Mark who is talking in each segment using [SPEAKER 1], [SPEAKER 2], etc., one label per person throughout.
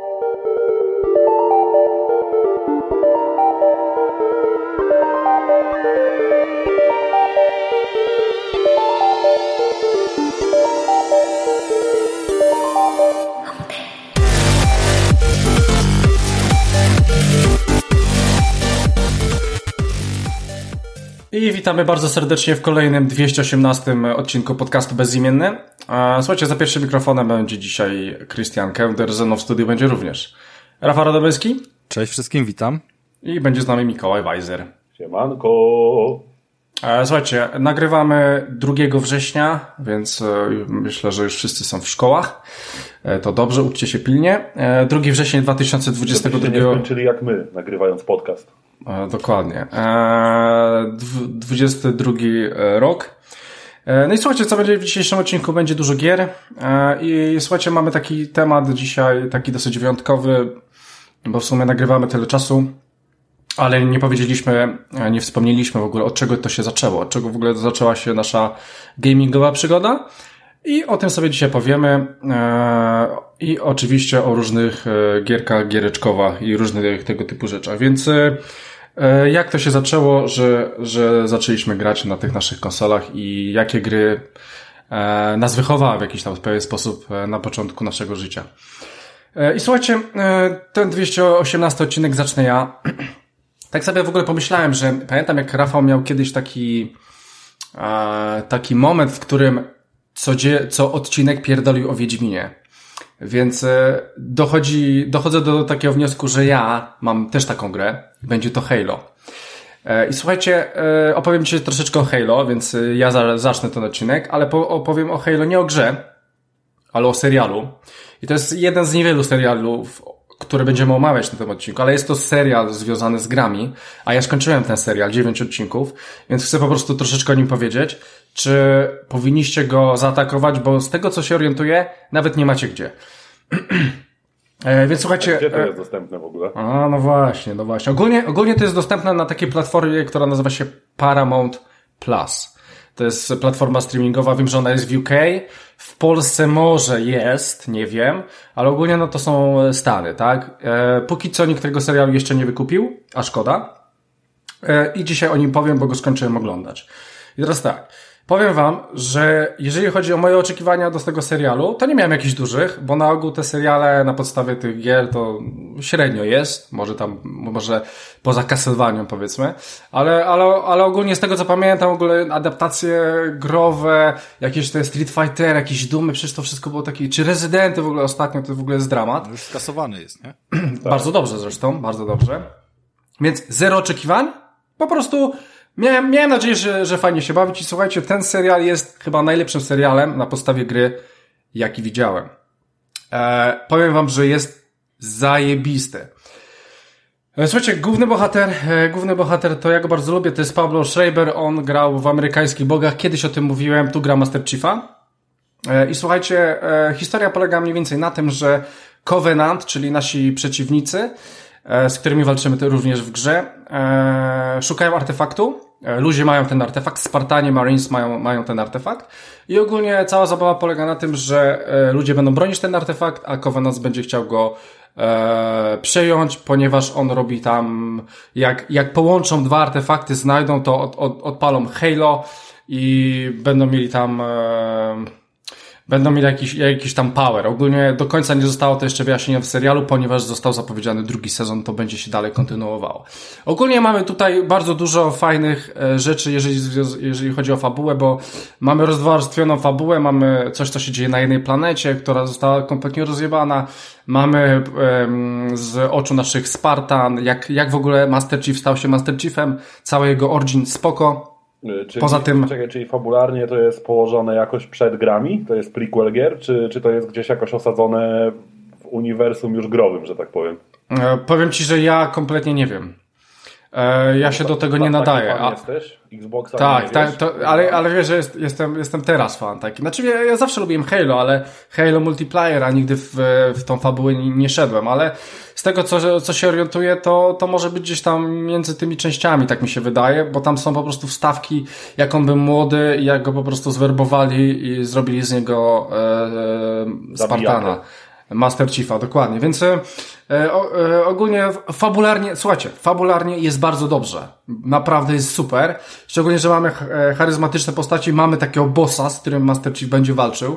[SPEAKER 1] I witamy bardzo serdecznie w kolejnym 218 odcinku podcastu Bezimienny. Słuchajcie, za pierwszym mikrofonem będzie dzisiaj Krystian Kęder, ze mną w studiu będzie również Rafał Radomyski.
[SPEAKER 2] Cześć wszystkim, witam.
[SPEAKER 1] I będzie z nami Mikołaj Wajzer.
[SPEAKER 3] Siemanko.
[SPEAKER 1] Słuchajcie, nagrywamy 2 września, więc myślę, że już wszyscy są w szkołach. To dobrze, uczcie się pilnie. 2 września 2022.
[SPEAKER 3] Żebyście nie skończyli jak my, nagrywając podcast.
[SPEAKER 1] Dokładnie. 22 rok. No i słuchajcie, co będzie w dzisiejszym odcinku? Będzie dużo gier. I słuchajcie, mamy taki temat dzisiaj, taki dosyć wyjątkowy, bo w sumie nagrywamy tyle czasu, ale nie powiedzieliśmy, nie wspomnieliśmy w ogóle, od czego to się zaczęło, od czego w ogóle zaczęła się nasza gamingowa przygoda. I o tym sobie dzisiaj powiemy. I oczywiście o różnych gierkach, giereczkowach i różnych tego typu rzeczach. Więc jak to się zaczęło, że zaczęliśmy grać na tych naszych konsolach i jakie gry nas wychowały w jakiś tam pewien sposób na początku naszego życia. I słuchajcie, ten 218 odcinek zacznę ja. Tak sobie w ogóle pomyślałem, że pamiętam jak Rafał miał kiedyś taki moment, w którym co odcinek pierdolił o Wiedźminie. Więc dochodzę do takiego wniosku, że ja mam też taką grę. Będzie to Halo. I słuchajcie, opowiem dzisiaj troszeczkę o Halo, więc ja zacznę ten odcinek, ale opowiem o Halo nie o grze, ale o serialu. I to jest jeden z niewielu serialów, które będziemy omawiać na tym odcinku, ale jest to serial związany z grami, a ja skończyłem ten serial, 9 odcinków, więc chcę po prostu troszeczkę o nim powiedzieć. Czy powinniście go zaatakować, bo z tego co się orientuję, nawet nie macie gdzie. Więc słuchajcie...
[SPEAKER 3] Gdzie to jest dostępne w ogóle?
[SPEAKER 1] No właśnie. Ogólnie to jest dostępne na takiej platformie, która nazywa się Paramount Plus. To jest platforma streamingowa, wiem, że ona jest w UK, w Polsce może jest, nie wiem, ale ogólnie no to są Stany, tak? Póki co nikt tego serialu jeszcze nie wykupił, a szkoda. I dzisiaj o nim powiem, bo go skończyłem oglądać. I teraz tak, powiem wam, że jeżeli chodzi o moje oczekiwania do tego serialu, to nie miałem jakichś dużych, bo na ogół te seriale na podstawie tych gier to średnio jest, może poza Castlevanią powiedzmy, ale ogólnie z tego co pamiętam, w ogóle adaptacje growe, jakieś te Street Fighter, jakieś Doomy, przecież to wszystko było takie, czy Rezydenty w ogóle ostatnio, to w ogóle jest dramat.
[SPEAKER 2] Już skasowany jest, nie?
[SPEAKER 1] Bardzo dobrze zresztą, bardzo dobrze. Więc zero oczekiwań, po prostu miałem nadzieję, że fajnie się bawić i słuchajcie, ten serial jest chyba najlepszym serialem na podstawie gry, jaki widziałem. Powiem wam, że jest zajebiste. Słuchajcie, główny bohater to ja go bardzo lubię, to jest Pablo Schreiber, on grał w Amerykańskich Bogach, kiedyś o tym mówiłem, tu gra Master Chiefa. I słuchajcie, historia polega mniej więcej na tym, że Covenant, czyli nasi przeciwnicy, z którymi walczymy również w grze, szukają artefaktu. Ludzie mają ten artefakt, Spartanie, Marines mają ten artefakt i ogólnie cała zabawa polega na tym, że ludzie będą bronić ten artefakt, a Covenant będzie chciał go przejąć, ponieważ on robi tam, jak połączą 2 artefakty, znajdą to, odpalą Halo i będą mieli jakiś tam power. Ogólnie do końca nie zostało to jeszcze wyjaśnione w serialu, ponieważ został zapowiedziany 2 sezon, to będzie się dalej kontynuowało. Ogólnie mamy tutaj bardzo dużo fajnych rzeczy, jeżeli chodzi o fabułę, bo mamy rozwarstwioną fabułę, mamy coś, co się dzieje na jednej planecie, która została kompletnie rozjebana. Mamy z oczu naszych Spartan, jak w ogóle Master Chief stał się Master Chiefem, cały jego origin spoko. Poza tym...
[SPEAKER 3] Czyli fabularnie to jest położone jakoś przed grami? To jest prequel gier? Czy to jest gdzieś jakoś osadzone w uniwersum już growym, że tak powiem?
[SPEAKER 1] Powiem ci, że ja kompletnie nie wiem. Ja się do tego nie nadaję.
[SPEAKER 3] Fan jesteś? Xboxa
[SPEAKER 1] tak,
[SPEAKER 3] nie
[SPEAKER 1] tak, ale wiesz, że jestem teraz fan taki. Znaczy ja zawsze lubiłem Halo, ale Halo multiplayer, a nigdy w tą fabułę nie szedłem, ale z tego co się orientuję, to może być gdzieś tam między tymi częściami, tak mi się wydaje, bo tam są po prostu wstawki, jak on był młody i jak go po prostu zwerbowali i zrobili z niego Spartana. Master Chiefa, dokładnie. Więc ogólnie fabularnie jest bardzo dobrze. Naprawdę jest super. Szczególnie, że mamy charyzmatyczne postaci, mamy takiego bossa, z którym Master Chief będzie walczył.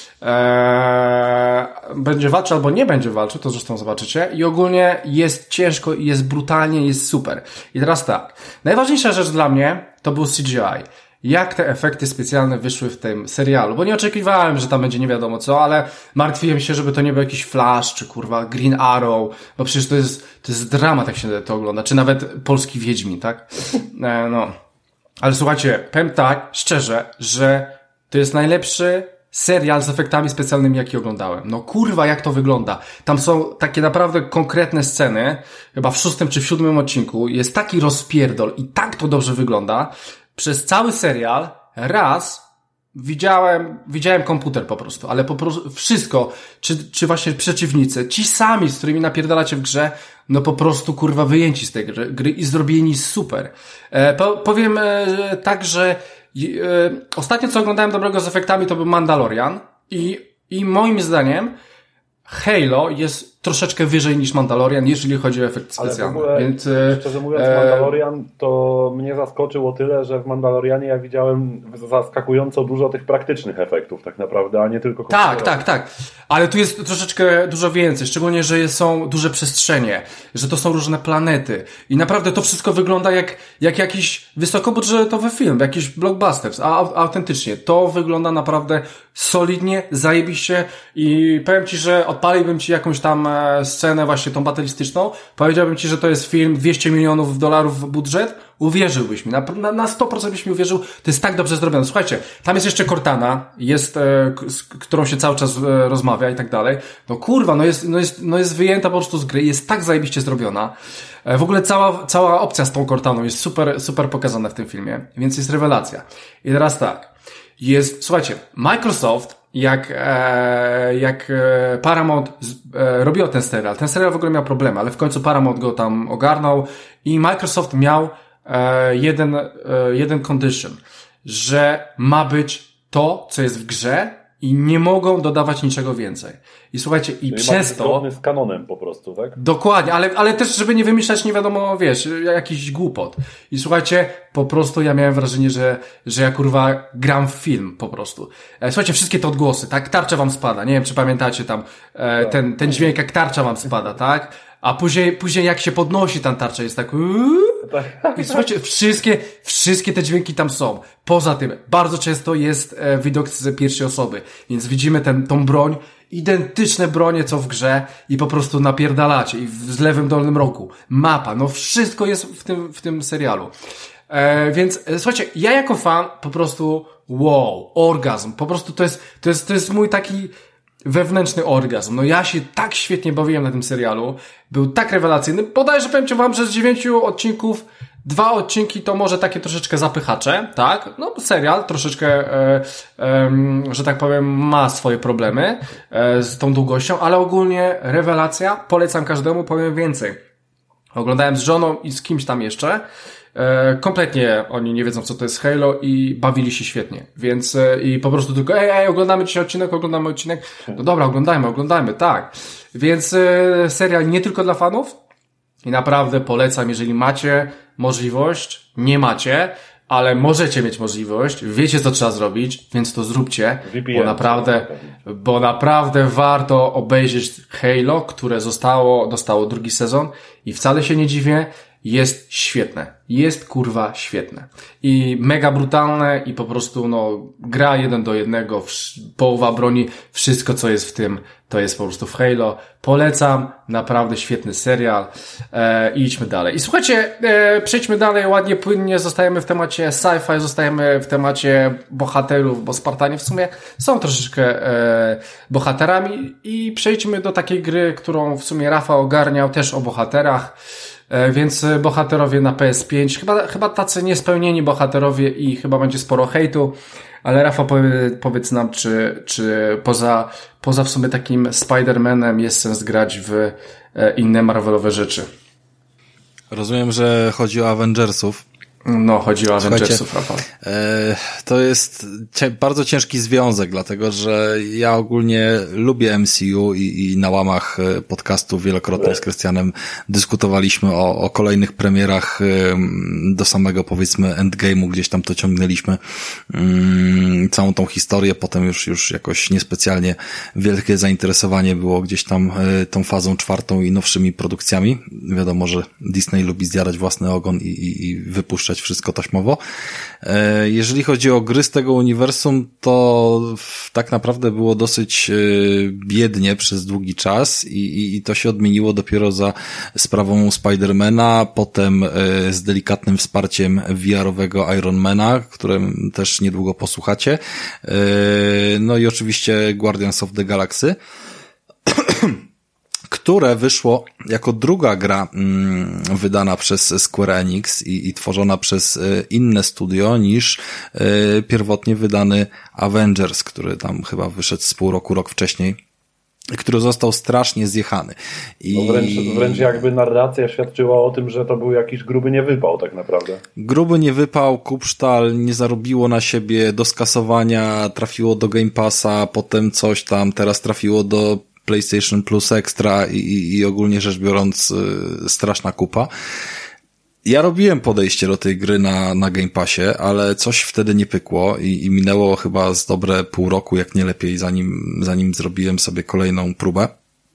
[SPEAKER 1] Będzie walczył albo nie będzie walczył, to zresztą zobaczycie. I ogólnie jest ciężko, jest brutalnie, jest super. I teraz tak. Najważniejsza rzecz dla mnie to był CGI. Jak te efekty specjalne wyszły w tym serialu. Bo nie oczekiwałem, że tam będzie nie wiadomo co, ale martwiłem się, żeby to nie był jakiś Flash, czy kurwa Green Arrow, bo przecież to jest dramat, jak się to ogląda. Czy nawet polski Wiedźmin, tak? No. Ale słuchajcie, powiem tak, szczerze, że to jest najlepszy serial z efektami specjalnymi, jaki oglądałem. No kurwa, jak to wygląda. Tam są takie naprawdę konkretne sceny, chyba w 6. czy w 7. odcinku, jest taki rozpierdol i tak to dobrze wygląda. Przez cały serial raz widziałem komputer po prostu, ale po prostu wszystko, czy właśnie przeciwnicy, ci sami, z którymi napierdalacie w grze, no po prostu kurwa wyjęci z tej gry i zrobieni super. Powiem tak, że ostatnio co oglądałem dobrego z efektami to był Mandalorian i moim zdaniem Halo jest troszeczkę wyżej niż Mandalorian, jeżeli chodzi o efekt specjalny.
[SPEAKER 3] Ale w ogóle,
[SPEAKER 1] więc,
[SPEAKER 3] szczerze mówiąc, Mandalorian to mnie zaskoczył o tyle, że w Mandalorianie ja widziałem zaskakująco dużo tych praktycznych efektów tak naprawdę, a nie tylko komputerowych.
[SPEAKER 1] Tak. Ale tu jest troszeczkę dużo więcej, szczególnie, że są duże przestrzenie, że to są różne planety i naprawdę to wszystko wygląda jak jakiś wysokobudżetowy film, jakiś blockbusters, a autentycznie to wygląda naprawdę solidnie, zajebiście i powiem Ci, że odpaliłbym Ci jakąś tam scenę właśnie tą batalistyczną, powiedziałbym Ci, że to jest film $200 milionów budżet, uwierzyłbyś mi, na 100% byś mi uwierzył, to jest tak dobrze zrobione. Słuchajcie, tam jest jeszcze Cortana, z którą się cały czas rozmawia i tak dalej. No kurwa, no jest wyjęta po prostu z gry, jest tak zajebiście zrobiona. W ogóle cała opcja z tą Cortaną jest super pokazana w tym filmie, więc jest rewelacja. I teraz tak, słuchajcie, Microsoft jak Paramount robiło ten serial w ogóle miał problemy, ale w końcu Paramount go tam ogarnął i Microsoft miał jeden condition, że ma być to, co jest w grze i nie mogą dodawać niczego więcej. I słuchajcie, i
[SPEAKER 3] czyli
[SPEAKER 1] przez to...
[SPEAKER 3] zgodny z kanonem po prostu, tak?
[SPEAKER 1] Dokładnie, ale też, żeby nie wymyślać nie wiadomo, jakiś głupot. I słuchajcie, po prostu ja miałem wrażenie, że ja kurwa gram w film po prostu. Słuchajcie, wszystkie te odgłosy, tak? Tarcza wam spada, nie wiem czy pamiętacie tam, ten dźwięk jak tarcza wam spada, tak? A później jak się podnosi ta tarcza jest tak i słuchajcie, wszystkie te dźwięki tam są. Poza tym, bardzo często jest widok z pierwszej osoby, więc widzimy tą broń, identyczne bronie co w grze i po prostu napierdalacie i w lewym dolnym rogu. Mapa, no wszystko jest w tym serialu. Więc słuchajcie, ja jako fan po prostu wow, orgazm. Po prostu to jest mój taki wewnętrzny orgazm. No ja się tak świetnie bawiłem na tym serialu. Był tak rewelacyjny. Bodajże powiem Ci wam, że z 9 odcinków 2 odcinki to może takie troszeczkę zapychacze, tak? No serial troszeczkę, że tak powiem, ma swoje problemy z tą długością, ale ogólnie rewelacja. Polecam każdemu, powiem więcej. Oglądałem z żoną i z kimś tam jeszcze. Kompletnie oni nie wiedzą, co to jest Halo i bawili się świetnie, więc i po prostu tylko oglądamy dzisiaj odcinek, no dobra, oglądajmy, tak, więc serial nie tylko dla fanów i naprawdę polecam, jeżeli macie możliwość, nie macie, ale możecie mieć możliwość, wiecie co trzeba zrobić, więc to zróbcie, bo naprawdę warto obejrzeć Halo, które dostało drugi sezon i wcale się nie dziwię, jest świetne. Jest kurwa świetne. I mega brutalne i po prostu gra 1-1, połowa broni, wszystko co jest w tym, to jest po prostu w Halo. Polecam, naprawdę świetny serial. Idźmy dalej. I słuchajcie, przejdźmy dalej ładnie, płynnie, zostajemy w temacie sci-fi, zostajemy w temacie bohaterów, bo Spartanie w sumie są troszeczkę bohaterami i przejdźmy do takiej gry, którą w sumie Rafał ogarniał, też o bohaterach. Więc bohaterowie na PS5, chyba tacy niespełnieni bohaterowie i chyba będzie sporo hejtu, ale Rafał powiedz nam, czy poza w sumie takim Spider-Manem jest sens grać w inne Marvelowe rzeczy.
[SPEAKER 2] Rozumiem, że chodzi o Avengersów.
[SPEAKER 1] No, chodzi o Avengersów, Rafał.
[SPEAKER 2] To jest bardzo ciężki związek, dlatego że ja ogólnie lubię MCU i na łamach podcastu wielokrotnie z Krystianem dyskutowaliśmy o kolejnych premierach do samego, powiedzmy, Endgame'u, gdzieś tam to ciągnęliśmy, całą tą historię, potem już jakoś niespecjalnie wielkie zainteresowanie było gdzieś tam tą fazą 4 i nowszymi produkcjami. Wiadomo, że Disney lubi zjadać własny ogon i wypuszczać wszystko taśmowo. Jeżeli chodzi o gry z tego uniwersum, to tak naprawdę było dosyć biednie przez długi czas i to się odmieniło dopiero za sprawą Spidermana, potem z delikatnym wsparciem VR-owego Ironmana, którym też niedługo posłuchacie. No i oczywiście Guardians of the Galaxy, które wyszło jako druga gra wydana przez Square Enix i tworzona przez inne studio niż pierwotnie wydany Avengers, który tam chyba wyszedł z pół roku, rok wcześniej, który został strasznie zjechany.
[SPEAKER 3] No wręcz jakby narracja świadczyła o tym, że to był jakiś gruby niewypał tak naprawdę.
[SPEAKER 2] Gruby niewypał, Kupsztal nie zarobiło na siebie, do skasowania trafiło do Game Passa, potem coś tam, teraz trafiło do PlayStation Plus Extra i ogólnie rzecz biorąc straszna kupa. Ja robiłem podejście do tej gry na Game Passie, ale coś wtedy nie pykło i minęło chyba z dobre pół roku, jak nie lepiej, zanim zrobiłem sobie kolejną próbę.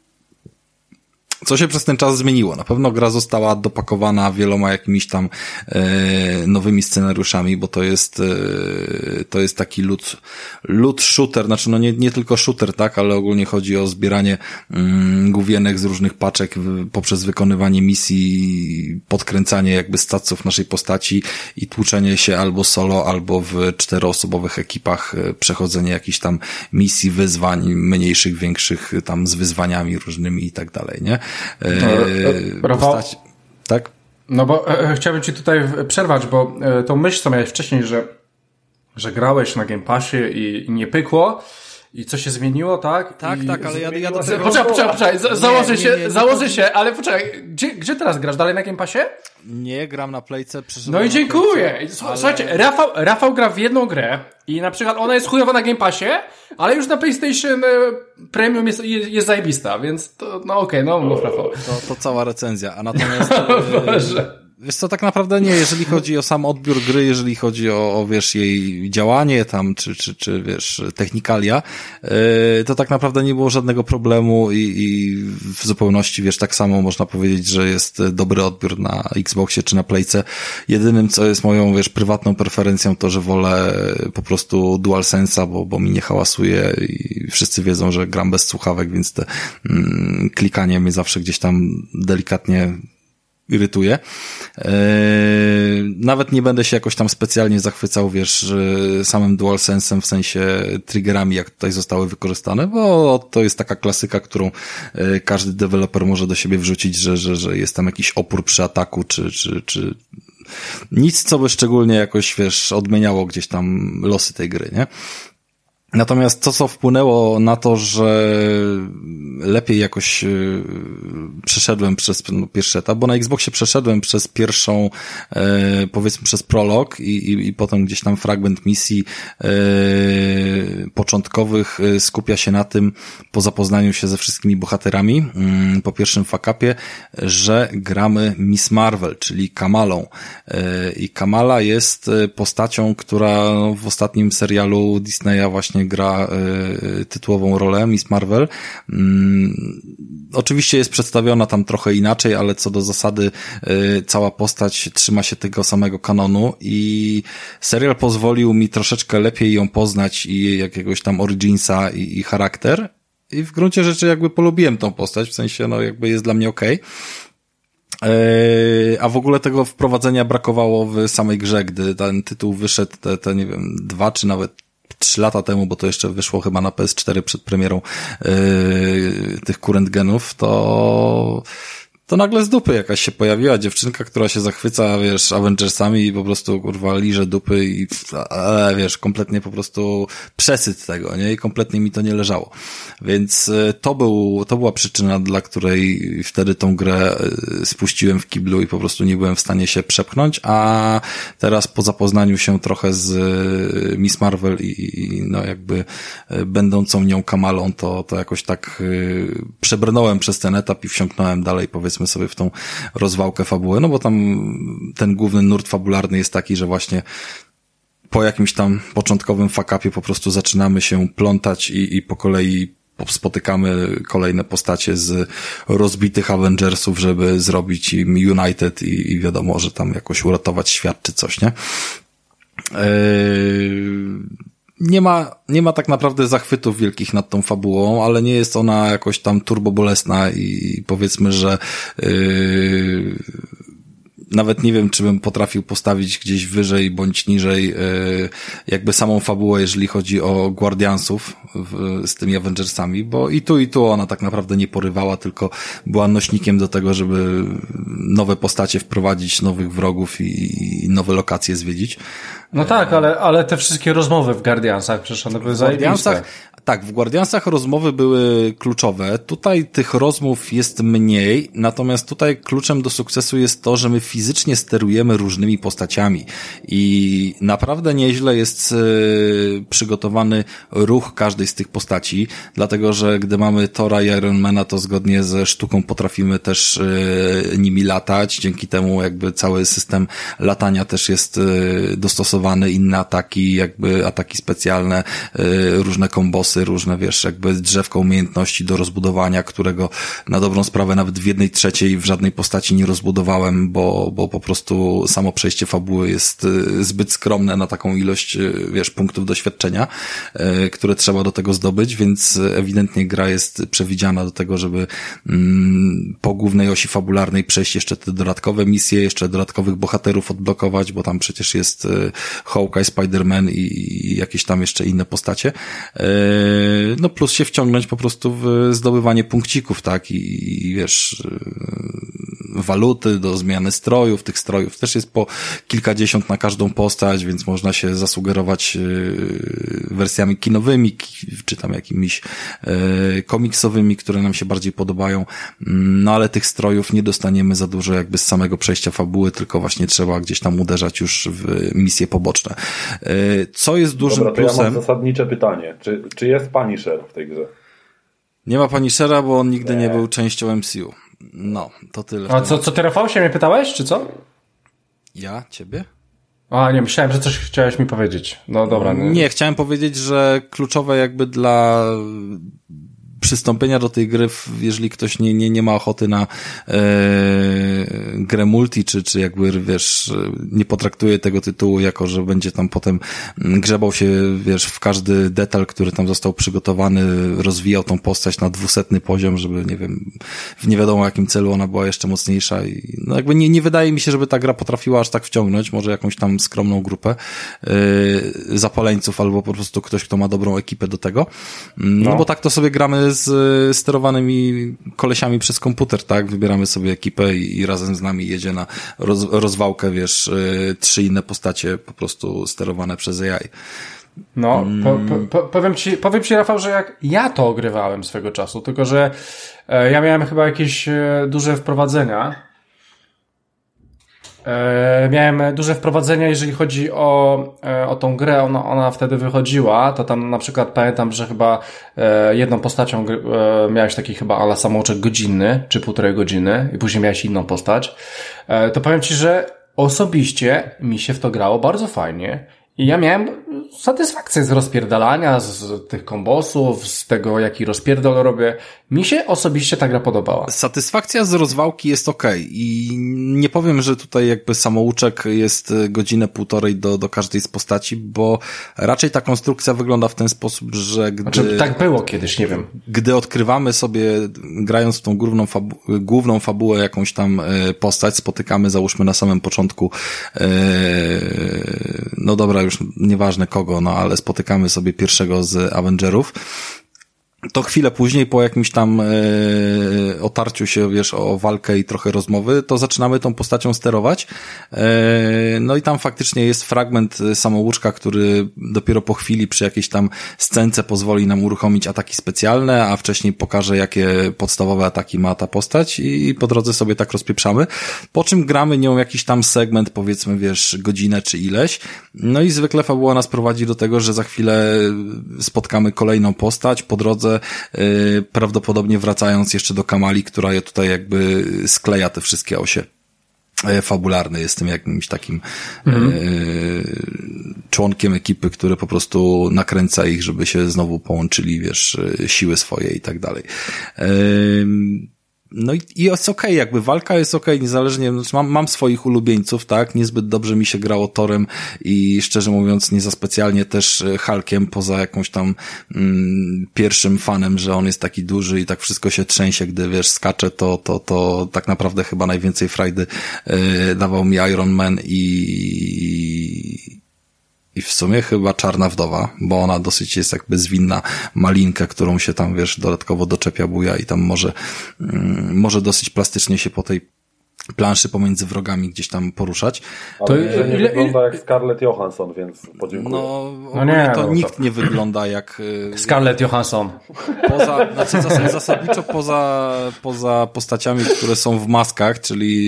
[SPEAKER 2] Co się przez ten czas zmieniło? Na pewno gra została dopakowana wieloma jakimiś tam nowymi scenariuszami, bo to jest taki loot shooter, znaczy no nie tylko shooter, tak, ale ogólnie chodzi o zbieranie główienek z różnych paczek poprzez wykonywanie misji, podkręcanie jakby statców naszej postaci i tłuczenie się albo solo, albo w 4-osobowych ekipach, przechodzenie jakichś tam misji, wyzwań mniejszych, większych, tam z wyzwaniami różnymi i tak dalej, nie?
[SPEAKER 1] Rafał?
[SPEAKER 2] Tak?
[SPEAKER 1] No bo chciałbym ci tutaj przerwać, bo tą myśl, co miałeś wcześniej, że grałeś na Game Passie i nie pykło i co się zmieniło, tak?
[SPEAKER 2] Tak, ale ja do tego...
[SPEAKER 1] Poczekaj, założę się, ale poczekaj, gdzie teraz grasz? Dalej na Game Passie?
[SPEAKER 2] Nie, gram na Playce.
[SPEAKER 1] No i dziękuję. Słuchajcie, Rafał gra w jedną grę i na przykład ona jest chujowa na Game Passie, ale już na PlayStation Premium jest zajebista, więc to, no okej, no mów Rafał.
[SPEAKER 2] To cała recenzja, a natomiast... Wiesz co, tak naprawdę nie, jeżeli chodzi o sam odbiór gry, jeżeli chodzi o wiesz, jej działanie tam, czy wiesz, technikalia, to tak naprawdę nie było żadnego problemu i w zupełności, wiesz, tak samo można powiedzieć, że jest dobry odbiór na Xboxie czy na Playce. Jedynym, co jest moją, wiesz, prywatną preferencją, to, że wolę po prostu DualSense'a, bo mi nie hałasuje i wszyscy wiedzą, że gram bez słuchawek, więc te klikanie mnie zawsze gdzieś tam delikatnie irytuje. Nawet nie będę się jakoś tam specjalnie zachwycał, wiesz, samym DualSense'em, w sensie triggerami, jak tutaj zostały wykorzystane, bo to jest taka klasyka, którą każdy deweloper może do siebie wrzucić, że jest tam jakiś opór przy ataku, czy nic, co by szczególnie jakoś, wiesz, odmieniało gdzieś tam losy tej gry, nie? Natomiast to, co wpłynęło na to, że lepiej jakoś przeszedłem przez pierwszy etap, bo na Xboxie przeszedłem przez pierwszą, powiedzmy przez prolog i potem gdzieś tam fragment misji początkowych skupia się na tym, po zapoznaniu się ze wszystkimi bohaterami, po pierwszym fuck-upie, że gramy Miss Marvel, czyli Kamalą. I Kamala jest postacią, która w ostatnim serialu Disneya właśnie gra tytułową rolę Miss Marvel. Oczywiście jest przedstawiona tam trochę inaczej, ale co do zasady cała postać trzyma się tego samego kanonu i serial pozwolił mi troszeczkę lepiej ją poznać i jakiegoś tam originsa i charakter. I w gruncie rzeczy jakby polubiłem tą postać, w sensie no jakby jest dla mnie okej. A w ogóle tego wprowadzenia brakowało w samej grze, gdy ten tytuł wyszedł te nie wiem, 2 czy nawet 3 lata temu, bo to jeszcze wyszło chyba na PS4 przed premierą tych current genów, to to nagle z dupy jakaś się pojawiła dziewczynka, która się zachwyca, wiesz, Avengersami i po prostu, kurwa, liże dupy i, ale wiesz, kompletnie po prostu przesyt tego, nie? I kompletnie mi to nie leżało. Więc to była przyczyna, dla której wtedy tą grę spuściłem w kiblu i po prostu nie byłem w stanie się przepchnąć, a teraz po zapoznaniu się trochę z Miss Marvel i no jakby będącą nią Kamalą, to jakoś tak przebrnąłem przez ten etap i wsiąknąłem dalej, powiedzmy sobie, w tą rozwałkę fabuły, no bo tam ten główny nurt fabularny jest taki, że właśnie po jakimś tam początkowym fuck-upie po prostu zaczynamy się plątać i po kolei spotykamy kolejne postacie z rozbitych Avengersów, żeby zrobić im United i wiadomo, że tam jakoś uratować świat czy coś, nie? Nie ma tak naprawdę zachwytów wielkich nad tą fabułą, ale nie jest ona jakoś tam turbobolesna i powiedzmy, że nawet nie wiem, czy bym potrafił postawić gdzieś wyżej bądź niżej jakby samą fabułę, jeżeli chodzi o Guardiansów z tymi Avengersami, bo i tu ona tak naprawdę nie porywała, tylko była nośnikiem do tego, żeby nowe postacie wprowadzić, nowych wrogów i nowe lokacje zwiedzić.
[SPEAKER 1] No tak, ale te wszystkie rozmowy w Guardiansach, przecież one były zajebiste.
[SPEAKER 2] Tak, w Guardiansach rozmowy były kluczowe. Tutaj tych rozmów jest mniej, natomiast tutaj kluczem do sukcesu jest to, że my fizycznie sterujemy różnymi postaciami i naprawdę nieźle jest przygotowany ruch każdej z tych postaci, dlatego że gdy mamy Thora i Ironmana, to zgodnie ze sztuką potrafimy też nimi latać, dzięki temu jakby cały system latania też jest dostosowany, inne ataki, jakby ataki specjalne, różne kombosy, różne, wiesz, jakby drzewko umiejętności do rozbudowania, którego na dobrą sprawę nawet w 1/3 w żadnej postaci nie rozbudowałem, bo po prostu samo przejście fabuły jest zbyt skromne na taką ilość, wiesz, punktów doświadczenia, które trzeba do tego zdobyć, więc ewidentnie gra jest przewidziana do tego, żeby po głównej osi fabularnej przejść jeszcze te dodatkowe misje, jeszcze dodatkowych bohaterów odblokować, bo tam przecież jest Hawkeye, Spider-Man i jakieś tam jeszcze inne postacie. No plus się wciągnąć po prostu w zdobywanie punkcików, tak, i wiesz, waluty do zmiany strojów, tych strojów też jest po kilkadziesiąt na każdą postać, więc można się zasugerować wersjami kinowymi, czy tam jakimiś komiksowymi, które nam się bardziej podobają, no ale tych strojów nie dostaniemy za dużo jakby z samego przejścia fabuły, tylko właśnie trzeba gdzieś tam uderzać już w misje poboczne. Co jest dużym plusem...
[SPEAKER 3] Ja mam zasadnicze pytanie. Czy jest Punisher w tej grze?
[SPEAKER 2] Nie ma Punishera, bo on nigdy nie był częścią MCU. No, to tyle.
[SPEAKER 1] A co ty, Rafał, się mnie pytałeś, czy co?
[SPEAKER 2] Ja? Ciebie?
[SPEAKER 1] A, nie, myślałem, że coś chciałeś mi powiedzieć. No dobra.
[SPEAKER 2] Nie, chciałem powiedzieć, że kluczowe jakby dla przystąpienia do tej gry, jeżeli ktoś nie ma ochoty na grę multi, czy jakby, wiesz, nie potraktuje tego tytułu jako, że będzie tam potem grzebał się, wiesz, w każdy detal, który tam został przygotowany, rozwijał tą postać na 200 poziom, żeby, nie wiem, w nie wiadomo jakim celu ona była jeszcze mocniejsza i no jakby nie wydaje mi się, żeby ta gra potrafiła aż tak wciągnąć, może jakąś tam skromną grupę zapaleńców albo po prostu ktoś, kto ma dobrą ekipę do tego, no bo tak to sobie gramy z sterowanymi kolesiami przez komputer, tak? Wybieramy sobie ekipę i razem z nami jedzie na rozwałkę, wiesz, 3 inne postacie po prostu sterowane przez AI.
[SPEAKER 1] No, powiem ci, Rafał, że jak ja to ogrywałem swego czasu, tylko że ja miałem chyba jakieś duże wprowadzenia. Miałem duże wprowadzenia, jeżeli chodzi o tą grę, ona wtedy wychodziła, to tam na przykład pamiętam, że chyba jedną postacią miałeś taki chyba ala samouczek godzinny, czy 1,5 godziny i później miałeś inną postać, to powiem ci, że osobiście mi się w to grało bardzo fajnie i ja miałem satysfakcję z rozpierdalania, z tych kombosów, z tego, jaki rozpierdol robię. Mi się osobiście ta gra podobała.
[SPEAKER 2] Satysfakcja z rozwałki jest okej. I nie powiem, że tutaj jakby samouczek jest godzinę, 1,5 do każdej z postaci, bo raczej ta konstrukcja wygląda w ten sposób, że gdy...
[SPEAKER 1] Znaczy, tak było kiedyś, nie wiem.
[SPEAKER 2] Gdy odkrywamy sobie, grając w tą główną fabułę jakąś tam postać, spotykamy, załóżmy na samym początku, no dobra, już nieważne kogo, no ale spotykamy sobie pierwszego z Avengerów to chwilę później, po jakimś tam otarciu się, wiesz, o walkę i trochę rozmowy, to zaczynamy tą postacią sterować. No i tam faktycznie jest fragment samouczka, który dopiero po chwili przy jakiejś tam scence pozwoli nam uruchomić ataki specjalne, a wcześniej pokaże, jakie podstawowe ataki ma ta postać i po drodze sobie tak rozpieprzamy. Po czym gramy nią jakiś tam segment, powiedzmy, wiesz, godzinę czy ileś. No i zwykle fabuła nas prowadzi do tego, że za chwilę spotkamy kolejną postać, po drodze prawdopodobnie wracając jeszcze do Kamali, która je tutaj jakby skleja te wszystkie osie fabularne. Jestem jakimś takim członkiem ekipy, który po prostu nakręca ich, żeby się znowu połączyli, wiesz, siły swoje i tak dalej. No i jest okej, jakby walka jest okej, niezależnie, znaczy mam swoich ulubieńców, tak, niezbyt dobrze mi się grało Thorem i szczerze mówiąc nie za specjalnie też Hulkiem, poza jakąś tam pierwszym fanem, że on jest taki duży i tak wszystko się trzęsie, gdy wiesz, skacze, to tak naprawdę chyba najwięcej frajdy dawał mi Iron Man i w sumie chyba Czarna Wdowa, bo ona dosyć jest jakby zwinna, malinkę, którą się tam, wiesz, dodatkowo doczepia buja i tam może dosyć plastycznie się po tej planszy pomiędzy wrogami gdzieś tam poruszać.
[SPEAKER 3] Ale to nie wygląda jak Scarlett Johansson, więc podziękuję.
[SPEAKER 2] Nikt nie wygląda jak
[SPEAKER 1] Scarlett Johansson.
[SPEAKER 2] Zasadniczo poza postaciami, które są w maskach,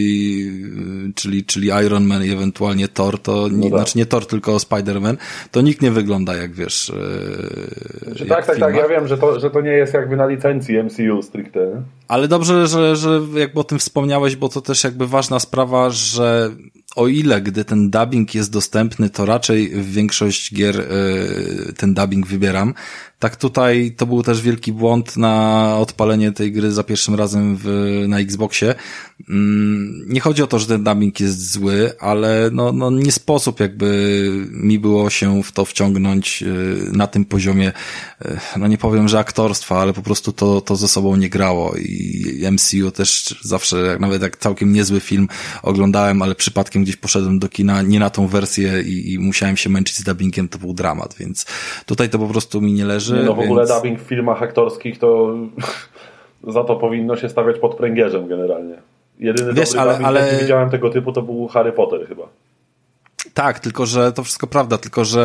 [SPEAKER 2] czyli Iron Man i ewentualnie Thor, to znaczy nie Thor, tylko Spider-Man, to nikt nie wygląda jak, wiesz,
[SPEAKER 3] tak, ja wiem, że to nie jest jakby na licencji MCU stricte.
[SPEAKER 2] Ale dobrze, że jakby o tym wspomniałeś, bo to też jakby ważna sprawa, że o ile gdy ten dubbing jest dostępny, to raczej w większość gier ten dubbing wybieram. Tak tutaj to był też wielki błąd na odpalenie tej gry za pierwszym razem na Xboxie. Nie chodzi o to, że ten dubbing jest zły, ale no nie sposób jakby mi było się w to wciągnąć na tym poziomie, no nie powiem, że aktorstwa, ale po prostu to ze sobą nie grało i MCU też zawsze, nawet jak całkiem niezły film oglądałem, ale przypadkiem gdzieś poszedłem do kina nie na tą wersję i musiałem się męczyć z dubbingiem, to był dramat, więc tutaj to po prostu mi nie leży.
[SPEAKER 3] No w ogóle dubbing w filmach aktorskich to za to powinno się stawiać pod pręgierzem generalnie. Jedyny dobry dubbing, jaki widziałem tego typu, to był Harry Potter chyba.
[SPEAKER 2] Tak, tylko że to wszystko prawda, tylko że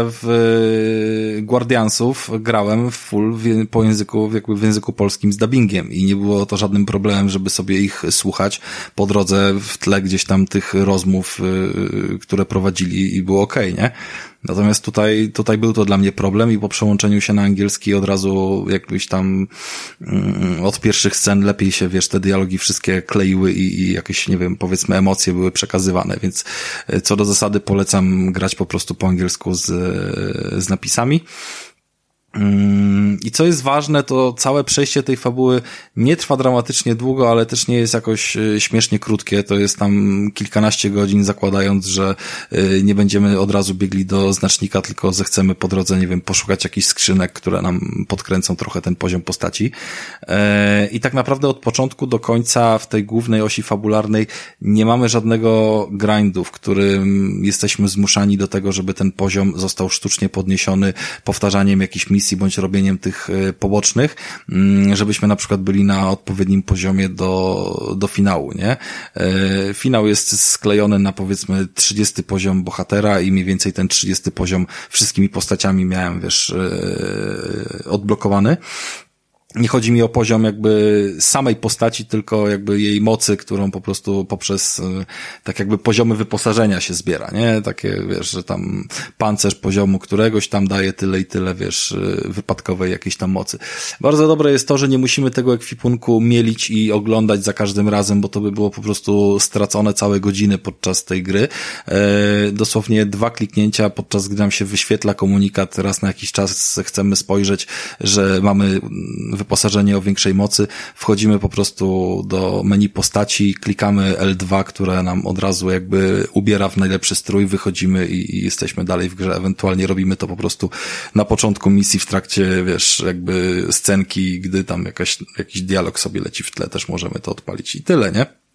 [SPEAKER 2] w Guardiansów grałem full w języku polskim z dubbingiem i nie było to żadnym problemem, żeby sobie ich słuchać po drodze w tle gdzieś tam tych rozmów, które prowadzili i było okej, nie? Natomiast tutaj był to dla mnie problem i po przełączeniu się na angielski od razu jakbyś tam od pierwszych scen lepiej się, wiesz, te dialogi wszystkie kleiły i jakieś, nie wiem, powiedzmy emocje były przekazywane, więc co do zasady polecam grać po prostu po angielsku z napisami. I co jest ważne, to całe przejście tej fabuły nie trwa dramatycznie długo, ale też nie jest jakoś śmiesznie krótkie. To jest tam kilkanaście godzin, zakładając, że nie będziemy od razu biegli do znacznika, tylko zechcemy po drodze, nie wiem, poszukać jakichś skrzynek, które nam podkręcą trochę ten poziom postaci. I tak naprawdę od początku do końca w tej głównej osi fabularnej nie mamy żadnego grindu, w którym jesteśmy zmuszani do tego, żeby ten poziom został sztucznie podniesiony powtarzaniem jakichś misji bądź robieniem tych pobocznych, żebyśmy na przykład byli na odpowiednim poziomie do finału, nie? Finał jest sklejony na powiedzmy 30 poziom bohatera i mniej więcej ten 30 poziom wszystkimi postaciami miałem, wiesz, odblokowany. Nie chodzi mi o poziom jakby samej postaci, tylko jakby jej mocy, którą po prostu poprzez tak jakby poziomy wyposażenia się zbiera, nie? Takie, wiesz, że tam pancerz poziomu któregoś tam daje tyle i tyle, wiesz, wypadkowej jakiejś tam mocy. Bardzo dobre jest to, że nie musimy tego ekwipunku mielić i oglądać za każdym razem, bo to by było po prostu stracone całe godziny podczas tej gry. Dosłownie 2 kliknięcia, podczas gdy nam się wyświetla komunikat, raz na jakiś czas chcemy spojrzeć, że mamy wyposażenie o większej mocy, wchodzimy po prostu do menu postaci, klikamy L2, które nam od razu jakby ubiera w najlepszy strój, wychodzimy i jesteśmy dalej w grze, ewentualnie robimy to po prostu na początku misji, w trakcie, wiesz, jakby scenki, gdy tam jakiś dialog sobie leci w tle, też możemy to odpalić i tyle, nie?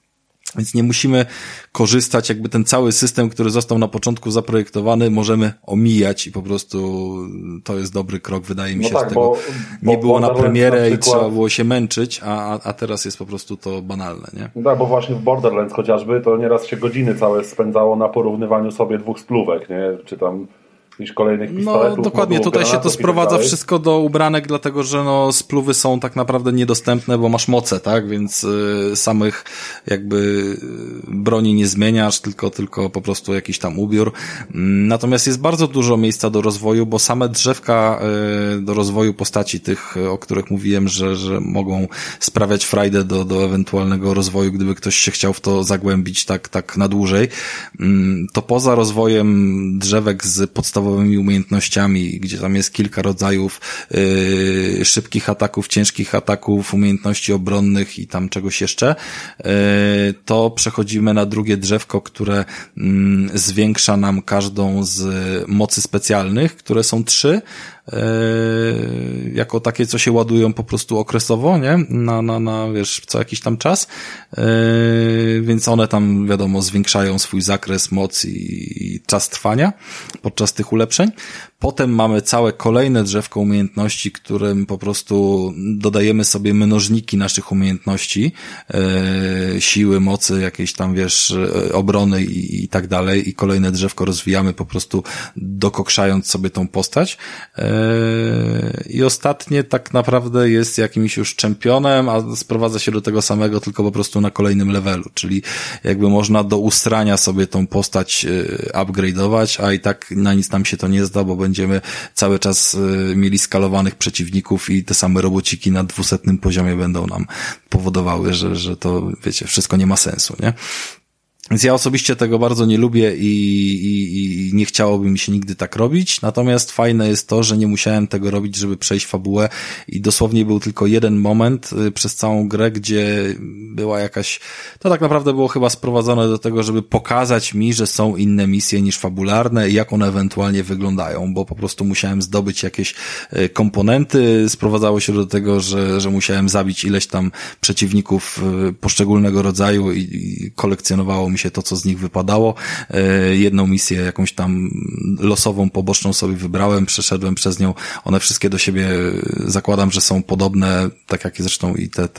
[SPEAKER 2] Więc nie musimy korzystać, jakby ten cały system, który został na początku zaprojektowany, możemy omijać i po prostu to jest dobry krok, wydaje mi się, z tego. Nie było na premierę i trzeba było się męczyć, a teraz jest po prostu to banalne, nie?
[SPEAKER 3] Tak, bo właśnie w Borderlands chociażby to nieraz się godziny całe spędzało na porównywaniu sobie 2 splówek, nie? Czy tam jakichś kolejnych pistoletów.
[SPEAKER 2] No dokładnie, tutaj się to sprowadza wszystko do ubranek, dlatego że spluwy są tak naprawdę niedostępne, bo masz moce, tak? Więc samych jakby broni nie zmieniasz, tylko po prostu jakiś tam ubiór. Natomiast jest bardzo dużo miejsca do rozwoju, bo same drzewka do rozwoju postaci tych, o których mówiłem, że mogą sprawiać frajdę do ewentualnego rozwoju, gdyby ktoś się chciał w to zagłębić tak na dłużej, to poza rozwojem drzewek z podstawowymi umiejętnościami, gdzie tam jest kilka rodzajów szybkich ataków, ciężkich ataków, umiejętności obronnych i tam czegoś jeszcze, to przechodzimy na drugie drzewko, które zwiększa nam każdą z mocy specjalnych, które są 3, jako takie, co się ładują po prostu okresowo, nie? Na wiesz, co jakiś tam czas. Więc one tam, wiadomo, zwiększają swój zakres, moc i czas trwania podczas tych ulepszeń. Potem mamy całe kolejne drzewko umiejętności, którym po prostu dodajemy sobie mnożniki naszych umiejętności, siły, mocy, jakieś tam, wiesz, obrony i tak dalej. I kolejne drzewko rozwijamy po prostu dokokrzając sobie tą postać. I ostatnie tak naprawdę jest jakimś już czempionem, a sprowadza się do tego samego, tylko po prostu na kolejnym levelu, czyli jakby można do ustrania sobie tą postać upgrade'ować, a i tak na nic nam się to nie zda, bo będziemy cały czas mieli skalowanych przeciwników i te same robociki na 200 poziomie będą nam powodowały, że to, wiecie, wszystko nie ma sensu, nie? Więc ja osobiście tego bardzo nie lubię i nie chciałoby mi się nigdy tak robić, natomiast fajne jest to, że nie musiałem tego robić, żeby przejść fabułę i dosłownie był tylko jeden moment przez całą grę, gdzie była jakaś, to tak naprawdę było chyba sprowadzone do tego, żeby pokazać mi, że są inne misje niż fabularne i jak one ewentualnie wyglądają, bo po prostu musiałem zdobyć jakieś komponenty, sprowadzało się do tego, że musiałem zabić ileś tam przeciwników poszczególnego rodzaju i kolekcjonowało mi się to, co z nich wypadało. Jedną misję jakąś tam losową, poboczną sobie wybrałem, przeszedłem przez nią. One wszystkie do siebie zakładam, że są podobne, tak jak zresztą i te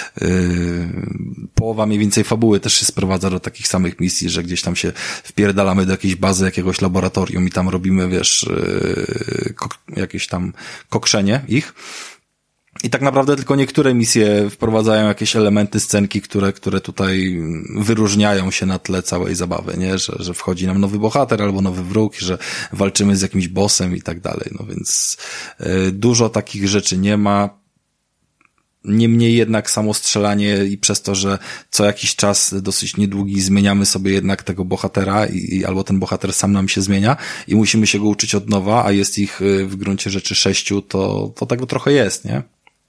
[SPEAKER 2] połowa mniej więcej fabuły też się sprowadza do takich samych misji, że gdzieś tam się wpierdalamy do jakiejś bazy, jakiegoś laboratorium i tam robimy, wiesz, jakieś tam kokrzenie ich. I tak naprawdę tylko niektóre misje wprowadzają jakieś elementy scenki, które tutaj wyróżniają się na tle całej zabawy, nie? Że wchodzi nam nowy bohater albo nowy wróg, że walczymy z jakimś bossem i tak dalej. No więc dużo takich rzeczy nie ma. Niemniej jednak samo strzelanie i przez to, że co jakiś czas dosyć niedługi zmieniamy sobie jednak tego bohatera i albo ten bohater sam nam się zmienia i musimy się go uczyć od nowa, a jest ich w gruncie rzeczy 6, to tego trochę jest, nie?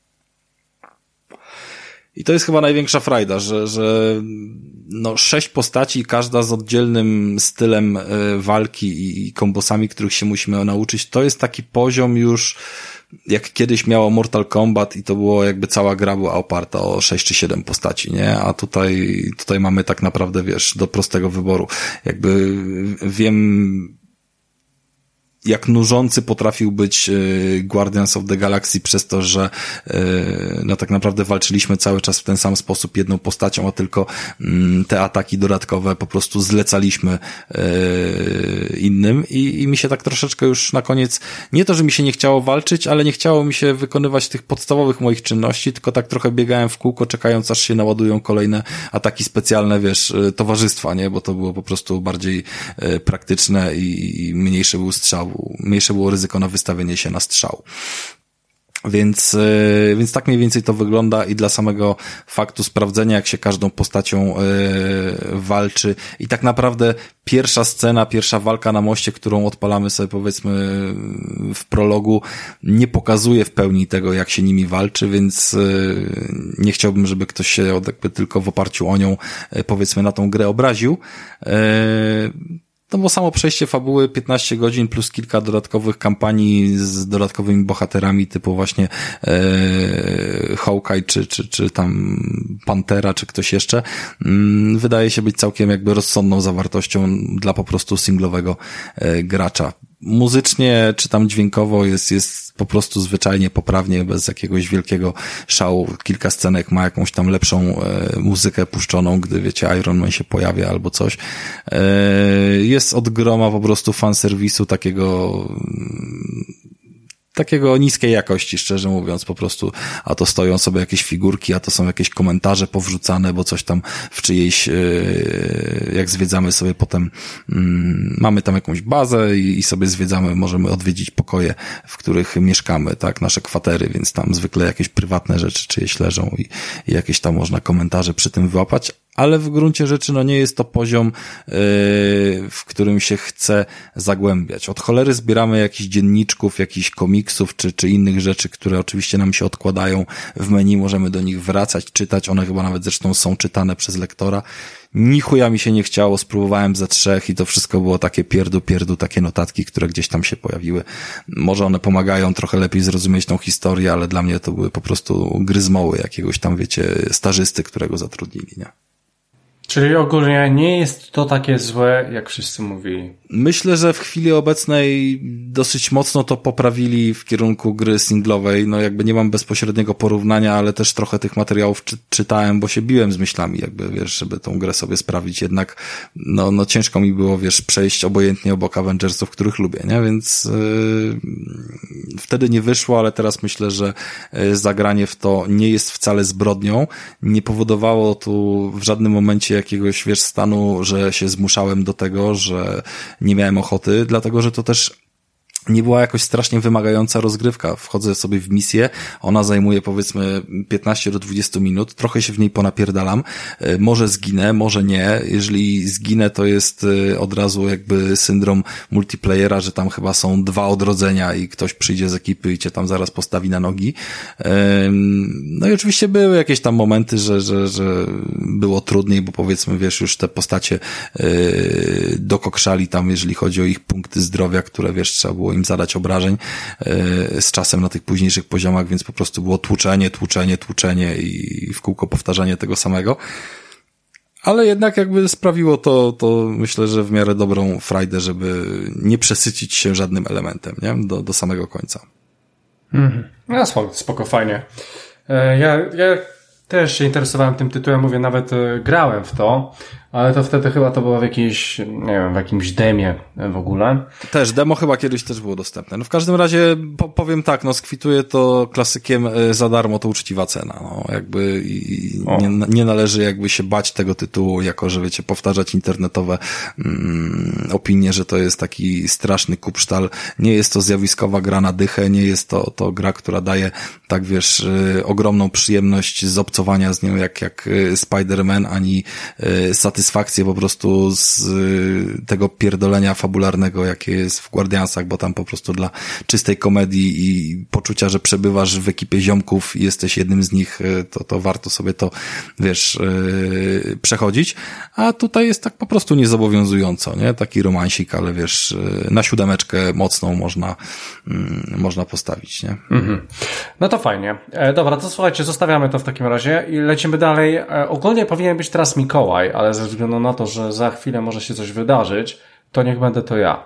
[SPEAKER 2] I to jest chyba największa frajda, że 6 postaci, każda z oddzielnym stylem walki i kombosami, których się musimy nauczyć, to jest taki poziom już, jak kiedyś miało Mortal Kombat i to było jakby cała gra była oparta o 6 czy 7 postaci, nie? A tutaj mamy tak naprawdę, wiesz, do prostego wyboru. Jakby wiem, jak nużący potrafił być Guardians of the Galaxy przez to, że no tak naprawdę walczyliśmy cały czas w ten sam sposób jedną postacią, a tylko te ataki dodatkowe po prostu zlecaliśmy innym i mi się tak troszeczkę już na koniec, nie to, że mi się nie chciało walczyć, ale nie chciało mi się wykonywać tych podstawowych moich czynności, tylko tak trochę biegałem w kółko, czekając aż się naładują kolejne ataki specjalne, wiesz, towarzystwa, nie? Bo to było po prostu bardziej praktyczne i mniejszy był strzał, mniejsze było ryzyko na wystawienie się na strzał. Więc tak mniej więcej to wygląda i dla samego faktu sprawdzenia, jak się każdą postacią walczy i tak naprawdę pierwsza scena, pierwsza walka na moście, którą odpalamy sobie powiedzmy w prologu, nie pokazuje w pełni tego, jak się nimi walczy, więc nie chciałbym, żeby ktoś się jakby tylko w oparciu o nią powiedzmy na tą grę obraził. No bo samo przejście fabuły 15 godzin plus kilka dodatkowych kampanii z dodatkowymi bohaterami typu właśnie Hawkeye czy tam Pantera czy ktoś jeszcze wydaje się być całkiem jakby rozsądną zawartością dla po prostu singlowego gracza. Muzycznie czy tam dźwiękowo jest po prostu zwyczajnie poprawnie, bez jakiegoś wielkiego szału. Kilka scenek ma jakąś tam lepszą muzykę puszczoną, gdy wiecie Iron Man się pojawia albo coś. Jest od groma po prostu fanserwisu takiego niskiej jakości, szczerze mówiąc, po prostu, a to stoją sobie jakieś figurki, a to są jakieś komentarze powrzucane, bo coś tam w czyjejś, jak zwiedzamy sobie potem, mamy tam jakąś bazę i sobie zwiedzamy, możemy odwiedzić pokoje, w których mieszkamy, tak, nasze kwatery, więc tam zwykle jakieś prywatne rzeczy czyjeś leżą i jakieś tam można komentarze przy tym wyłapać, ale w gruncie rzeczy no nie jest to poziom, w którym się chce zagłębiać. Od cholery zbieramy jakichś dzienniczków, jakichś komiksów czy innych rzeczy, które oczywiście nam się odkładają w menu, możemy do nich wracać, czytać, one chyba nawet zresztą są czytane przez lektora. Ni chuja mi się nie chciało, spróbowałem ze 3 i to wszystko było takie pierdu, takie notatki, które gdzieś tam się pojawiły. Może one pomagają trochę lepiej zrozumieć tą historię, ale dla mnie to były po prostu gry z moły jakiegoś tam, wiecie, stażysty, którego zatrudnili, nie?
[SPEAKER 1] Czyli ogólnie nie jest to takie złe, jak wszyscy mówili.
[SPEAKER 2] Myślę, że w chwili obecnej dosyć mocno to poprawili w kierunku gry singlowej. No jakby nie mam bezpośredniego porównania, ale też trochę tych materiałów czytałem, bo się biłem z myślami, jakby wiesz, żeby tą grę sobie sprawić. Jednak no ciężko mi było, wiesz, przejść obojętnie obok Avengersów, których lubię, nie? Więc wtedy nie wyszło, ale teraz myślę, że zagranie w to nie jest wcale zbrodnią. Nie powodowało tu w żadnym momencie jakiegoś, wiesz, stanu, że się zmuszałem do tego, że nie miałem ochoty, dlatego, że to też nie była jakoś strasznie wymagająca rozgrywka. Wchodzę sobie w misję, ona zajmuje powiedzmy 15 do 20 minut, trochę się w niej ponapierdalam, może zginę, może nie. Jeżeli zginę, to jest od razu jakby syndrom multiplayera, że tam chyba są 2 odrodzenia i ktoś przyjdzie z ekipy i cię tam zaraz postawi na nogi. No i oczywiście były jakieś tam momenty, że było trudniej, bo powiedzmy, wiesz, już te postacie dokokrzali tam, jeżeli chodzi o ich punkty zdrowia, które, wiesz, trzeba było im zadać obrażeń z czasem na tych późniejszych poziomach, więc po prostu było tłuczenie i w kółko powtarzanie tego samego. Ale jednak jakby sprawiło to myślę, że w miarę dobrą frajdę, żeby nie przesycić się żadnym elementem, nie? Do samego końca.
[SPEAKER 1] No spoko, fajnie. Ja też się interesowałem tym tytułem, mówię, nawet grałem w to, ale to wtedy chyba to było w jakiejś, nie wiem, w jakimś demie w ogóle.
[SPEAKER 2] Też, demo chyba kiedyś też było dostępne. No w każdym razie powiem tak, no skwituję to klasykiem za darmo, to uczciwa cena. No jakby nie należy jakby się bać tego tytułu, jako że wiecie, powtarzać internetowe opinie, że to jest taki straszny kupsztal. Nie jest to zjawiskowa gra na dychę, nie jest to gra, która daje, tak wiesz, ogromną przyjemność z obcowania z nią jak Spider-Man, ani satysfakcję po prostu z tego pierdolenia fabularnego, jakie jest w Guardiansach, bo tam po prostu dla czystej komedii i poczucia, że przebywasz w ekipie ziomków i jesteś jednym z nich, to warto sobie to, wiesz, przechodzić. A tutaj jest tak po prostu niezobowiązująco, nie? Taki romansik, ale wiesz, na 7 mocną można postawić, nie?
[SPEAKER 1] No to fajnie. Dobra, to słuchajcie, zostawiamy to w takim razie i lecimy dalej. Ogólnie powinien być teraz Mikołaj, ale ze względu na to, że za chwilę może się coś wydarzyć, to niech będę to ja.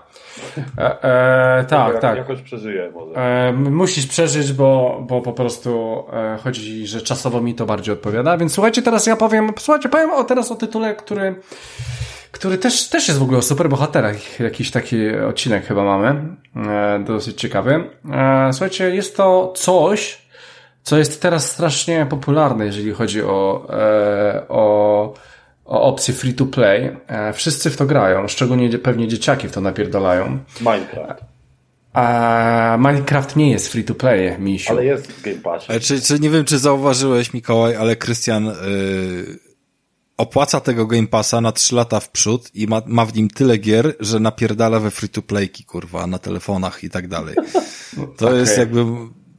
[SPEAKER 1] Tak.
[SPEAKER 3] Jakoś przeżyję może.
[SPEAKER 1] Musisz przeżyć, bo po prostu chodzi, że czasowo mi to bardziej odpowiada. Więc słuchajcie, teraz ja powiem teraz o tytule, który też jest w ogóle o superbohaterach. Jakiś taki odcinek chyba mamy. Dosyć ciekawy. Słuchajcie, jest to coś, co jest teraz strasznie popularne, jeżeli chodzi o opcje free to play. Wszyscy w to grają, szczególnie pewnie dzieciaki w to napierdalają.
[SPEAKER 3] Minecraft.
[SPEAKER 1] Minecraft nie jest free to play, misiu.
[SPEAKER 3] Ale jest w Game Passie.
[SPEAKER 2] Czy nie wiem, czy zauważyłeś, Mikołaj, ale Krystian opłaca tego Game Passa na 3 lata w przód i ma w nim tyle gier, że napierdala we free to playki, kurwa, na telefonach i tak dalej. To jest jakby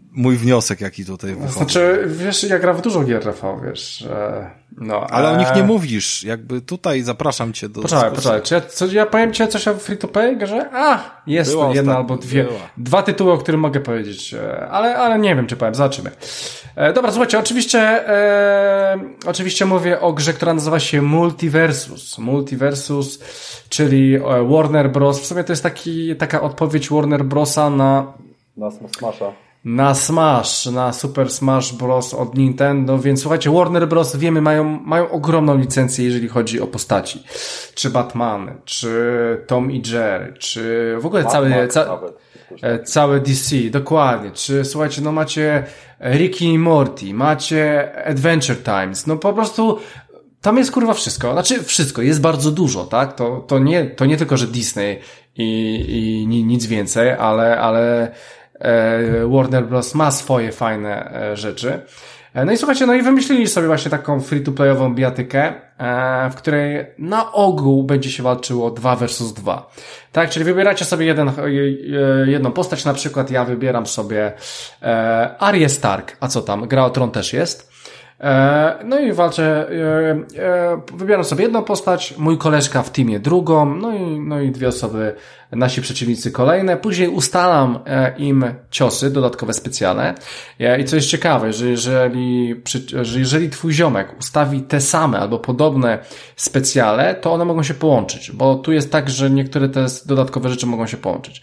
[SPEAKER 2] mój wniosek, jaki tutaj wychodzi.
[SPEAKER 1] Znaczy, wiesz, ja gram w dużo gier, Rafał, wiesz,
[SPEAKER 2] ale o nich nie mówisz, jakby tutaj zapraszam cię do
[SPEAKER 1] Poczekaj, czy ja powiem ci coś o free-to-play grze? Jest była jedna albo dwie. Dwa tytuły, o których mogę powiedzieć, ale nie wiem, czy powiem, zobaczymy. Dobra, słuchajcie, oczywiście mówię o grze, która nazywa się Multiversus, czyli Warner Bros. W sumie to jest taka odpowiedź Warner Brosa na
[SPEAKER 3] Smasha.
[SPEAKER 1] Na Super Smash Bros. Od Nintendo, więc słuchajcie, Warner Bros. Wiemy, mają ogromną licencję, jeżeli chodzi o postaci. Czy Batman, czy Tom i Jerry, czy w ogóle całe DC, dokładnie. Czy słuchajcie, macie Ricky i Morty, macie Adventure Times, po prostu tam jest kurwa wszystko. Znaczy wszystko, jest bardzo dużo, tak? To nie tylko, że Disney i nic więcej, ale Warner Bros. Ma swoje fajne rzeczy. No i słuchajcie, i wymyślili sobie właśnie taką free-to-playową bijatykę, w której na ogół będzie się walczyło 2 versus 2. Tak, czyli wybieracie sobie jedną postać, na przykład ja wybieram sobie Arię Stark, a co tam, Gra o Tron też jest. No i walczę, wybieram sobie jedną postać, mój koleżka w teamie drugą, no i 2 osoby, nasi przeciwnicy kolejne. Później ustalam im ciosy dodatkowe, specjalne. I co jest ciekawe, że jeżeli twój ziomek ustawi te same albo podobne specjale, to one mogą się połączyć, bo tu jest tak, że niektóre te dodatkowe rzeczy mogą się połączyć.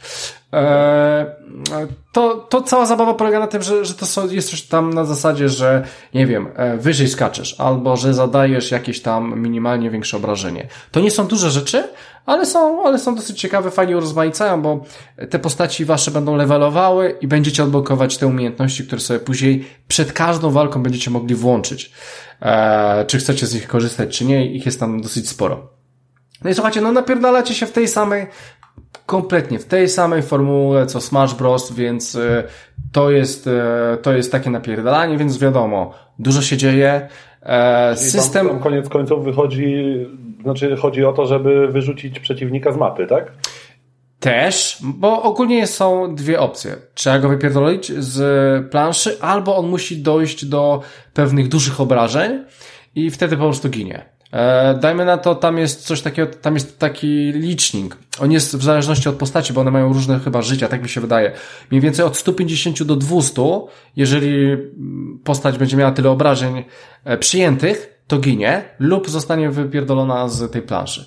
[SPEAKER 1] To cała zabawa polega na tym, że jest coś tam na zasadzie, że nie wiem, wyżej skaczesz, albo że zadajesz jakieś tam minimalnie większe obrażenie. To nie są duże rzeczy, ale są dosyć ciekawe, fajnie urozmaicają, bo te postaci wasze będą levelowały i będziecie odblokować te umiejętności, które sobie później przed każdą walką będziecie mogli włączyć. Czy chcecie z nich korzystać, czy nie, ich jest tam dosyć sporo. No i słuchajcie, napierdalacie się kompletnie w tej samej formułce co Smash Bros, więc to jest takie napierdalanie, więc wiadomo, dużo się dzieje. System...
[SPEAKER 3] Tam koniec końców chodzi o to, żeby wyrzucić przeciwnika z mapy, tak?
[SPEAKER 1] Też, bo ogólnie są 2 opcje. Trzeba go wypierdolić z planszy, albo on musi dojść do pewnych dużych obrażeń i wtedy po prostu ginie. Dajmy na to, tam jest coś takiego, tam jest taki licznik. On jest w zależności od postaci, bo one mają różne chyba życia, tak mi się wydaje. Mniej więcej od 150 do 200, jeżeli postać będzie miała tyle obrażeń przyjętych, to ginie lub zostanie wypierdolona z tej planszy.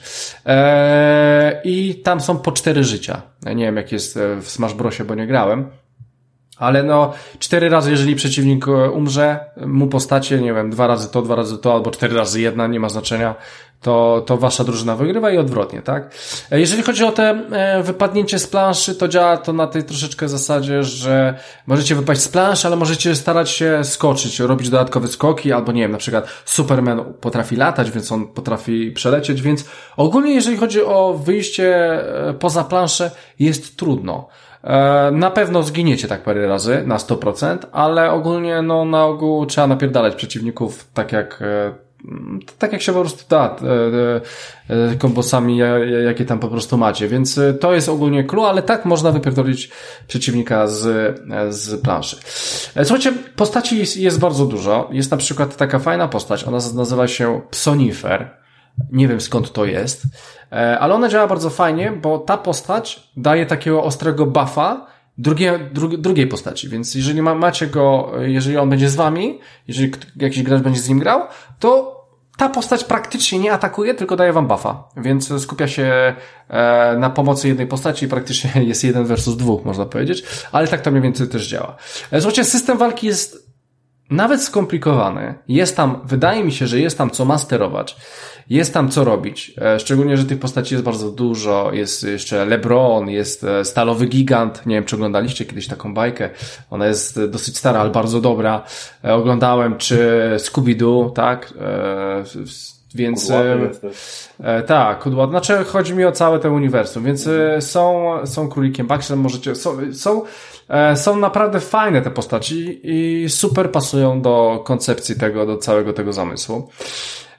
[SPEAKER 1] I tam są po 4 życia. Nie wiem, jak jest w Smash Brosie, bo nie grałem. Ale 4 razy, jeżeli przeciwnik umrze, mu postacie, nie wiem, 2 razy to, albo 4 razy 1, nie ma znaczenia, to wasza drużyna wygrywa i odwrotnie, tak? Jeżeli chodzi o te wypadnięcie z planszy, to działa to na tej troszeczkę zasadzie, że możecie wypaść z planszy, ale możecie starać się skoczyć, robić dodatkowe skoki, albo nie wiem, na przykład Superman potrafi latać, więc on potrafi przelecieć, więc ogólnie jeżeli chodzi o wyjście poza planszę, jest trudno. Na pewno zginiecie tak parę razy, na 100%, ale ogólnie na ogół trzeba napierdalać przeciwników tak jak się po prostu da kombosami, jakie tam po prostu macie, więc to jest ogólnie clue, ale tak można wypierdolić przeciwnika z planszy. Słuchajcie, postaci jest bardzo dużo. Jest na przykład taka fajna postać, ona nazywa się Psonifer. Nie wiem skąd to jest, ale ona działa bardzo fajnie, bo ta postać daje takiego ostrego buffa drugiej postaci, więc jeżeli macie go, jeżeli on będzie z wami, jeżeli jakiś gracz będzie z nim grał, to ta postać praktycznie nie atakuje, tylko daje wam buffa, więc skupia się na pomocy jednej postaci i praktycznie jest 1 versus 2, można powiedzieć, ale tak to mniej więcej też działa. Słuchajcie, system walki jest nawet skomplikowany. Wydaje mi się, że jest tam co masterować. Jest tam co robić. Szczególnie, że tych postaci jest bardzo dużo. Jest jeszcze LeBron, jest Stalowy Gigant. Nie wiem, czy oglądaliście kiedyś taką bajkę. Ona jest dosyć stara, ale bardzo dobra. Oglądałem, czy Scooby-Doo, tak? Więc tak, kudłaty. Znaczy chodzi mi o całe to uniwersum, więc są królikiem Baxem, możecie, są naprawdę fajne te postaci i super pasują do koncepcji do całego tego zamysłu.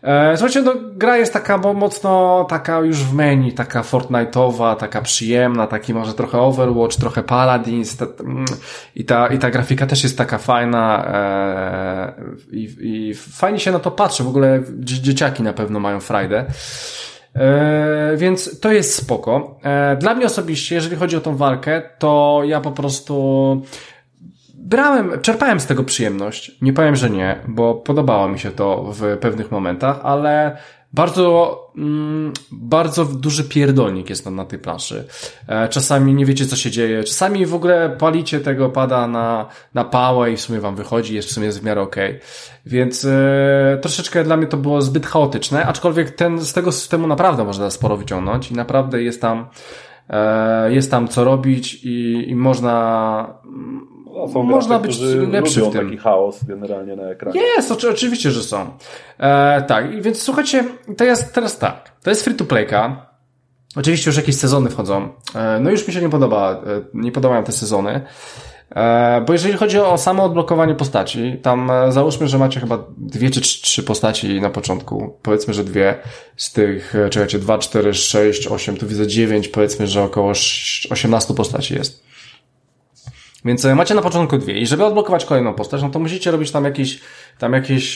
[SPEAKER 1] Słuchajcie, no, gra jest taka mocno taka już w menu, taka Fortnite'owa, taka przyjemna, taki może trochę Overwatch, trochę Paladins i ta grafika też jest taka fajna i fajnie się na to patrzy. W ogóle dzieciaki na pewno mają frajdę. Więc to jest spoko. Dla mnie osobiście, jeżeli chodzi o tą walkę, to ja po prostu czerpałem z tego przyjemność. Nie powiem, że nie, bo podobało mi się to w pewnych momentach, ale bardzo duży pierdolnik jest tam na tej planszy. Czasami nie wiecie, co się dzieje. Czasami w ogóle palicie tego pada na pałę i w sumie wam wychodzi, jest w sumie w miarę okej. Więc troszeczkę dla mnie to było zbyt chaotyczne, aczkolwiek z tego systemu naprawdę można sporo wyciągnąć i naprawdę jest tam co robić i można być lepszy w tym.
[SPEAKER 3] Taki chaos generalnie na ekranie.
[SPEAKER 1] Jest, oczywiście, że są. Tak, więc słuchajcie, to jest teraz tak. To jest free to playka. Oczywiście już jakieś sezony wchodzą. No już mi się nie podobają te sezony. Bo jeżeli chodzi o samo odblokowanie postaci, tam załóżmy, że macie chyba 2 czy 3 postaci na początku. Powiedzmy, że 2 z tych, czekajcie, 2, 4, 6, 8, tu widzę 9, powiedzmy, że około 18 postaci jest. Więc macie na początku 2 i żeby odblokować kolejną postać, no to musicie robić tam jakieś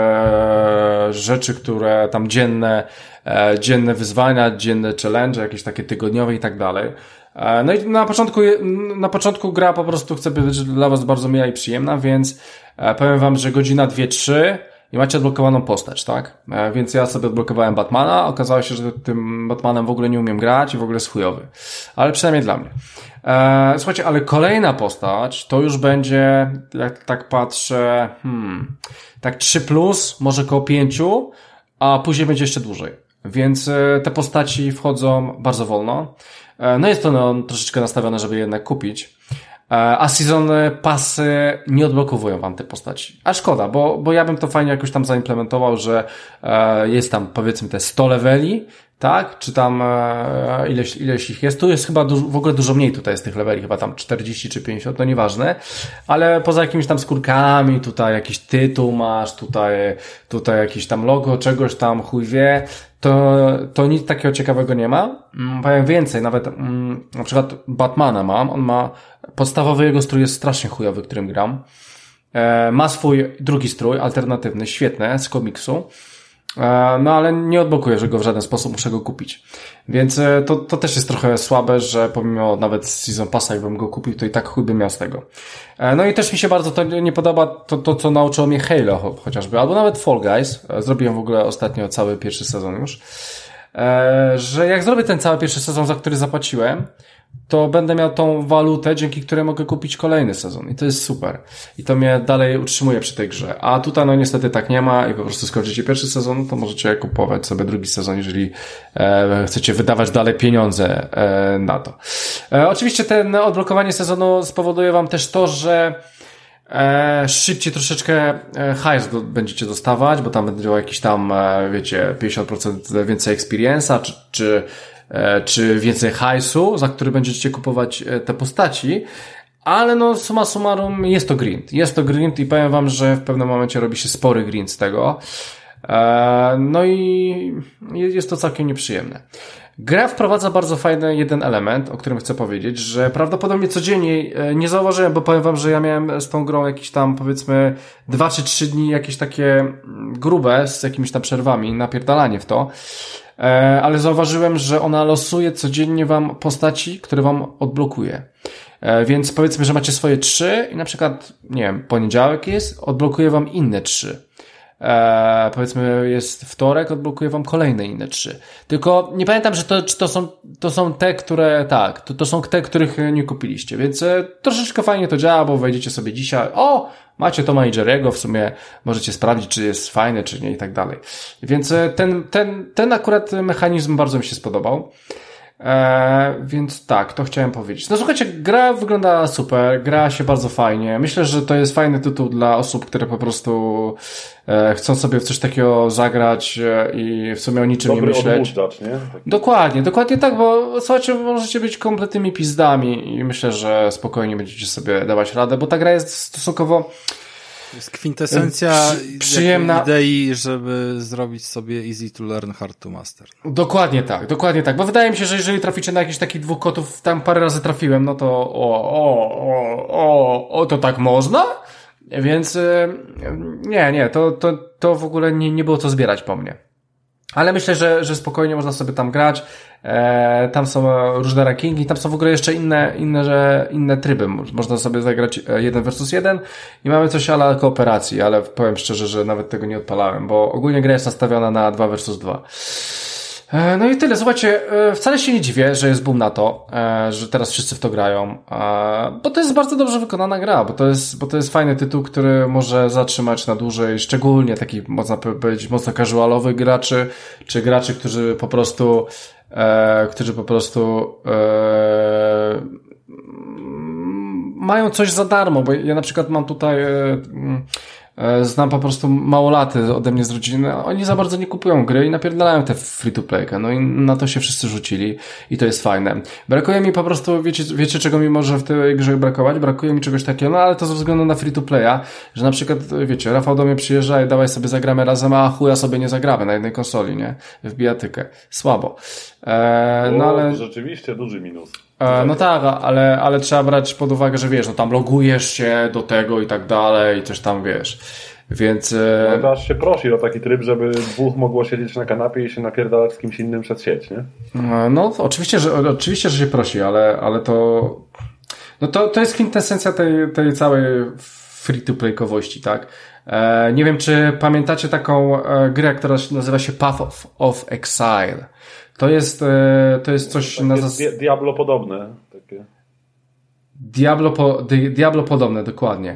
[SPEAKER 1] rzeczy, które tam dzienne wyzwania, dzienne challenge, jakieś takie tygodniowe i tak dalej. No i na początku gra po prostu chce być dla was bardzo miła i przyjemna, więc powiem wam, że godzina 2-3 i macie odblokowaną postać, tak? Więc ja sobie odblokowałem Batmana, okazało się, że tym Batmanem w ogóle nie umiem grać i w ogóle jest chujowy. Ale przynajmniej dla mnie. Słuchajcie, ale kolejna postać to już będzie, jak tak patrzę, tak 3+, może koło 5, a później będzie jeszcze dłużej. Więc te postaci wchodzą bardzo wolno. No jest to troszeczkę nastawione, żeby jednak kupić. A season passy nie odblokowują wam te postaci. A szkoda, bo ja bym to fajnie jakoś tam zaimplementował, że jest tam powiedzmy te 100 leveli, tak? Czy tam ileś ich jest. Tu jest chyba w ogóle dużo mniej tutaj jest tych leveli, chyba tam 40 czy 50, to nieważne. Ale poza jakimiś tam skórkami, tutaj jakiś tytuł masz, tutaj jakiś tam logo, czegoś tam, chuj wie, to nic takiego ciekawego nie ma. Powiem więcej, nawet na przykład Batmana mam, on ma podstawowy jego strój jest strasznie chujowy, którym gram. Ma swój drugi strój, alternatywny, świetny, z komiksu. No ale nie odblokuję, że go w żaden sposób muszę go kupić. Więc to też jest trochę słabe, że pomimo nawet Season Passa, jakbym go kupił, to i tak chuj bym miał z tego. No i też mi się bardzo to nie podoba to co nauczyło mnie Halo chociażby, albo nawet Fall Guys. Zrobiłem w ogóle ostatnio cały pierwszy sezon już. Że jak zrobię ten cały pierwszy sezon, za który zapłaciłem, to będę miał tą walutę, dzięki której mogę kupić kolejny sezon. I to jest super. I to mnie dalej utrzymuje przy tej grze. A tutaj no niestety tak nie ma i po prostu skończycie pierwszy sezon, to możecie kupować sobie drugi sezon, jeżeli chcecie wydawać dalej pieniądze na to. Oczywiście ten odblokowanie sezonu spowoduje wam też to, że szybciej troszeczkę hajs będziecie dostawać, bo tam będzie jakiś tam, wiecie, 50% więcej experience'a, czy więcej hajsu, za który będziecie kupować te postaci, ale no summa summarum jest to grind i powiem wam, że w pewnym momencie robi się spory grind z tego, no i jest to całkiem nieprzyjemne. Gra wprowadza bardzo fajny jeden element, o którym chcę powiedzieć, że prawdopodobnie codziennie nie zauważyłem, bo powiem wam, że ja miałem z tą grą jakieś tam powiedzmy 2 czy 3 dni jakieś takie grube z jakimiś tam przerwami, napierdalanie w to, ale zauważyłem, że ona losuje codziennie wam postaci, które wam odblokuje. Więc powiedzmy, że macie swoje 3 i na przykład, nie wiem, poniedziałek jest, odblokuje wam inne 3. Powiedzmy jest wtorek, odblokuje wam kolejne inne 3. Tylko nie pamiętam, że to są te, które tak, to są te, których nie kupiliście, więc troszeczkę fajnie to działa, bo wejdziecie sobie dzisiaj, macie Toma i Jerry'ego, w sumie możecie sprawdzić, czy jest fajny, czy nie i tak dalej. Więc ten akurat mechanizm bardzo mi się spodobał. Więc tak, to chciałem powiedzieć. No słuchajcie, gra wygląda super, gra się bardzo fajnie. Myślę, że to jest fajny tytuł dla osób, które po prostu chcą sobie w coś takiego zagrać i w sumie o niczym
[SPEAKER 3] dobry
[SPEAKER 1] nie myśleć.
[SPEAKER 3] Odmóżdżacz, nie?
[SPEAKER 1] Dokładnie tak, bo słuchajcie, możecie być kompletnymi pizdami i myślę, że spokojnie będziecie sobie dawać radę, bo ta gra jest stosunkowo
[SPEAKER 2] Jest kwintesencja
[SPEAKER 1] przyjemna
[SPEAKER 2] idei, żeby zrobić sobie easy to learn, hard to master.
[SPEAKER 1] Dokładnie tak, bo wydaje mi się, że jeżeli traficie na jakichś takich 2 kotów, tam parę razy trafiłem, no to to tak można? Więc nie, to w ogóle nie było co zbierać po mnie. Ale myślę, że spokojnie można sobie tam grać. Tam są różne rankingi, tam są w ogóle jeszcze inne tryby. Można sobie zagrać 1 versus 1 i mamy coś ala kooperacji, ale powiem szczerze, że nawet tego nie odpalałem, bo ogólnie gra jest nastawiona na 2 versus 2. No i tyle. Słuchajcie, wcale się nie dziwię, że jest boom na to, że teraz wszyscy w to grają, bo to jest bardzo dobrze wykonana gra, bo to jest fajny tytuł, który może zatrzymać na dłużej, szczególnie takich, można powiedzieć, mocno casualowych graczy, czy graczy, którzy po prostu mają coś za darmo, bo ja na przykład mam tutaj znam po prostu małolaty ode mnie z rodziny, oni za bardzo nie kupują gry i napierdalają te free-to-playkę, no i na to się wszyscy rzucili i to jest fajne. Brakuje mi po prostu, wiecie czego mi może w tej grze brakować? Brakuje mi czegoś takiego, no ale to ze względu na free-to-playa, że na przykład, wiecie, Rafał do mnie przyjeżdża i dawaj sobie zagramy razem, a chuja sobie nie zagramy na jednej konsoli, nie? W bijatykę. Słabo.
[SPEAKER 3] No ale... To rzeczywiście duży minus.
[SPEAKER 1] No tak, ale trzeba brać pod uwagę, że wiesz, no tam logujesz się do tego i tak dalej i coś tam wiesz, więc...
[SPEAKER 3] No aż się prosi o taki tryb, żeby 2 mogło siedzieć na kanapie i się napierdalać z kimś innym przez sieć, nie?
[SPEAKER 1] No oczywiście, że się prosi, ale to... No to jest kwintesencja tej całej free-to-playkowości, tak? Nie wiem, czy pamiętacie taką grę, która nazywa się Path of Exile. To jest coś na
[SPEAKER 3] Diablo podobne. Takie.
[SPEAKER 1] Diablo podobne, dokładnie.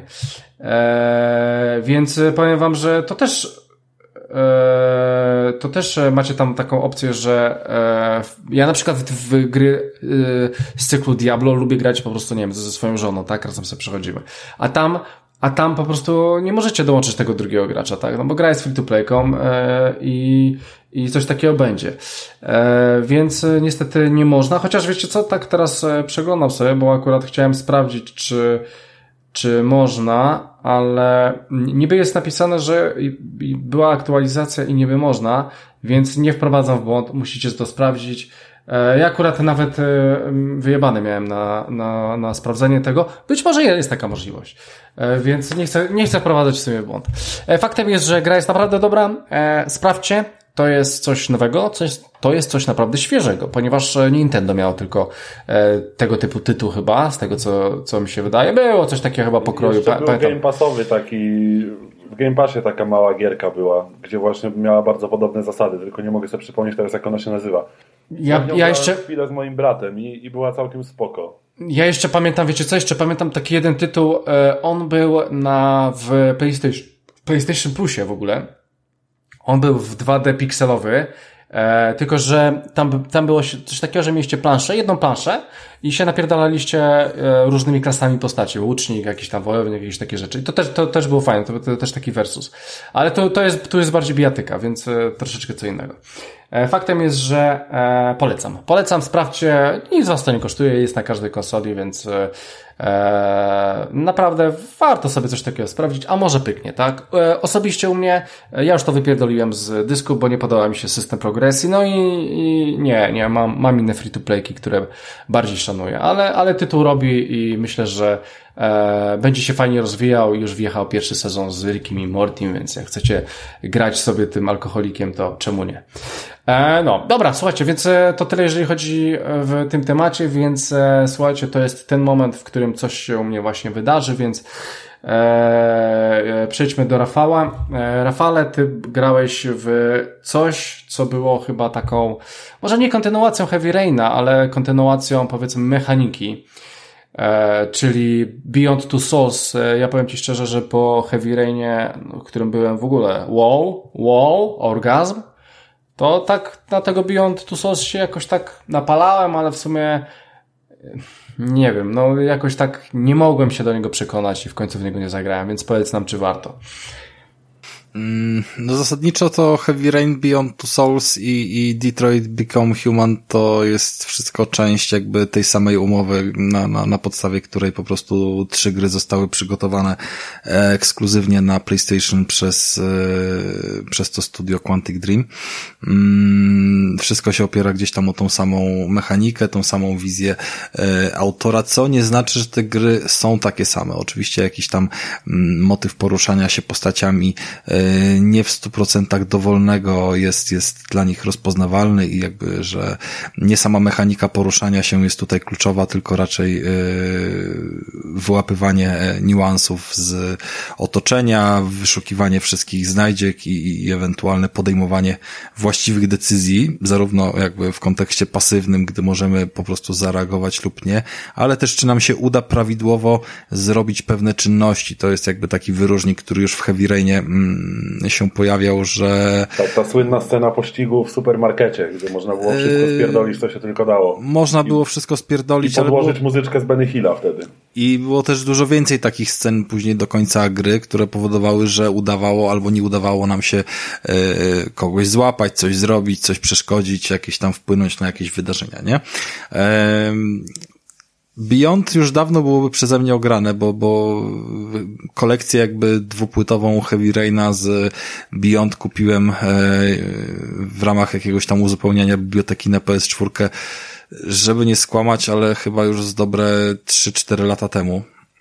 [SPEAKER 1] Więc powiem wam, że to też macie tam taką opcję, że ja na przykład w gry z cyklu Diablo lubię grać po prostu, nie wiem, ze swoją żoną, tak? Razem sobie przechodzimy. A tam po prostu nie możecie dołączyć tego drugiego gracza, tak? No bo gra jest free-to-playką i coś takiego będzie. Więc niestety nie można, chociaż wiecie co, tak teraz przeglądam sobie, bo akurat chciałem sprawdzić, czy można, ale niby jest napisane, że była aktualizacja i niby można, więc nie wprowadzam w błąd, musicie to sprawdzić. Ja akurat nawet wyjebany miałem na sprawdzenie tego. Być może jest taka możliwość. Więc nie chcę wprowadzać w sumie w błąd. Faktem jest, że gra jest naprawdę dobra. Sprawdźcie. To jest coś nowego, to jest coś naprawdę świeżego, ponieważ Nintendo miało tylko tego typu tytuł chyba, z tego co mi się wydaje. Było coś takiego chyba pokroju.
[SPEAKER 3] Był Game Passowy taki, w Game Passie taka mała gierka była, gdzie właśnie miała bardzo podobne zasady, tylko nie mogę sobie przypomnieć teraz, jak ona się nazywa. Ja jeszcze chwilę z moim bratem i była całkiem spoko.
[SPEAKER 1] Ja jeszcze pamiętam, wiecie co, pamiętam taki jeden tytuł, on był w PlayStation Plusie w ogóle. On był w 2D pikselowy, tylko że tam było coś takiego, że mieliście jedną planszę i się napierdalaliście różnymi klasami postaci, łucznik, jakiś tam wojownik, jakieś takie rzeczy. I to też było fajne, to też taki versus. Ale tu jest bardziej bijatyka, więc troszeczkę co innego. Faktem jest, że polecam, sprawdźcie, nic was to nie kosztuje, jest na każdej konsoli, więc naprawdę warto sobie coś takiego sprawdzić, a może pyknie, tak? Osobiście u mnie, ja już to wypierdoliłem z dysku, bo nie podoba mi się system progresji, no i nie, mam inne free-to-playki, które bardziej szanuję, ale tytuł robi i myślę, że będzie się fajnie rozwijał i już wjechał pierwszy sezon z Rickiem i Mortym, więc jak chcecie grać sobie tym alkoholikiem, to czemu nie? No, dobra, słuchajcie, więc to tyle, jeżeli chodzi w tym temacie, więc słuchajcie, to jest ten moment, w którym coś się u mnie właśnie wydarzy, więc przejdźmy do Rafała. Rafale, ty grałeś w coś, co było chyba taką, może nie kontynuacją Heavy Raina, ale kontynuacją, powiedzmy, mechaniki, czyli Beyond Two Souls. Ja powiem ci szczerze, że po Heavy Rainie, w którym byłem w ogóle orgazm, to tak na tego Beyond Two Souls się jakoś tak napalałem, ale w sumie nie wiem, no jakoś tak nie mogłem się do niego przekonać i w końcu w niego nie zagrałem, więc powiedz nam, czy warto.
[SPEAKER 2] No zasadniczo to Heavy Rain, Beyond Two Souls i Detroit Become Human to jest wszystko część jakby tej samej umowy, na podstawie której po prostu 3 gry zostały przygotowane ekskluzywnie na PlayStation przez to studio Quantic Dream. Wszystko się opiera gdzieś tam o tą samą mechanikę, tą samą wizję autora, co nie znaczy, że te gry są takie same. Oczywiście jakiś tam motyw poruszania się postaciami nie w 100% dowolnego jest dla nich rozpoznawalny i jakby, że nie sama mechanika poruszania się jest tutaj kluczowa, tylko raczej wyłapywanie niuansów z otoczenia, wyszukiwanie wszystkich znajdziek i ewentualne podejmowanie właściwych decyzji, zarówno jakby w kontekście pasywnym, gdy możemy po prostu zareagować lub nie, ale też czy nam się uda prawidłowo zrobić pewne czynności. To jest jakby taki wyróżnik, który już w Heavy Rainie się pojawiał, że...
[SPEAKER 3] Ta słynna scena pościgu w supermarkecie, gdzie można było wszystko spierdolić, co się tylko dało.
[SPEAKER 2] Można było wszystko spierdolić,
[SPEAKER 3] i podłożyć muzyczkę z Benny Hilla wtedy.
[SPEAKER 2] I było też dużo więcej takich scen później do końca gry, które powodowały, że udawało albo nie udawało nam się kogoś złapać, coś zrobić, coś przeszkodzić, jakieś tam wpłynąć na jakieś wydarzenia, nie? Beyond już dawno byłoby przeze mnie ograne, bo kolekcję jakby dwupłytową Heavy Raina z Beyond kupiłem w ramach jakiegoś tam uzupełniania biblioteki na PS4, żeby nie skłamać, ale chyba już z dobre 3-4 lata temu.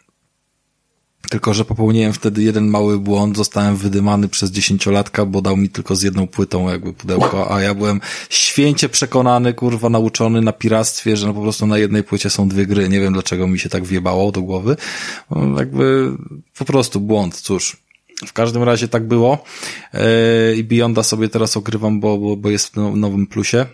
[SPEAKER 2] Tylko że popełniłem wtedy jeden mały błąd, zostałem wydymany przez 10-latka, bo dał mi tylko z jedną płytą jakby pudełko, a ja byłem święcie przekonany, kurwa, nauczony na piractwie, że no po prostu na jednej płycie są 2 gry. Nie wiem dlaczego mi się tak wjebało do głowy. No, jakby po prostu błąd, cóż. W każdym razie tak było i Beyonda sobie teraz ogrywam, bo jest w nowym plusie.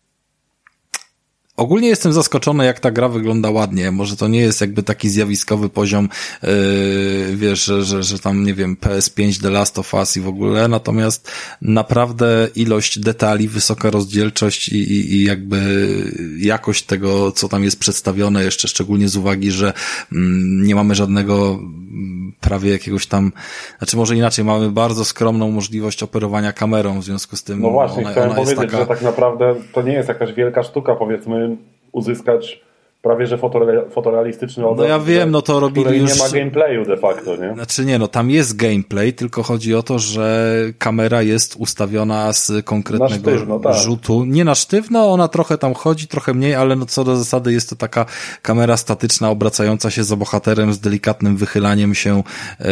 [SPEAKER 2] Ogólnie jestem zaskoczony, jak ta gra wygląda ładnie. Może to nie jest jakby taki zjawiskowy poziom, wiesz, że tam, nie wiem, PS5, The Last of Us i w ogóle, natomiast naprawdę ilość detali, wysoka rozdzielczość i jakby jakość tego, co tam jest przedstawione, jeszcze szczególnie z uwagi, że nie mamy żadnego prawie jakiegoś tam, znaczy może inaczej, mamy bardzo skromną możliwość operowania kamerą, w związku z tym
[SPEAKER 3] no właśnie, chciałem powiedzieć, że tak naprawdę to nie jest jakaś wielka sztuka, powiedzmy, uzyskać prawie że fotorealistyczny obraz.
[SPEAKER 2] No ja wiem, no to robili już...
[SPEAKER 3] nie ma gameplayu de facto, nie?
[SPEAKER 2] Znaczy nie, no tam jest gameplay, tylko chodzi o to, że kamera jest ustawiona z konkretnego na sztywno, tak. Rzutu. Nie na sztywno, ona trochę tam chodzi, trochę mniej, ale no co do zasady jest to taka kamera statyczna, obracająca się za bohaterem z delikatnym wychylaniem się,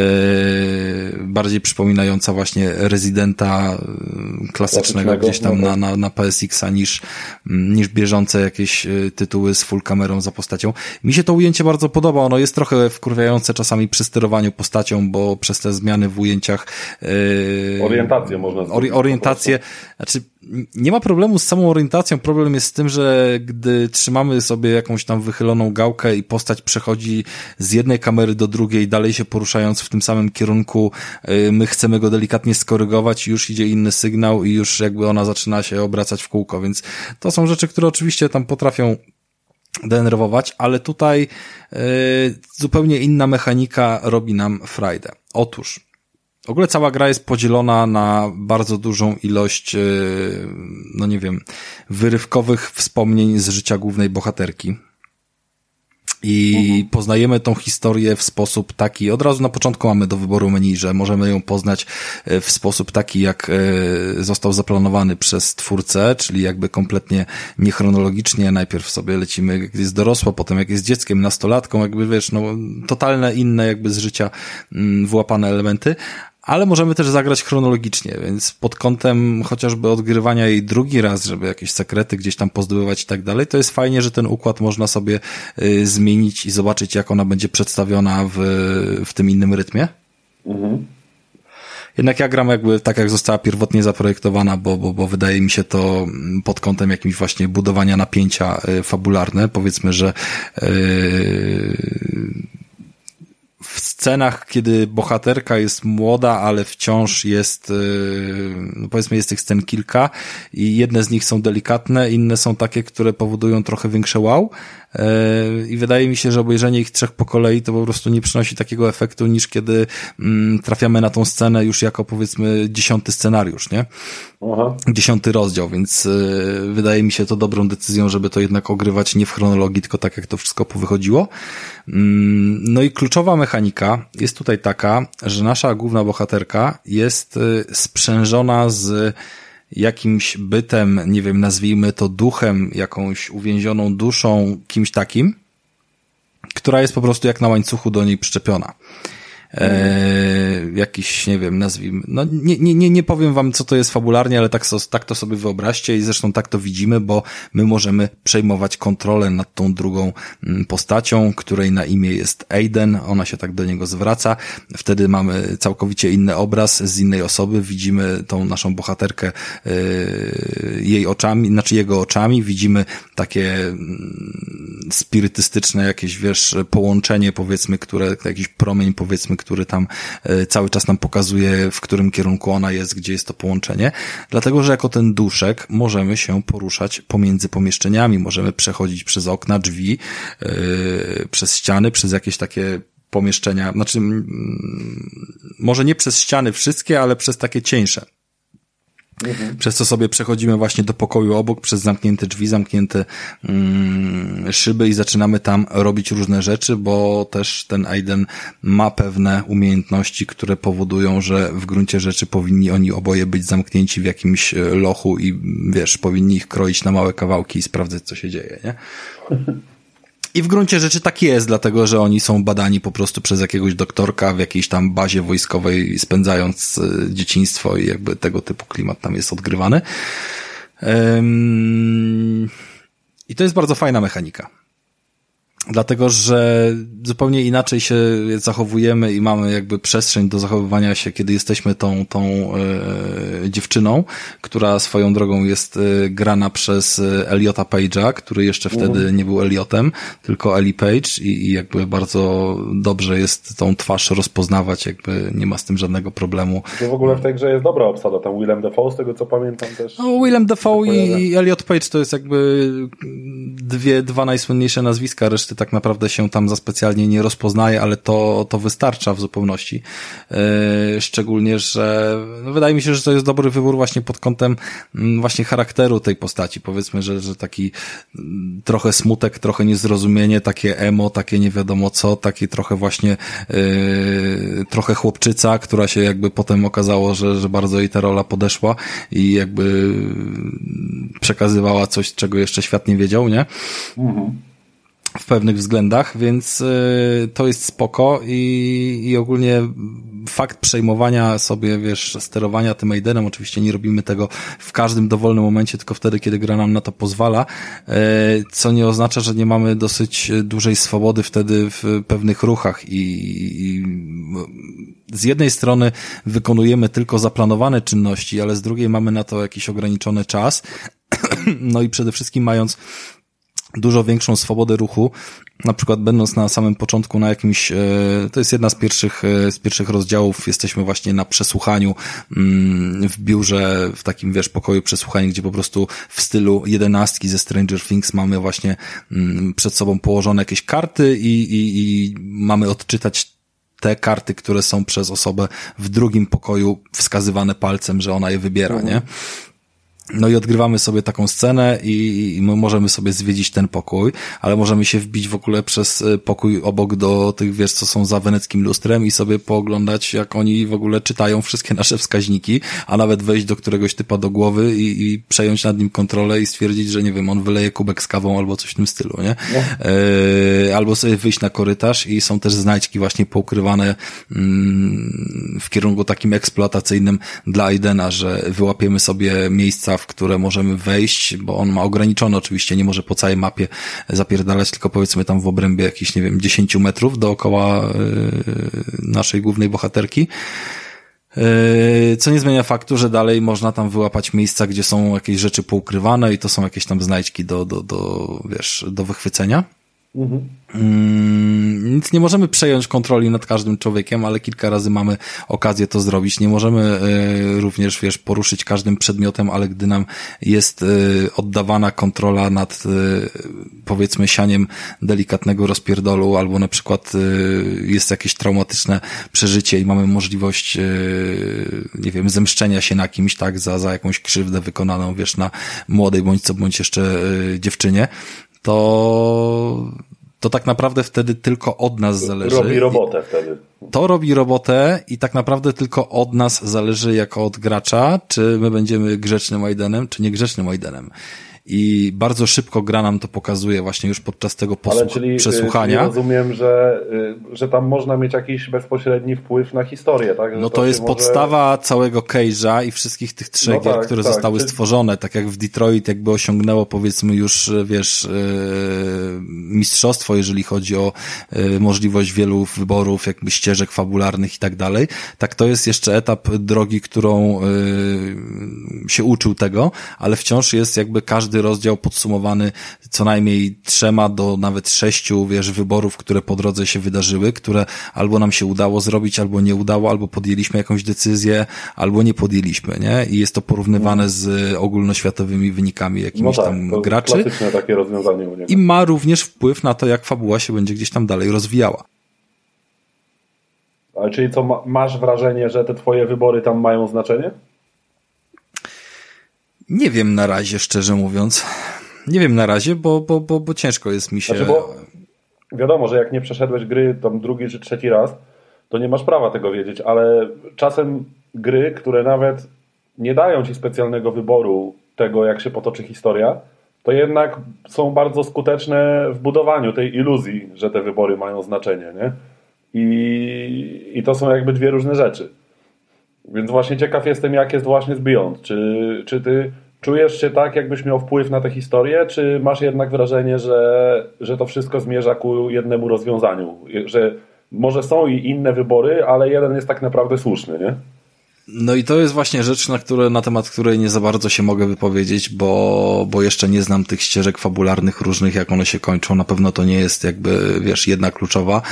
[SPEAKER 2] bardziej przypominająca właśnie Residenta klasycznego gdzieś tam na PSX-a niż bieżące jakieś tytuły z full kamerą za postacią. Mi się to ujęcie bardzo podoba. Ono jest trochę wkurwiające czasami przy sterowaniu postacią, bo przez te zmiany w ujęciach
[SPEAKER 3] orientację można zrobić.
[SPEAKER 2] Orientację. Znaczy, nie ma problemu z samą orientacją. Problem jest z tym, że gdy trzymamy sobie jakąś tam wychyloną gałkę i postać przechodzi z jednej kamery do drugiej, dalej się poruszając w tym samym kierunku, my chcemy go delikatnie skorygować i już idzie inny sygnał i już jakby ona zaczyna się obracać w kółko, więc to są rzeczy, które oczywiście tam potrafią denerwować, ale tutaj zupełnie inna mechanika robi nam frajdę. Otóż w ogóle cała gra jest podzielona na bardzo dużą ilość, no nie wiem, wyrywkowych wspomnień z życia głównej bohaterki. I poznajemy tą historię w sposób taki, od razu na początku mamy do wyboru menu, że możemy ją poznać w sposób taki, jak został zaplanowany przez twórcę, czyli jakby kompletnie niechronologicznie. Najpierw sobie lecimy, jak jest dorosła, potem jak jest dzieckiem, nastolatką, jakby wiesz, no totalne inne jakby z życia wyłapane elementy. Ale możemy też zagrać chronologicznie, więc pod kątem chociażby odgrywania jej drugi raz, żeby jakieś sekrety gdzieś tam pozdobywać i tak dalej, to jest fajnie, że ten układ można sobie zmienić i zobaczyć, jak ona będzie przedstawiona w tym innym rytmie. Mhm. Jednak ja gram jakby tak, jak została pierwotnie zaprojektowana, bo wydaje mi się to pod kątem jakimś właśnie budowania napięcia fabularne. Powiedzmy, że w scenach, kiedy bohaterka jest młoda, ale wciąż jest, no powiedzmy, jest tych scen kilka i jedne z nich są delikatne, inne są takie, które powodują trochę większe wow. i wydaje mi się, że obejrzenie ich 3 po kolei to po prostu nie przynosi takiego efektu, niż kiedy trafiamy na tą scenę już jako, powiedzmy, 10. scenariusz, nie?
[SPEAKER 3] Aha.
[SPEAKER 2] 10. rozdział, więc wydaje mi się to dobrą decyzją, żeby to jednak ogrywać nie w chronologii, tylko tak jak to wszystko powychodziło. No i kluczowa mechanika jest tutaj taka, że nasza główna bohaterka jest sprzężona z jakimś bytem, nie wiem, nazwijmy to duchem, jakąś uwięzioną duszą, kimś takim, która jest po prostu jak na łańcuchu do niej przyczepiona. Jakiś, nie wiem, nazwijmy, no nie powiem wam, co to jest fabularnie, ale tak to sobie wyobraźcie i zresztą tak to widzimy, bo my możemy przejmować kontrolę nad tą drugą postacią, której na imię jest Aiden, ona się tak do niego zwraca, wtedy mamy całkowicie inny obraz z innej osoby, widzimy tą naszą bohaterkę jej oczami, znaczy jego oczami, widzimy takie spirytystyczne jakieś, wiesz, połączenie, powiedzmy, jakiś promień, powiedzmy, który tam cały czas nam pokazuje, w którym kierunku ona jest, gdzie jest to połączenie. Dlatego, że jako ten duszek możemy się poruszać pomiędzy pomieszczeniami, możemy przechodzić przez okna, drzwi, przez ściany, przez jakieś takie pomieszczenia, znaczy może nie przez ściany wszystkie, ale przez takie cieńsze. Przez co sobie przechodzimy właśnie do pokoju obok, przez zamknięte drzwi, zamknięte szyby i zaczynamy tam robić różne rzeczy, bo też ten Aiden ma pewne umiejętności, które powodują, że w gruncie rzeczy powinni oni oboje być zamknięci w jakimś lochu i wiesz, powinni ich kroić na małe kawałki i sprawdzać, co się dzieje, nie? I w gruncie rzeczy tak jest, dlatego że oni są badani po prostu przez jakiegoś doktorka w jakiejś tam bazie wojskowej, spędzając dzieciństwo i jakby tego typu klimat tam jest odgrywany. I to jest bardzo fajna mechanika. Dlatego, że zupełnie inaczej się zachowujemy i mamy jakby przestrzeń do zachowywania się, kiedy jesteśmy tą dziewczyną, która swoją drogą jest grana przez Elliota Page'a, który jeszcze wtedy nie był Elliotem, tylko Ellie Page i jakby bardzo dobrze jest tą twarz rozpoznawać, jakby nie ma z tym żadnego problemu.
[SPEAKER 3] To w ogóle w tej grze jest dobra obsada, tam Willem Dafoe, z tego co pamiętam też.
[SPEAKER 2] No, Willem Dafoe i Elliot Page to jest jakby dwa najsłynniejsze nazwiska, reszty tak naprawdę się tam za specjalnie nie rozpoznaje, ale to wystarcza w zupełności. Szczególnie, że no wydaje mi się, że to jest dobry wybór właśnie pod kątem właśnie charakteru tej postaci. Powiedzmy, że taki trochę smutek, trochę niezrozumienie, takie emo, takie nie wiadomo co, takie trochę właśnie trochę chłopczyca, która się jakby potem okazało, że bardzo jej ta rola podeszła i jakby przekazywała coś, czego jeszcze świat nie wiedział, nie? W pewnych względach, więc to jest spoko i ogólnie fakt przejmowania sobie, wiesz, sterowania tym Aidenem, oczywiście nie robimy tego w każdym dowolnym momencie, tylko wtedy, kiedy gra nam na to pozwala, co nie oznacza, że nie mamy dosyć dużej swobody wtedy w pewnych ruchach i z jednej strony wykonujemy tylko zaplanowane czynności, ale z drugiej mamy na to jakiś ograniczony czas, no i przede wszystkim mając dużo większą swobodę ruchu, na przykład będąc na samym początku na jakimś, to jest jedna z pierwszych rozdziałów, jesteśmy właśnie na przesłuchaniu w biurze, w takim, wiesz, pokoju przesłuchania, gdzie po prostu w stylu 11 ze Stranger Things mamy właśnie przed sobą położone jakieś karty i mamy odczytać te karty, które są przez osobę w drugim pokoju wskazywane palcem, że ona je wybiera, nie? No i odgrywamy sobie taką scenę i my możemy sobie zwiedzić ten pokój, ale możemy się wbić w ogóle przez pokój obok do tych, wiesz, co są za weneckim lustrem i sobie pooglądać, jak oni w ogóle czytają wszystkie nasze wskaźniki, a nawet wejść do któregoś typa do głowy i przejąć nad nim kontrolę i stwierdzić, że nie wiem, on wyleje kubek z kawą albo coś w tym stylu, nie? Albo sobie wyjść na korytarz i są też znajdźki właśnie poukrywane w kierunku takim eksploatacyjnym dla Aidena, że wyłapiemy sobie miejsca, w które możemy wejść, bo on ma ograniczone oczywiście, nie może po całej mapie zapierdalać, tylko powiedzmy tam w obrębie jakichś, nie wiem, 10 metrów dookoła naszej głównej bohaterki. Co nie zmienia faktu, że dalej można tam wyłapać miejsca, gdzie są jakieś rzeczy poukrywane i to są jakieś tam znajdźki do wiesz, do wychwycenia. Nic nie możemy przejąć kontroli nad każdym człowiekiem, ale kilka razy mamy okazję to zrobić. Nie możemy również, poruszyć każdym przedmiotem, ale gdy nam jest oddawana kontrola nad, powiedzmy, sianiem delikatnego rozpierdolu, albo na przykład jest jakieś traumatyczne przeżycie i mamy możliwość, nie wiem, zemszczenia się na kimś, tak, za jakąś krzywdę wykonaną, na młodej bądź jeszcze dziewczynie, to tak naprawdę wtedy tylko od nas zależy.
[SPEAKER 3] Robi robotę wtedy.
[SPEAKER 2] To robi robotę i tak naprawdę tylko od nas zależy jako od gracza, czy my będziemy grzecznym Aidenem, czy niegrzecznym Aidenem. I bardzo szybko gra nam to pokazuje właśnie już podczas tego przesłuchania.
[SPEAKER 3] Czyli rozumiem, że tam można mieć jakiś bezpośredni wpływ na historię, tak? Że
[SPEAKER 2] no to jest podstawa całego Cage'a i wszystkich tych trzech gier, które zostały stworzone. Tak jak w Detroit jakby osiągnęło, powiedzmy, już mistrzostwo, jeżeli chodzi o możliwość wielu wyborów, jakby ścieżek fabularnych i tak dalej. Tak to jest jeszcze etap drogi, którą się uczył tego, ale wciąż jest jakby każdy rozdział podsumowany co najmniej 3 do nawet 6, wyborów, które po drodze się wydarzyły, które albo nam się udało zrobić, albo nie udało, albo podjęliśmy jakąś decyzję, albo nie podjęliśmy, nie? I jest to porównywane z ogólnoświatowymi wynikami jakimiś tam graczy.
[SPEAKER 3] Klasyczne takie rozwiązanie u niego.
[SPEAKER 2] I ma również wpływ na to, jak fabuła się będzie gdzieś tam dalej rozwijała.
[SPEAKER 3] Ale czyli co, masz wrażenie, że te twoje wybory tam mają znaczenie?
[SPEAKER 2] Nie wiem na razie, szczerze mówiąc. Nie wiem na razie, bo ciężko jest mi się...
[SPEAKER 3] bo wiadomo, że jak nie przeszedłeś gry tam 2. czy 3. raz, to nie masz prawa tego wiedzieć, ale czasem gry, które nawet nie dają ci specjalnego wyboru tego, jak się potoczy historia, to jednak są bardzo skuteczne w budowaniu tej iluzji, że te wybory mają znaczenie, nie? I to są jakby 2 różne rzeczy. Więc właśnie ciekaw jestem, jak jest właśnie z Beyond. Czy ty czujesz się tak, jakbyś miał wpływ na tę historię, czy masz jednak wrażenie, że to wszystko zmierza ku jednemu rozwiązaniu? Że może są i inne wybory, ale jeden jest tak naprawdę słuszny, nie?
[SPEAKER 2] No i to jest właśnie rzecz, na temat której nie za bardzo się mogę wypowiedzieć, bo jeszcze nie znam tych ścieżek fabularnych różnych, jak one się kończą. Na pewno to nie jest jakby, jedna kluczowa.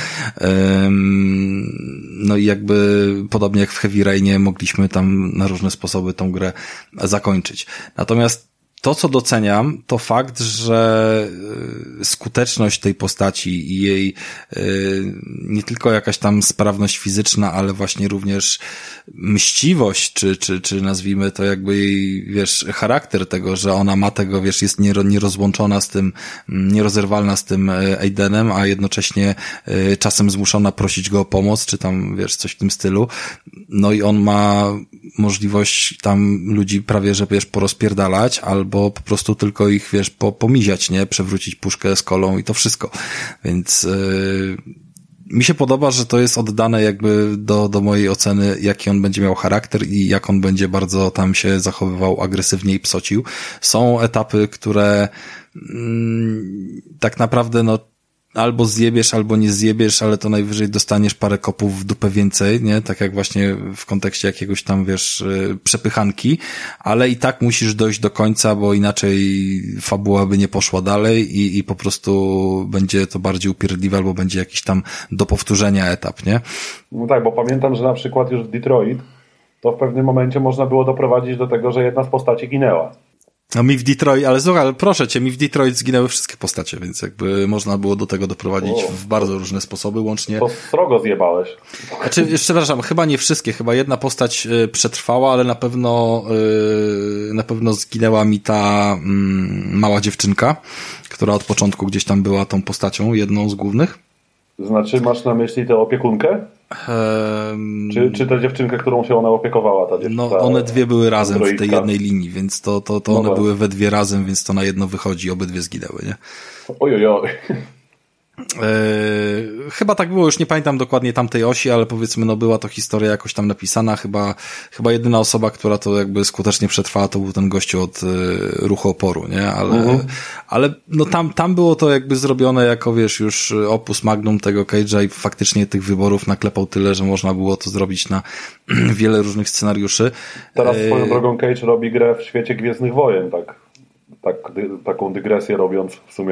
[SPEAKER 2] No i jakby podobnie jak w Heavy Rainie mogliśmy tam na różne sposoby tą grę zakończyć. Natomiast to, co doceniam, to fakt, że skuteczność tej postaci i jej nie tylko jakaś tam sprawność fizyczna, ale właśnie również mściwość, czy nazwijmy to jakby jej, charakter tego, że ona ma tego, jest nierozłączona z tym, nierozerwalna z tym Aidenem, a jednocześnie czasem zmuszona prosić go o pomoc, czy tam, coś w tym stylu. No i on ma możliwość tam ludzi prawie, że porozpierdalać, albo po prostu tylko ich, pomiziać, nie? Przewrócić puszkę z kolą i to wszystko. Więc mi się podoba, że to jest oddane jakby do mojej oceny, jaki on będzie miał charakter i jak on będzie bardzo tam się zachowywał agresywnie i psocił. Są etapy, które tak naprawdę albo zjebiesz, albo nie zjebiesz, ale to najwyżej dostaniesz parę kopów w dupę więcej, nie? Tak jak właśnie w kontekście jakiegoś tam, przepychanki, ale i tak musisz dojść do końca, bo inaczej fabuła by nie poszła dalej i po prostu będzie to bardziej upierdliwe, albo będzie jakiś tam do powtórzenia etap, nie?
[SPEAKER 3] No tak, bo pamiętam, że na przykład już w Detroit to w pewnym momencie można było doprowadzić do tego, że jedna z postaci ginęła.
[SPEAKER 2] A mi w Detroit, ale słuchaj, proszę cię, mi w Detroit zginęły wszystkie postacie, więc jakby można było do tego doprowadzić w bardzo różne sposoby, łącznie...
[SPEAKER 3] To srogo zjebałeś.
[SPEAKER 2] Znaczy, przepraszam, chyba nie wszystkie, chyba jedna postać przetrwała, ale na pewno zginęła mi ta mała dziewczynka, która od początku gdzieś tam była tą postacią, jedną z głównych. Znaczy,
[SPEAKER 3] masz na myśli tę opiekunkę? Czy tę dziewczynkę, którą się ona opiekowała? Ta dziewczynka,
[SPEAKER 2] no one 2 były razem w tej jednej linii, więc to one były we 2 razem, więc to na jedno wychodzi, obydwie zginęły, nie?
[SPEAKER 3] Ojojoj.
[SPEAKER 2] Chyba tak było, już nie pamiętam dokładnie tamtej osi, ale powiedzmy, była to historia jakoś tam napisana, chyba jedyna osoba, która to jakby skutecznie przetrwała, to był ten gościu od ruchu oporu, nie? Ale tam było to jakby zrobione jako, już opus magnum tego Cage'a i faktycznie tych wyborów naklepał tyle, że można było to zrobić na wiele różnych scenariuszy.
[SPEAKER 3] Teraz swoją drogą Cage robi grę w świecie Gwiezdnych Wojen, taką dygresję robiąc w sumie.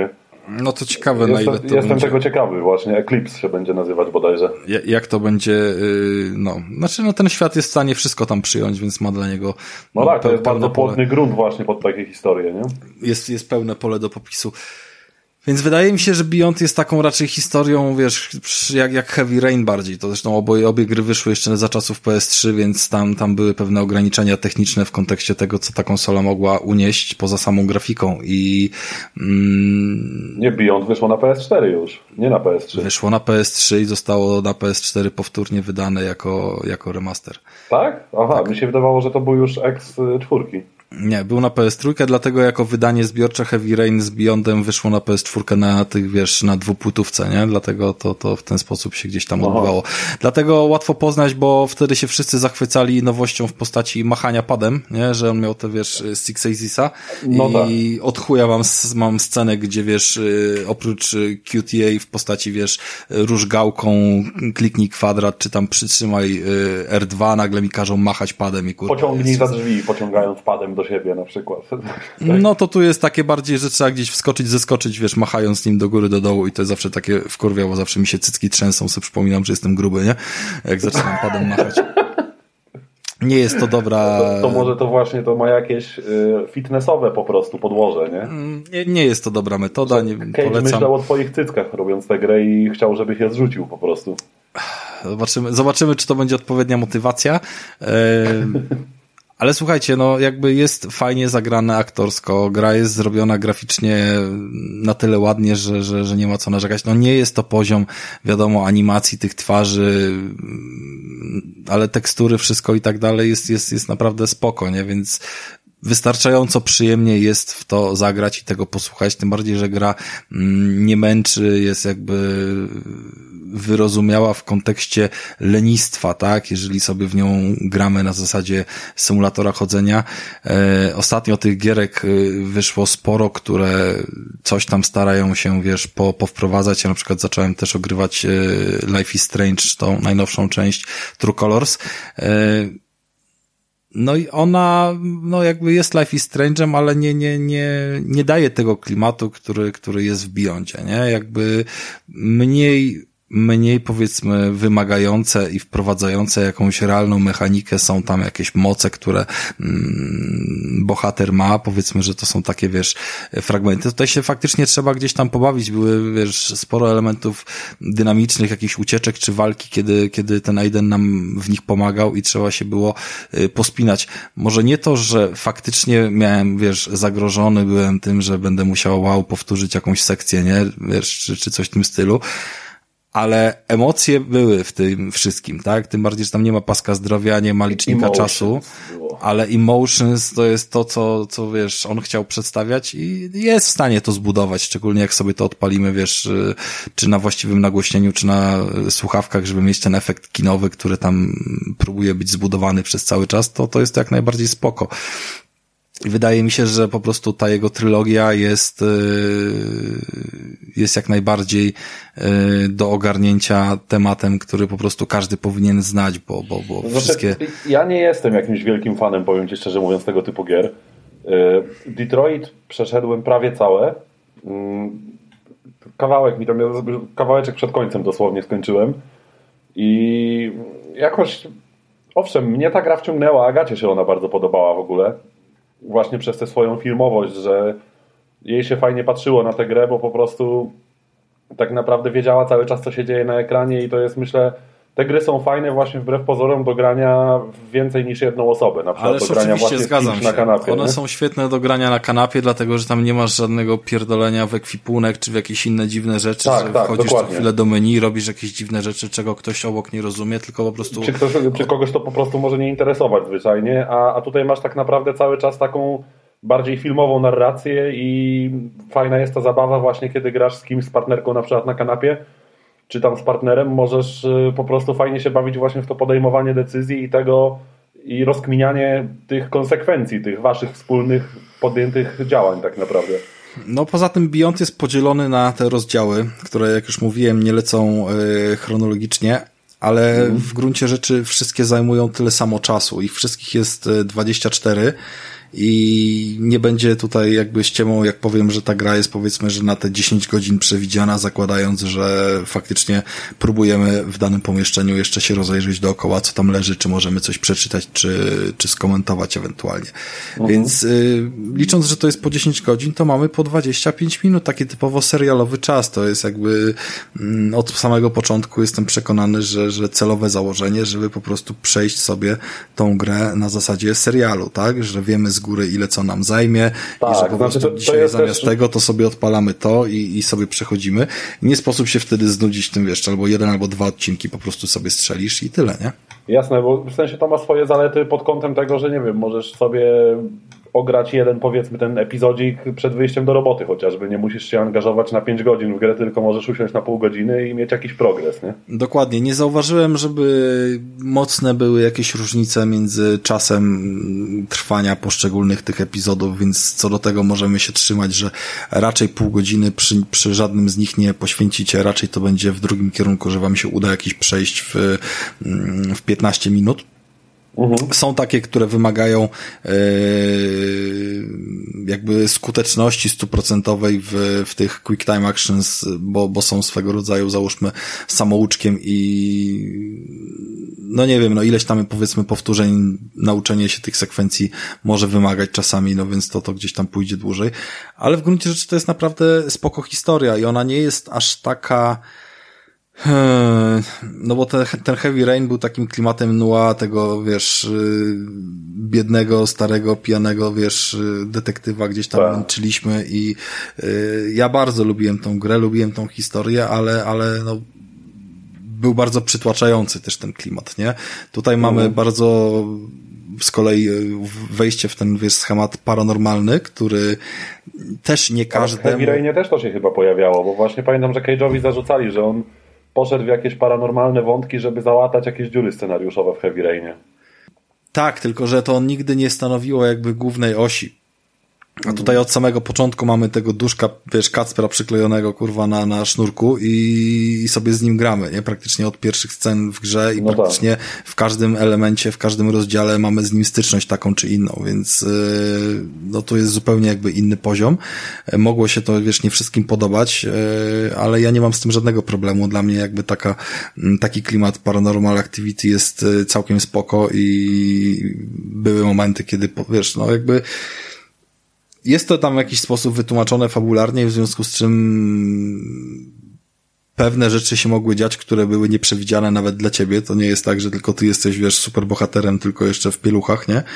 [SPEAKER 2] No to ciekawe, na ile to
[SPEAKER 3] Jestem
[SPEAKER 2] będzie...
[SPEAKER 3] tego ciekawy właśnie, Eclipse się będzie nazywać bodajże.
[SPEAKER 2] Jak to będzie, ten świat jest w stanie wszystko tam przyjąć, więc ma dla niego...
[SPEAKER 3] No tak, to jest bardzo płodny grunt właśnie pod takie historie, nie?
[SPEAKER 2] Jest pełne pole do popisu. Więc wydaje mi się, że Beyond jest taką raczej historią, wiesz, jak Heavy Rain bardziej. To zresztą obie gry wyszły jeszcze za czasów PS3, więc tam były pewne ograniczenia techniczne w kontekście tego, co ta konsola mogła unieść poza samą grafiką i...
[SPEAKER 3] Nie, Beyond wyszło na PS4 już, nie na PS3.
[SPEAKER 2] Wyszło na PS3 i zostało na PS4 powtórnie wydane jako remaster.
[SPEAKER 3] Tak? Aha, tak. Mi się wydawało, że to był już X4.
[SPEAKER 2] Nie, był na PS3, dlatego jako wydanie zbiorcze Heavy Rain z Beyondem wyszło na PS4 na tych, wiesz, na dwupłytówce, nie? Dlatego to w ten sposób się gdzieś tam odbywało. Dlatego łatwo poznać, bo wtedy się wszyscy zachwycali nowością w postaci machania padem, nie? Że on miał te, wiesz, Six Axisa i od chuja mam scenę, gdzie, wiesz, oprócz QTA w postaci, wiesz, rusz gałką, kliknij kwadrat, czy tam przytrzymaj R2, nagle mi każą machać padem i kurwa.
[SPEAKER 3] Pociągnij za drzwi, pociągając padem do siebie na przykład.
[SPEAKER 2] No to tu jest takie bardziej, że trzeba gdzieś wskoczyć, zeskoczyć, wiesz, machając nim do góry, do dołu i to jest zawsze takie wkurwiało, zawsze mi się cycki trzęsą, sobie przypominam, że jestem gruby, nie? Jak zaczynam padem machać. Nie jest to dobra...
[SPEAKER 3] To może to właśnie to ma jakieś fitnessowe po prostu podłoże, nie?
[SPEAKER 2] Nie jest to dobra metoda, nie
[SPEAKER 3] Cage
[SPEAKER 2] polecam.
[SPEAKER 3] myślał o twoich cyckach robiąc tę grę i chciał, żebyś je zrzucił po prostu.
[SPEAKER 2] Zobaczymy, czy to będzie odpowiednia motywacja. Ale słuchajcie, no jakby jest fajnie zagrane aktorsko, gra jest zrobiona graficznie na tyle ładnie, że nie ma co narzekać. No nie jest to poziom, wiadomo, animacji tych twarzy, ale tekstury, wszystko i tak dalej jest naprawdę spoko, nie? Więc wystarczająco przyjemnie jest w to zagrać i tego posłuchać, tym bardziej, że gra nie męczy, jest jakby wyrozumiała w kontekście lenistwa, tak? Jeżeli sobie w nią gramy na zasadzie symulatora chodzenia. Ostatnio tych gierek wyszło sporo, które coś tam starają się, wiesz, powprowadzać. Ja na przykład zacząłem też ogrywać Life is Strange, tą najnowszą część True Colors. No i ona, no jakby jest Life is Strange'em, ale nie daje tego klimatu, który jest w Beyondzie, nie? Jakby mniej powiedzmy wymagające i wprowadzające jakąś realną mechanikę są tam jakieś moce, które bohater ma, powiedzmy, że to są takie, wiesz, fragmenty. Tutaj się faktycznie trzeba gdzieś tam pobawić, były, wiesz, sporo elementów dynamicznych, jakichś ucieczek czy walki, kiedy ten Aiden nam w nich pomagał i trzeba się było pospinać. Może nie to, że faktycznie miałem, wiesz, zagrożony byłem tym, że będę musiał powtórzyć jakąś sekcję, nie? Wiesz, czy coś w tym stylu. Ale emocje były w tym wszystkim, tak? Tym bardziej, że tam nie ma paska zdrowia, nie ma licznika czasu, ale emotions to jest to, co wiesz, on chciał przedstawiać i jest w stanie to zbudować, szczególnie jak sobie to odpalimy, wiesz, czy na właściwym nagłośnieniu, czy na słuchawkach, żeby mieć ten efekt kinowy, który tam próbuje być zbudowany przez cały czas, to jest jak najbardziej spoko. I wydaje mi się, że po prostu ta jego trylogia jest jak najbardziej do ogarnięcia tematem, który po prostu każdy powinien znać, bo wszystkie...
[SPEAKER 3] Ja nie jestem jakimś wielkim fanem, powiem ci szczerze mówiąc, tego typu gier. Detroit przeszedłem prawie całe. Kawałeczek przed końcem dosłownie skończyłem. I jakoś, owszem, mnie ta gra wciągnęła, Agacie się ona bardzo podobała w ogóle. Właśnie przez tę swoją filmowość, że jej się fajnie patrzyło na tę grę, bo po prostu tak naprawdę wiedziała cały czas, co się dzieje na ekranie i to jest, myślę, te gry są fajne właśnie wbrew pozorom do grania w więcej niż jedną osobę. Na przykład
[SPEAKER 2] Ależ
[SPEAKER 3] do grania właśnie
[SPEAKER 2] zgadzam się.
[SPEAKER 3] Na kanapie.
[SPEAKER 2] One są świetne do grania na kanapie, dlatego, że tam nie masz żadnego pierdolenia w ekwipunek, czy w jakieś inne dziwne rzeczy, że wchodzisz co chwilę do menu, robisz jakieś dziwne rzeczy, czego ktoś obok nie rozumie, tylko po prostu...
[SPEAKER 3] Czy kogoś to po prostu może nie interesować zwyczajnie, a tutaj masz tak naprawdę cały czas taką bardziej filmową narrację i fajna jest ta zabawa właśnie, kiedy grasz z kimś, z partnerką na przykład na kanapie, czy tam z partnerem, możesz po prostu fajnie się bawić właśnie w to podejmowanie decyzji i rozkminianie tych konsekwencji, tych waszych wspólnych podjętych działań tak naprawdę.
[SPEAKER 2] No poza tym Beyond jest podzielony na te rozdziały, które jak już mówiłem nie lecą chronologicznie, ale w gruncie rzeczy wszystkie zajmują tyle samo czasu. Ich wszystkich jest 24 i nie będzie tutaj jakby ściemą, jak powiem, że ta gra jest powiedzmy, że na te 10 godzin przewidziana, zakładając, że faktycznie próbujemy w danym pomieszczeniu jeszcze się rozejrzeć dookoła, co tam leży, czy możemy coś przeczytać, czy skomentować ewentualnie. Więc licząc, że to jest po 10 godzin, to mamy po 25 minut, taki typowo serialowy czas. To jest jakby od samego początku jestem przekonany, że celowe założenie, żeby po prostu przejść sobie tą grę na zasadzie serialu, tak? Że wiemy z góry, ile co nam zajmie i że po prostu dzisiaj zamiast tego to sobie odpalamy to i sobie przechodzimy. I nie sposób się wtedy znudzić tym, wiesz, albo 1 albo 2 odcinki po prostu sobie strzelisz i tyle, nie?
[SPEAKER 3] Jasne, bo w sensie to ma swoje zalety pod kątem tego, że nie wiem, możesz sobie ograć jeden, powiedzmy, ten epizodzik przed wyjściem do roboty chociażby. Nie musisz się angażować na 5 godzin w grę, tylko możesz usiąść na pół godziny i mieć jakiś progres, nie?
[SPEAKER 2] Dokładnie. Nie zauważyłem, żeby mocne były jakieś różnice między czasem trwania poszczególnych tych epizodów, więc co do tego możemy się trzymać, że raczej pół godziny przy żadnym z nich nie poświęcicie, raczej to będzie w drugim kierunku, że wam się uda jakiś przejść w 15 minut. Są takie, które wymagają jakby skuteczności 100% w tych quick time actions, bo są swego rodzaju, załóżmy, samouczkiem i no nie wiem, no ileś tam powiedzmy powtórzeń, nauczenie się tych sekwencji może wymagać czasami, no więc to gdzieś tam pójdzie dłużej, ale w gruncie rzeczy to jest naprawdę spoko historia i ona nie jest aż taka. No bo ten Heavy Rain był takim klimatem noir, tego, wiesz, biednego, starego, pijanego, wiesz, detektywa gdzieś tam męczyliśmy i ja bardzo lubiłem tą grę, lubiłem tą historię, ale no był bardzo przytłaczający też ten klimat, nie? Tutaj mamy bardzo z kolei wejście w ten, wiesz, schemat paranormalny, który też nie każdemu...
[SPEAKER 3] W Heavy Rainie też to się chyba pojawiało, bo właśnie pamiętam, że Cage'owi zarzucali, że on poszedł w jakieś paranormalne wątki, żeby załatać jakieś dziury scenariuszowe w Heavy Rainie.
[SPEAKER 2] Tak, tylko że to on nigdy nie stanowiło jakby głównej osi. A tutaj od samego początku mamy tego duszka, wiesz, Kacpra przyklejonego, kurwa, na sznurku i sobie z nim gramy, nie? Praktycznie od pierwszych scen w grze i praktycznie w każdym elemencie, w każdym rozdziale mamy z nim styczność taką czy inną, więc no to jest zupełnie jakby inny poziom. Mogło się to, wiesz, nie wszystkim podobać, ale ja nie mam z tym żadnego problemu. Dla mnie jakby taki klimat Paranormal Activity jest całkiem spoko i były momenty, kiedy, wiesz, no jakby jest to tam w jakiś sposób wytłumaczone fabularnie, w związku z czym pewne rzeczy się mogły dziać, które były nieprzewidziane nawet dla ciebie. To nie jest tak, że tylko ty jesteś, wiesz, superbohaterem, tylko jeszcze w pieluchach, nie?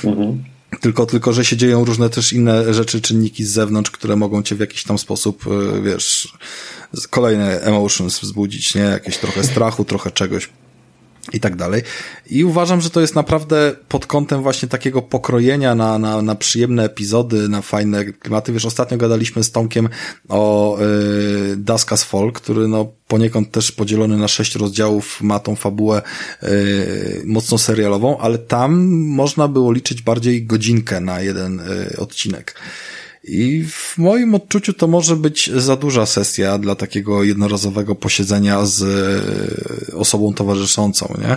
[SPEAKER 2] Tylko, że się dzieją różne też inne rzeczy, czynniki z zewnątrz, które mogą cię w jakiś tam sposób, wiesz, kolejne emotions wzbudzić, nie? Jakieś trochę strachu, trochę czegoś. I tak dalej. I uważam, że to jest naprawdę pod kątem właśnie takiego pokrojenia na przyjemne epizody, na fajne klimaty. Wiesz, ostatnio gadaliśmy z Tomkiem o Dusk as Fall, który no poniekąd też podzielony na 6 rozdziałów ma tą fabułę mocno serialową, ale tam można było liczyć bardziej godzinkę na jeden odcinek. I w moim odczuciu to może być za duża sesja dla takiego jednorazowego posiedzenia z osobą towarzyszącą, nie?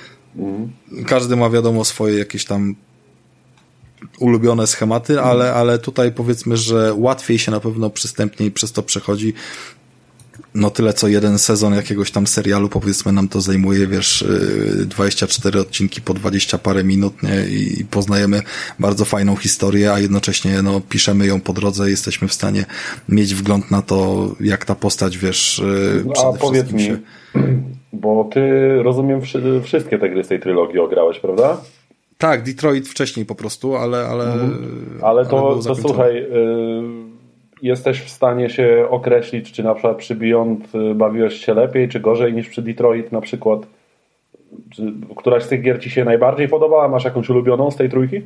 [SPEAKER 2] Każdy ma, wiadomo, swoje jakieś tam ulubione schematy, ale tutaj powiedzmy, że łatwiej się na pewno przystępniej przez to przechodzi. No tyle co jeden sezon jakiegoś tam serialu, powiedzmy, nam to zajmuje, wiesz, 24 odcinki po 20 parę minut, nie? I poznajemy bardzo fajną historię, a jednocześnie no piszemy ją po drodze i jesteśmy w stanie mieć wgląd na to, jak ta postać, wiesz,
[SPEAKER 3] a powiedz mi, bo ty, rozumiem, wszystkie te gry z tej trylogii ograłeś, prawda?
[SPEAKER 2] Tak, Detroit wcześniej po prostu,
[SPEAKER 3] ale to słuchaj, jesteś w stanie się określić, czy na przykład przy Beyond bawiłeś się lepiej, czy gorzej niż przy Detroit na przykład? Czy któraś z tych gier ci się najbardziej podobała? Masz jakąś ulubioną z tej trójki?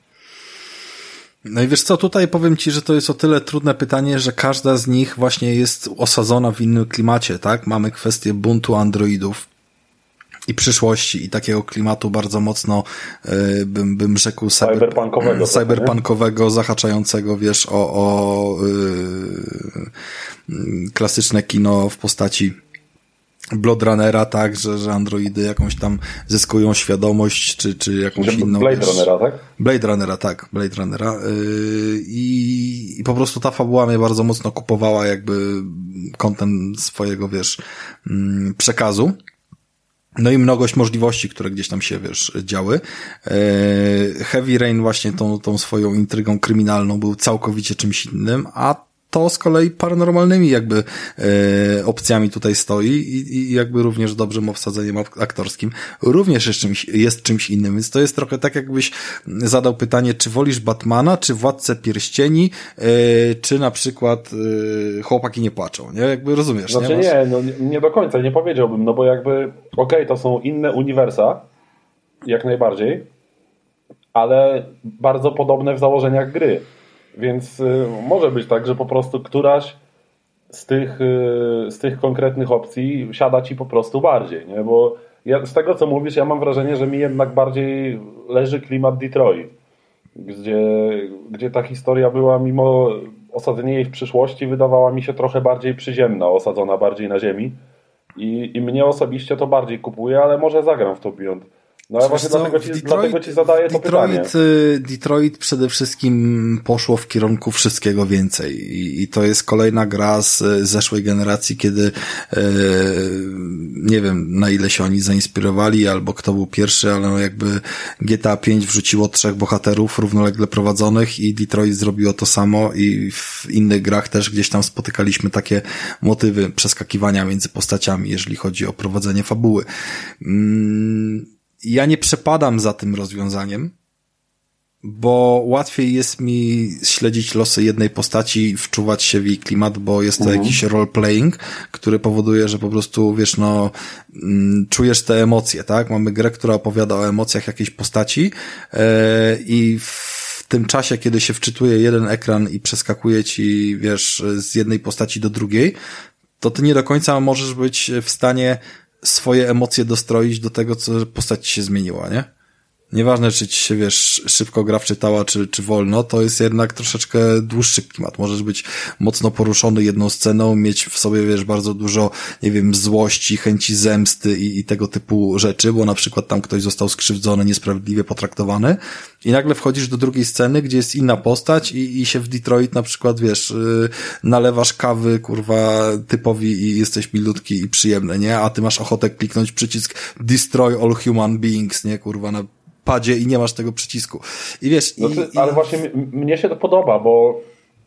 [SPEAKER 2] No i wiesz co, tutaj powiem ci, że to jest o tyle trudne pytanie, że każda z nich właśnie jest osadzona w innym klimacie, tak? Mamy kwestię buntu androidów i przyszłości i takiego klimatu bardzo mocno bym rzekł cyberpunkowego, zahaczającego, wiesz, o klasyczne kino w postaci Blade Runnera, tak, że androidy jakąś tam zyskują świadomość, czy jakąś inną...
[SPEAKER 3] Blade Runnera, tak?
[SPEAKER 2] Blade Runnera, tak, Blade Runnera. I po prostu ta fabuła mnie bardzo mocno kupowała jakby kątem swojego, przekazu. No i mnogość możliwości, które gdzieś tam się, działy. Heavy Rain właśnie tą swoją intrygą kryminalną był całkowicie czymś innym, a to z kolei paranormalnymi jakby opcjami tutaj stoi i jakby również dobrym obsadzeniem aktorskim również jest czymś innym, więc to jest trochę tak, jakbyś zadał pytanie, czy wolisz Batmana, czy Władcę Pierścieni, czy na przykład Chłopaki nie płaczą, nie? Jakby rozumiesz,
[SPEAKER 3] znaczy nie do końca, nie powiedziałbym, no bo jakby to są inne uniwersa, jak najbardziej, ale bardzo podobne w założeniach gry. Więc może być tak, że po prostu któraś z tych konkretnych opcji siada ci po prostu bardziej, nie? Bo z tego, co mówisz, ja mam wrażenie, że mi jednak bardziej leży klimat Detroit, gdzie ta historia była, mimo osadzenia jej w przyszłości, wydawała mi się trochę bardziej przyziemna, osadzona bardziej na ziemi i mnie osobiście to bardziej kupuje, ale może zagram w to Beyond. No ale właśnie dlatego ci zadaję to pytanie.
[SPEAKER 2] Detroit przede wszystkim poszło w kierunku wszystkiego więcej i to jest kolejna gra z zeszłej generacji, kiedy nie wiem, na ile się oni zainspirowali, albo kto był pierwszy, ale no jakby GTA 5 wrzuciło 3 bohaterów równolegle prowadzonych i Detroit zrobiło to samo i w innych grach też gdzieś tam spotykaliśmy takie motywy przeskakiwania między postaciami, jeżeli chodzi o prowadzenie fabuły. Ja nie przepadam za tym rozwiązaniem, bo łatwiej jest mi śledzić losy jednej postaci, wczuwać się w jej klimat, bo jest to jakiś role-playing, który powoduje, że po prostu, czujesz te emocje, tak? Mamy grę, która opowiada o emocjach jakiejś postaci i w tym czasie, kiedy się wczytuje jeden ekran i przeskakuje ci, z jednej postaci do drugiej, to ty nie do końca możesz być w stanie swoje emocje dostroić do tego, co postać się zmieniła, nie? Nieważne, czy ci się, szybko gra wczytała, czy wolno, to jest jednak troszeczkę dłuższy klimat. Możesz być mocno poruszony jedną sceną, mieć w sobie, bardzo dużo, złości, chęci zemsty i tego typu rzeczy, bo na przykład tam ktoś został skrzywdzony, niesprawiedliwie potraktowany i nagle wchodzisz do drugiej sceny, gdzie jest inna postać i się w Detroit na przykład, nalewasz kawy, typowi i jesteś milutki i przyjemny, nie? A ty masz ochotę kliknąć przycisk Destroy all human beings, nie? Na padzie i nie masz tego przycisku. I
[SPEAKER 3] ale właśnie mnie się to podoba, bo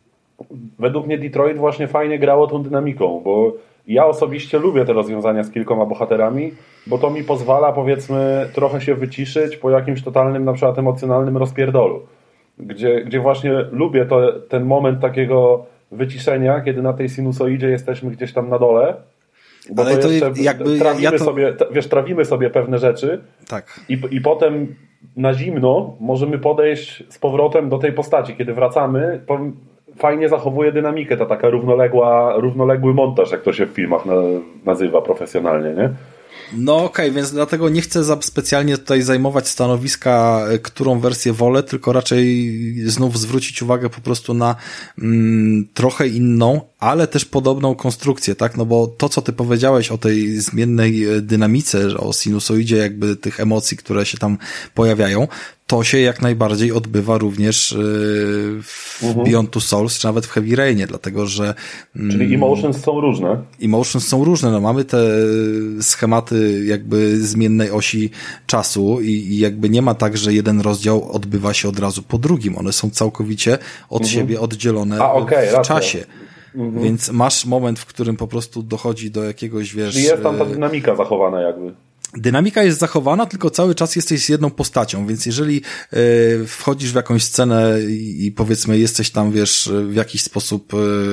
[SPEAKER 3] według mnie Detroit właśnie fajnie grało tą dynamiką, bo ja osobiście lubię te rozwiązania z kilkoma bohaterami, bo to mi pozwala, powiedzmy, trochę się wyciszyć po jakimś totalnym, na przykład emocjonalnym rozpierdolu. Gdzie właśnie lubię ten moment takiego wyciszenia, kiedy na tej sinusoidzie jesteśmy gdzieś tam na dole. Bo ale to jakby trawimy sobie pewne rzeczy,
[SPEAKER 2] tak.
[SPEAKER 3] I potem na zimno możemy podejść z powrotem do tej postaci. Kiedy wracamy, to fajnie zachowuje dynamikę, ta taka równoległy montaż, jak to się w filmach nazywa profesjonalnie, nie?
[SPEAKER 2] No okej, więc dlatego nie chcę specjalnie tutaj zajmować stanowiska, którą wersję wolę, tylko raczej znów zwrócić uwagę po prostu na trochę inną, ale też podobną konstrukcję, tak? No bo to, co ty powiedziałeś o tej zmiennej dynamice, o sinusoidzie jakby tych emocji, które się tam pojawiają, to się jak najbardziej odbywa również w Beyond Two Souls, czy nawet w Heavy Rainie, dlatego że...
[SPEAKER 3] Czyli emotions są różne?
[SPEAKER 2] Emotions są różne, no mamy te schematy jakby zmiennej osi czasu i jakby nie ma tak, że jeden rozdział odbywa się od razu po drugim. One są całkowicie od siebie oddzielone w czasie. Więc masz moment, w którym po prostu dochodzi do jakiegoś,
[SPEAKER 3] Czyli jest tam ta dynamika zachowana jakby.
[SPEAKER 2] Dynamika jest zachowana, tylko cały czas jesteś z jedną postacią, więc jeżeli wchodzisz w jakąś scenę i powiedzmy jesteś tam, w jakiś sposób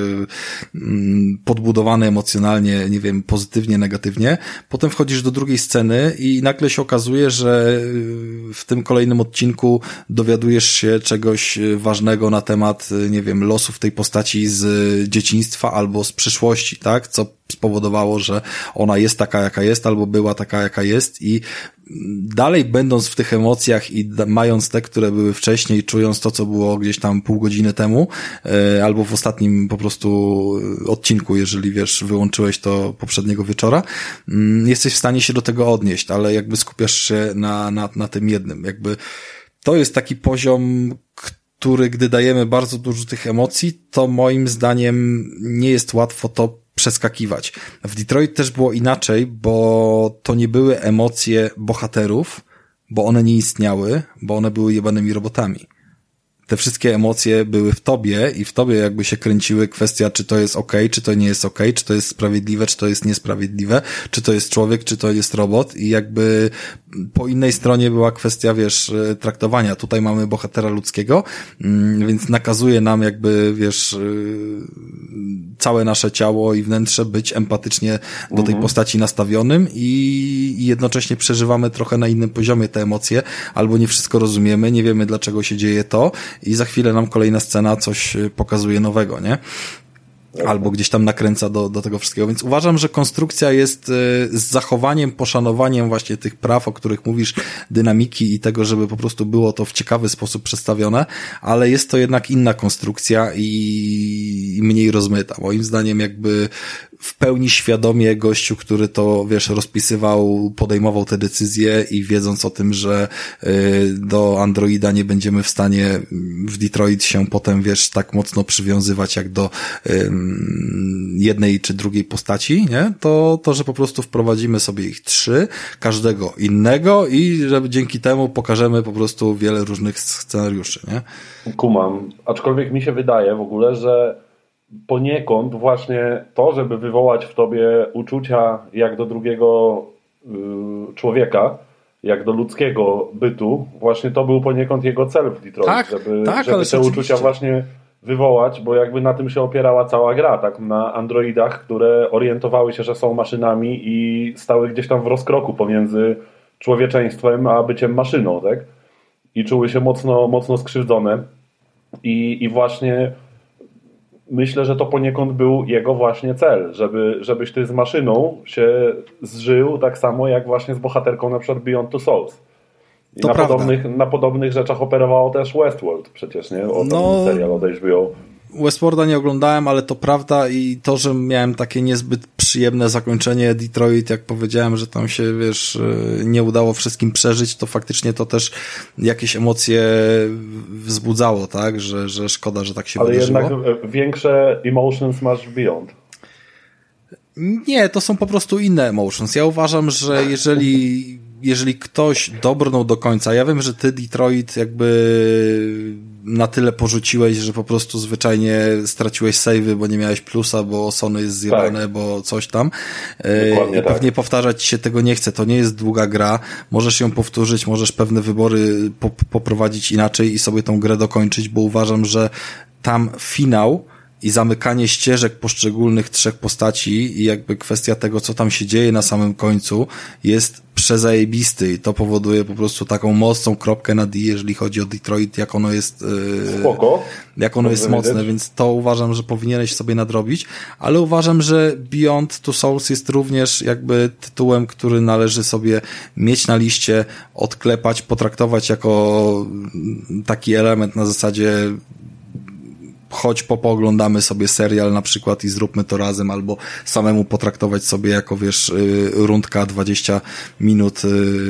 [SPEAKER 2] podbudowany emocjonalnie, nie wiem, pozytywnie, negatywnie, potem wchodzisz do drugiej sceny i nagle się okazuje, że w tym kolejnym odcinku dowiadujesz się czegoś ważnego na temat, nie wiem, losów tej postaci z dzieciństwa albo z przyszłości, tak? Co spowodowało, że ona jest taka, jaka jest, albo była taka, jaka jest i dalej będąc w tych emocjach i mając te, które były wcześniej, czując to, co było gdzieś tam pół godziny temu, albo w ostatnim po prostu odcinku, jeżeli wiesz, wyłączyłeś to poprzedniego wieczora, jesteś w stanie się do tego odnieść, ale jakby skupiasz się na tym jednym. Jakby to jest taki poziom, który gdy dajemy bardzo dużo tych emocji, to moim zdaniem nie jest łatwo to przeskakiwać. W Detroit też było inaczej, bo to nie były emocje bohaterów, bo one nie istniały, bo one były jebanymi robotami. Te wszystkie emocje były w tobie i w tobie jakby się kręciły kwestia, czy to jest okej, czy to nie jest okej, czy to jest sprawiedliwe, czy to jest niesprawiedliwe, czy to jest człowiek, czy to jest robot i jakby po innej stronie była kwestia, wiesz, traktowania. Tutaj mamy bohatera ludzkiego, więc nakazuje nam jakby, wiesz, całe nasze ciało i wnętrze być empatycznie do tej postaci nastawionym i jednocześnie przeżywamy trochę na innym poziomie te emocje, albo nie wszystko rozumiemy, nie wiemy dlaczego się dzieje to i za chwilę nam kolejna scena coś pokazuje nowego, nie? Albo gdzieś tam nakręca do tego wszystkiego. Więc uważam, że konstrukcja jest z zachowaniem, poszanowaniem właśnie tych praw, o których mówisz, dynamiki i tego, żeby po prostu było to w ciekawy sposób przedstawione, ale jest to jednak inna konstrukcja i mniej rozmyta. Moim zdaniem jakby w pełni świadomie gościu, który to, wiesz, rozpisywał, podejmował te decyzje i wiedząc o tym, że do Androida nie będziemy w stanie w Detroit się potem, wiesz, tak mocno przywiązywać jak do jednej czy drugiej postaci, nie? To, że po prostu wprowadzimy sobie ich 3, każdego innego i że dzięki temu pokażemy po prostu wiele różnych scenariuszy, nie?
[SPEAKER 3] Kumam. Aczkolwiek mi się wydaje w ogóle, że poniekąd właśnie to, żeby wywołać w tobie uczucia jak do drugiego człowieka, jak do ludzkiego bytu, właśnie to był poniekąd jego cel w Detroit, żeby te uczucia właśnie wywołać, bo jakby na tym się opierała cała gra, tak? Na androidach, które orientowały się, że są maszynami i stały gdzieś tam w rozkroku pomiędzy człowieczeństwem a byciem maszyną, tak? I czuły się mocno skrzywdzone i właśnie myślę, że to poniekąd był jego właśnie cel, żebyś ty z maszyną się zżył tak samo jak właśnie z bohaterką na przykład Beyond Two Souls. I na podobnych rzeczach operowało też Westworld przecież, nie? Serial od HBO.
[SPEAKER 2] Westworlda nie oglądałem, ale to prawda i to, że miałem takie niezbyt przyjemne zakończenie Detroit, jak powiedziałem, że tam się, wiesz, nie udało wszystkim przeżyć, to faktycznie to też jakieś emocje wzbudzało, tak? Że szkoda, że tak się wydarzyło.
[SPEAKER 3] Ale jednak większe emotions masz w Beyond.
[SPEAKER 2] Nie, to są po prostu inne emotions. Ja uważam, że jeżeli ktoś dobrnął do końca, ja wiem, że ty Detroit jakby na tyle porzuciłeś, że po prostu zwyczajnie straciłeś save'y, bo nie miałeś plusa, bo Sony jest zjebane, tak, bo coś tam. I pewnie powtarzać się tego nie chce. To nie jest długa gra. Możesz ją powtórzyć, możesz pewne wybory poprowadzić inaczej i sobie tą grę dokończyć, bo uważam, że tam finał i zamykanie ścieżek poszczególnych 3 postaci i jakby kwestia tego, co tam się dzieje na samym końcu jest przezajebisty i to powoduje po prostu taką mocną kropkę na D, jeżeli chodzi o Detroit, jak ono jest jak ono jest mocne, więc to uważam, że powinieneś sobie nadrobić, ale uważam, że Beyond Two Souls jest również jakby tytułem, który należy sobie mieć na liście, odklepać, potraktować jako taki element na zasadzie choć pooglądamy sobie serial na przykład i zróbmy to razem, albo samemu potraktować sobie jako, wiesz, rundka 20 minut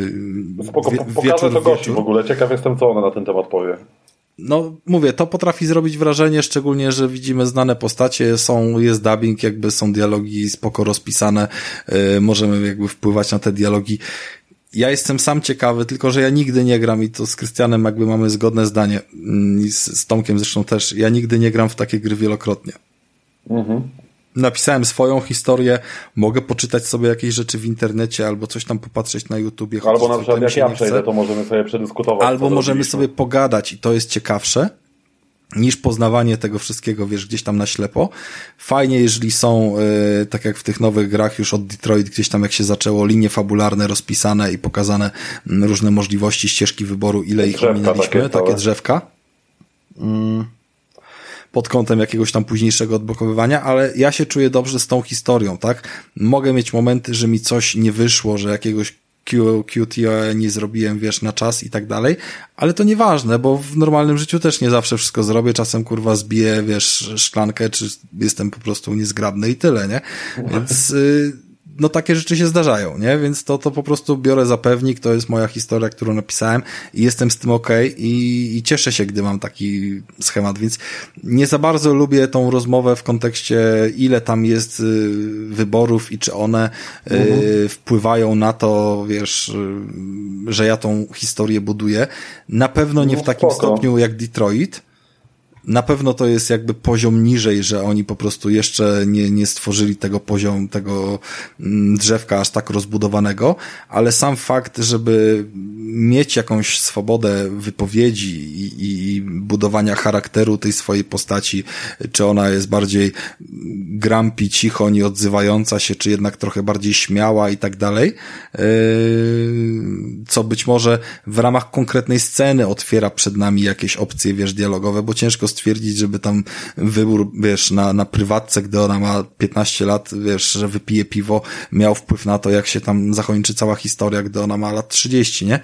[SPEAKER 3] pokażę to gości w ogóle, ciekaw jestem, co ona na ten temat powie.
[SPEAKER 2] No, mówię, to potrafi zrobić wrażenie, szczególnie, że widzimy znane postacie, jest dubbing, jakby są dialogi spoko rozpisane, możemy jakby wpływać na te dialogi. Ja jestem sam ciekawy, tylko że ja nigdy nie gram i to z Krystianem jakby mamy zgodne zdanie i z Tomkiem zresztą też, ja nigdy nie gram w takie gry wielokrotnie. Napisałem swoją historię, mogę poczytać sobie jakieś rzeczy w internecie albo coś tam popatrzeć na YouTubie.
[SPEAKER 3] Albo na przykład jak ja przejdę, to możemy sobie przedyskutować.
[SPEAKER 2] Albo możemy sobie pogadać i to jest ciekawsze niż poznawanie tego wszystkiego, wiesz, gdzieś tam na ślepo. Fajnie, jeżeli są, tak jak w tych nowych grach już od Detroit, gdzieś tam jak się zaczęło, linie fabularne rozpisane i pokazane różne możliwości, ścieżki wyboru, ile ich ominęliśmy, takie drzewka. pod kątem jakiegoś tam późniejszego odblokowywania, ale ja się czuję dobrze z tą historią, tak? Mogę mieć momenty, że mi coś nie wyszło, że jakiegoś QTE nie zrobiłem, wiesz, na czas i tak dalej, ale to nieważne, bo w normalnym życiu też nie zawsze wszystko zrobię, czasem kurwa zbiję, wiesz, szklankę, czy jestem po prostu niezgrabny i tyle, nie? Więc no takie rzeczy się zdarzają, nie? Więc to po prostu biorę za pewnik, to jest moja historia, którą napisałem i jestem z tym okej i cieszę się, gdy mam taki schemat, więc nie za bardzo lubię tą rozmowę w kontekście, ile tam jest wyborów i czy one wpływają na to, wiesz, że ja tą historię buduję. Na pewno nie w takim stopniu jak Detroit. Na pewno to jest jakby poziom niżej, że oni po prostu jeszcze nie stworzyli tego drzewka aż tak rozbudowanego, ale sam fakt, żeby mieć jakąś swobodę wypowiedzi i budowania charakteru tej swojej postaci, czy ona jest bardziej grumpy, cicho, nieodzywająca się, czy jednak trochę bardziej śmiała i tak dalej, co być może w ramach konkretnej sceny otwiera przed nami jakieś opcje, wiesz, dialogowe, bo ciężko stwierdzić, żeby tam wybór, wiesz, na prywatce, gdy ona ma 15 lat, wiesz, że wypije piwo, miał wpływ na to, jak się tam zakończy cała historia, gdy ona ma lat 30, nie?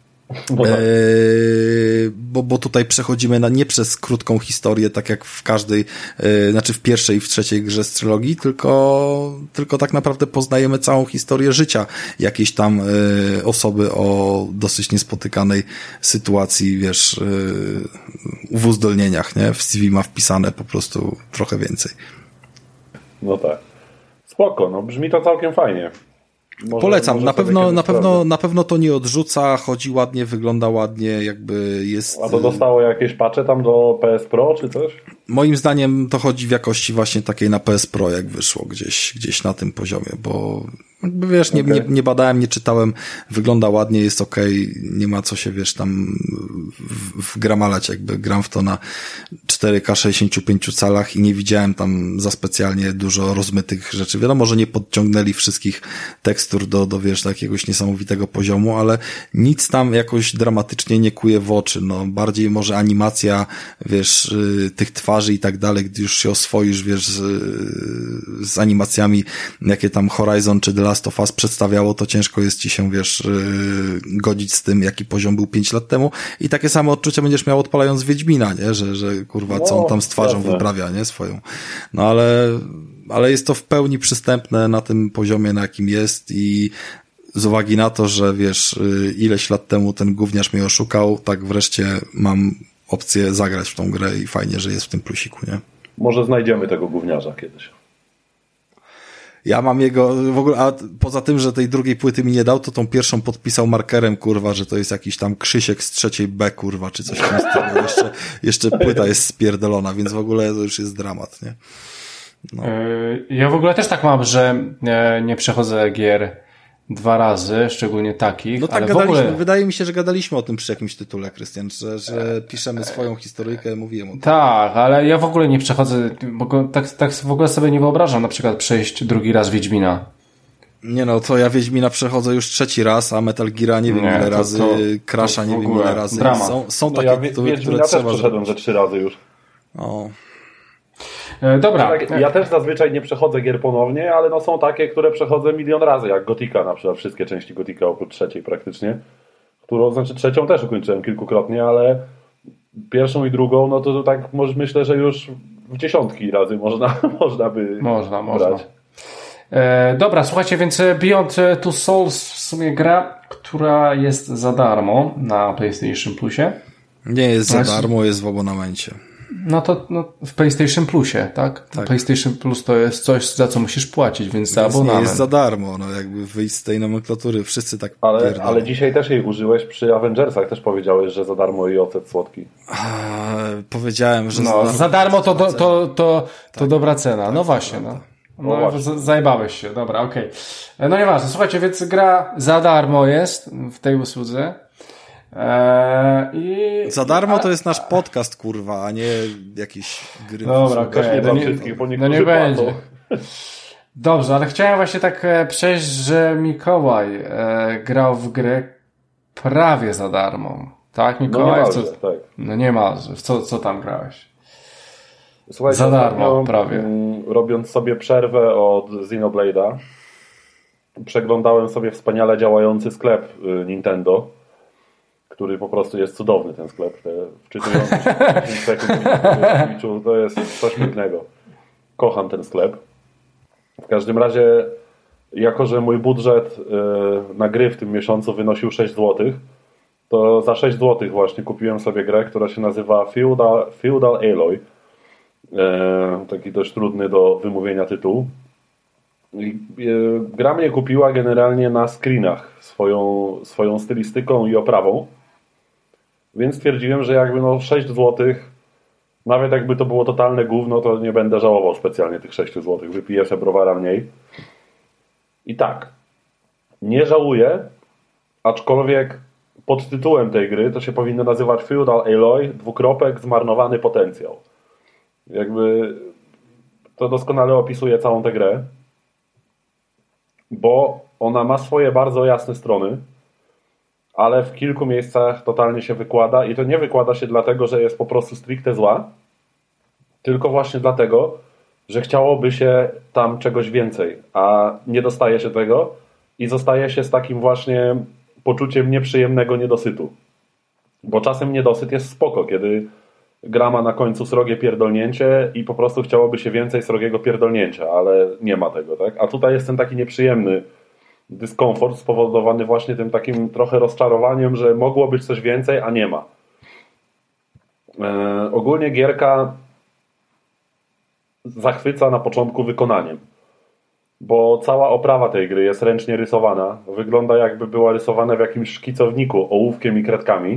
[SPEAKER 2] Bo tutaj przechodzimy nie przez krótką historię, tak jak w każdej, znaczy w pierwszej i w trzeciej grze z trylogii, tylko tak naprawdę poznajemy całą historię życia jakiejś tam osoby o dosyć niespotykanej sytuacji, wiesz, w uzdolnieniach, nie? W CV ma wpisane po prostu trochę więcej.
[SPEAKER 3] No tak. Spoko, no brzmi to całkiem fajnie.
[SPEAKER 2] Polecam, na pewno to nie odrzuca, chodzi ładnie, wygląda ładnie, jakby jest...
[SPEAKER 3] A to dostało jakieś patche tam do PS Pro, czy coś?
[SPEAKER 2] Moim zdaniem to chodzi w jakości właśnie takiej na PS Pro, jak wyszło gdzieś na tym poziomie, bo jakby wiesz, nie badałem, nie czytałem, wygląda ładnie, jest okej, nie ma co się, wiesz, tam wgramalać, jakby gram w to na 4K 65 calach i nie widziałem tam za specjalnie dużo rozmytych rzeczy. Wiadomo, że nie podciągnęli wszystkich tekstur do wiesz, jakiegoś niesamowitego poziomu, ale nic tam jakoś dramatycznie nie kuje w oczy, no bardziej może animacja, wiesz, tych twarzy i tak dalej, gdy już się oswoisz, wiesz, z animacjami, jakie tam Horizon czy The Last of Us przedstawiało, to ciężko jest ci się, wiesz, godzić z tym, jaki poziom był 5 lat temu i takie samo odczucie będziesz miał odpalając Wiedźmina, nie? Że kurwa, co on tam z twarzą wyprawia, nie? Swoją. No ale jest to w pełni przystępne na tym poziomie, na jakim jest i z uwagi na to, że wiesz, ileś lat temu ten gówniarz mnie oszukał, tak wreszcie mam opcję zagrać w tą grę i fajnie, że jest w tym plusiku, nie?
[SPEAKER 3] Może znajdziemy tego gówniarza kiedyś.
[SPEAKER 2] Ja mam jego, w ogóle, a poza tym, że tej drugiej płyty mi nie dał, to tą pierwszą podpisał markerem, kurwa, że to jest jakiś tam Krzysiek z 3. B, kurwa, czy coś tam z tego. Jeszcze płyta jest spierdolona, więc w ogóle to już jest dramat, nie? No.
[SPEAKER 1] Ja w ogóle też tak mam, że nie przechodzę gier 2 razy, szczególnie takich.
[SPEAKER 2] No tak,
[SPEAKER 1] ale
[SPEAKER 2] gadaliśmy,
[SPEAKER 1] w ogóle...
[SPEAKER 2] wydaje mi się, że gadaliśmy o tym przy jakimś tytule, Krystian, że piszemy swoją historyjkę, mówiłem o tym.
[SPEAKER 1] Tak, ale ja w ogóle nie przechodzę, bo tak w ogóle sobie nie wyobrażam na przykład przejść drugi raz Wiedźmina.
[SPEAKER 2] Nie no, to ja Wiedźmina przechodzę już 3. raz, a Metal Geara nie wiem ile razy, Crasha nie wiem ile razy. Są takie tytuły, które trzeba...
[SPEAKER 3] Ja też przeszedłem ze 3 razy już.
[SPEAKER 2] O.
[SPEAKER 1] Dobra.
[SPEAKER 3] Ja też zazwyczaj nie przechodzę gier ponownie, ale no są takie, które przechodzę 1 000 000 razy, jak Gotika na przykład, wszystkie części Gotika oprócz 3. praktycznie, znaczy 3. też ukończyłem kilkukrotnie, ale 1. i 2, no to tak myślę, że już w 10 razy można by brać.
[SPEAKER 1] Dobra, słuchajcie, więc Beyond Two Souls w sumie gra, która jest za darmo na PlayStation Plusie.
[SPEAKER 2] Nie jest za darmo, jest w abonamencie.
[SPEAKER 1] No to w PlayStation Plusie, tak? PlayStation Plus to jest coś, za co musisz płacić, więc za abonament.
[SPEAKER 2] Nie jest za darmo, no jakby wyjść z tej nomenklatury, wszyscy tak
[SPEAKER 3] ale dzisiaj też jej użyłeś przy Avengersach, też powiedziałeś, że za darmo i ocet słodki.
[SPEAKER 2] Powiedziałem, że
[SPEAKER 1] za darmo to dobra cena. No właśnie, no. Zajebałeś się, dobra, okej. No nieważne, słuchajcie, więc gra za darmo jest w tej usłudze.
[SPEAKER 2] Za darmo to jest nasz podcast, kurwa, a nie jakieś gry.
[SPEAKER 1] Dobra, okej.
[SPEAKER 3] No nie będzie.
[SPEAKER 1] Dobrze, ale chciałem właśnie tak przejść, że Mikołaj grał w grę prawie za darmo. Tak, Mikołaj?
[SPEAKER 3] No niemalże, tak.
[SPEAKER 1] No niemalże. Co tam grałeś?
[SPEAKER 3] Słuchajcie,
[SPEAKER 1] za darmo, prawie.
[SPEAKER 3] Robiąc sobie przerwę od Xenoblade'a, przeglądałem sobie wspaniale działający sklep Nintendo, który po prostu jest cudowny, ten sklep. Wczytujący się 10 sekund to jest coś pięknego. Kocham ten sklep. W każdym razie, jako że mój budżet na gry w tym miesiącu wynosił 6 zł, to za 6 zł właśnie kupiłem sobie grę, która się nazywa Feudal Aloy. Taki dość trudny do wymówienia tytuł. Gra mnie kupiła generalnie na screenach swoją stylistyką i oprawą, więc stwierdziłem, że jakby 6 zł, nawet jakby to było totalne gówno, to nie będę żałował specjalnie tych 6 zł, wypiję sobie browara mniej. I tak, nie żałuję, aczkolwiek pod tytułem tej gry to się powinno nazywać Feudal Aloy, zmarnowany potencjał. Jakby to doskonale opisuje całą tę grę, bo ona ma swoje bardzo jasne strony, ale w kilku miejscach totalnie się wykłada i to nie wykłada się dlatego, że jest po prostu stricte zła, tylko właśnie dlatego, że chciałoby się tam czegoś więcej, a nie dostaje się tego i zostaje się z takim właśnie poczuciem nieprzyjemnego niedosytu. Bo czasem niedosyt jest spoko, kiedy gra ma na końcu srogie pierdolnięcie i po prostu chciałoby się więcej srogiego pierdolnięcia, ale nie ma tego, tak? A tutaj jest ten taki nieprzyjemny dyskomfort spowodowany właśnie tym takim trochę rozczarowaniem, że mogło być coś więcej, a nie ma. Ogólnie gierka zachwyca na początku wykonaniem, bo cała oprawa tej gry jest ręcznie rysowana. Wygląda jakby była rysowana w jakimś szkicowniku ołówkiem i kredkami.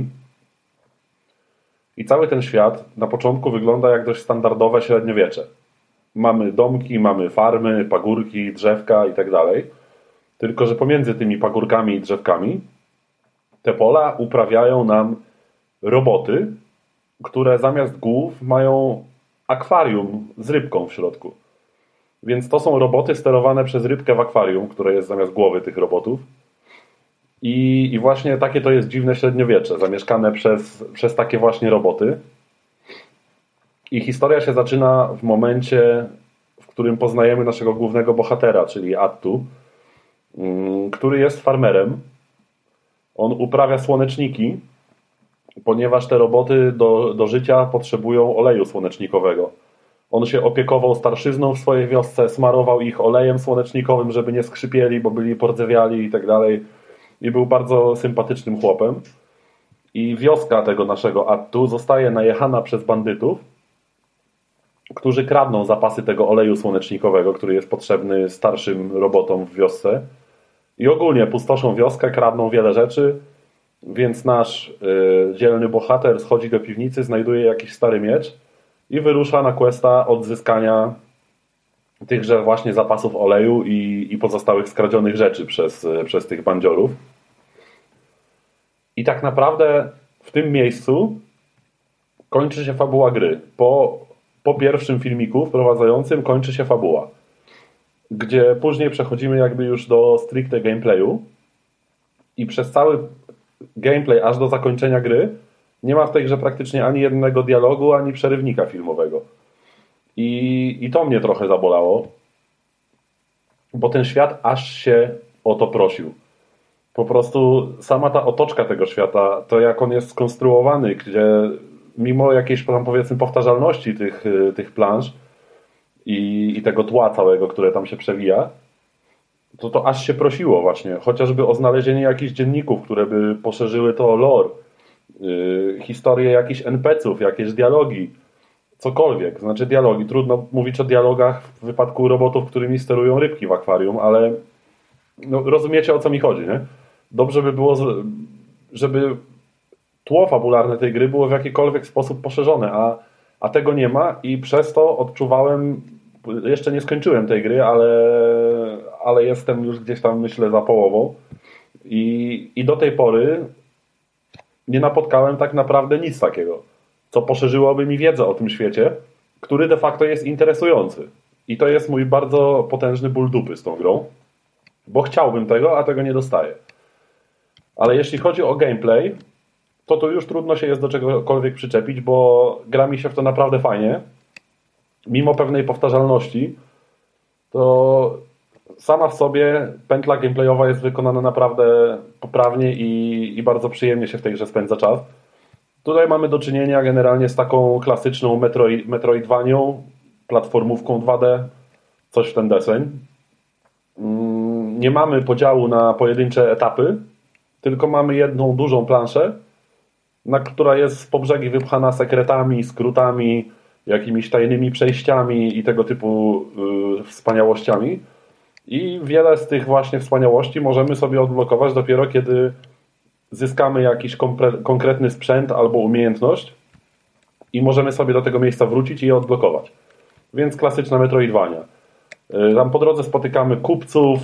[SPEAKER 3] I cały ten świat na początku wygląda jak dość standardowe średniowiecze. Mamy domki, mamy farmy, pagórki, drzewka i tak dalej. Tylko że pomiędzy tymi pagórkami i drzewkami te pola uprawiają nam roboty, które zamiast głów mają akwarium z rybką w środku. Więc to są roboty sterowane przez rybkę w akwarium, które jest zamiast głowy tych robotów. I właśnie takie to jest dziwne średniowiecze, zamieszkane przez takie właśnie roboty. I historia się zaczyna w momencie, w którym poznajemy naszego głównego bohatera, czyli Attu, który jest farmerem. On uprawia słoneczniki, ponieważ te roboty do życia potrzebują oleju słonecznikowego. On się opiekował starszyzną w swojej wiosce, smarował ich olejem słonecznikowym, żeby nie skrzypieli, bo byli pordzewiali i tak dalej. I był bardzo sympatycznym chłopem. I wioska tego naszego Attu zostaje najechana przez bandytów, którzy kradną zapasy tego oleju słonecznikowego, który jest potrzebny starszym robotom w wiosce. I ogólnie pustoszą wioskę, kradną wiele rzeczy, więc nasz dzielny bohater schodzi do piwnicy, znajduje jakiś stary miecz i wyrusza na questa odzyskania tychże właśnie zapasów oleju i pozostałych skradzionych rzeczy przez tych bandziorów. I tak naprawdę w tym miejscu kończy się fabuła gry. Po pierwszym filmiku wprowadzającym kończy się fabuła, gdzie później przechodzimy jakby już do stricte gameplayu i przez cały gameplay aż do zakończenia gry nie ma w tej grze praktycznie ani jednego dialogu, ani przerywnika filmowego. I to mnie trochę zabolało, bo ten świat aż się o to prosił. Po prostu sama ta otoczka tego świata, to jak on jest skonstruowany, gdzie mimo jakiejś tam powiedzmy powtarzalności tych planż i tego tła całego, które tam się przewija, to aż się prosiło właśnie, chociażby o znalezienie jakichś dzienników, które by poszerzyły to lore, historię jakichś NPC-ów, jakieś dialogi, cokolwiek. Znaczy dialogi, trudno mówić o dialogach w wypadku robotów, którymi sterują rybki w akwarium, ale no, rozumiecie, o co mi chodzi, nie? Dobrze by było, żeby tło fabularne tej gry było w jakikolwiek sposób poszerzone, a tego nie ma i przez to odczuwałem, jeszcze nie skończyłem tej gry, ale jestem już gdzieś tam, myślę, za połową i do tej pory nie napotkałem tak naprawdę nic takiego, co poszerzyłoby mi wiedzę o tym świecie, który de facto jest interesujący. I to jest mój bardzo potężny ból dupy z tą grą, bo chciałbym tego, a tego nie dostaję. Ale jeśli chodzi o gameplay, to tu już trudno się jest do czegokolwiek przyczepić, bo gra mi się w to naprawdę fajnie. mimo pewnej powtarzalności, to sama w sobie pętla gameplayowa jest wykonana naprawdę poprawnie i bardzo przyjemnie się w tej grze spędza czas. Tutaj mamy do czynienia generalnie z taką klasyczną Metroidvanią, platformówką 2D, coś w ten deseń. Nie mamy podziału na pojedyncze etapy, tylko mamy jedną dużą planszę, która jest po brzegi wypchana sekretami, skrótami, jakimiś tajnymi przejściami i tego typu wspaniałościami. I wiele z tych właśnie wspaniałości możemy sobie odblokować dopiero kiedy zyskamy jakiś konkretny sprzęt albo umiejętność i możemy sobie do tego miejsca wrócić i je odblokować. Więc klasyczna Metroidvania. Tam po drodze spotykamy kupców,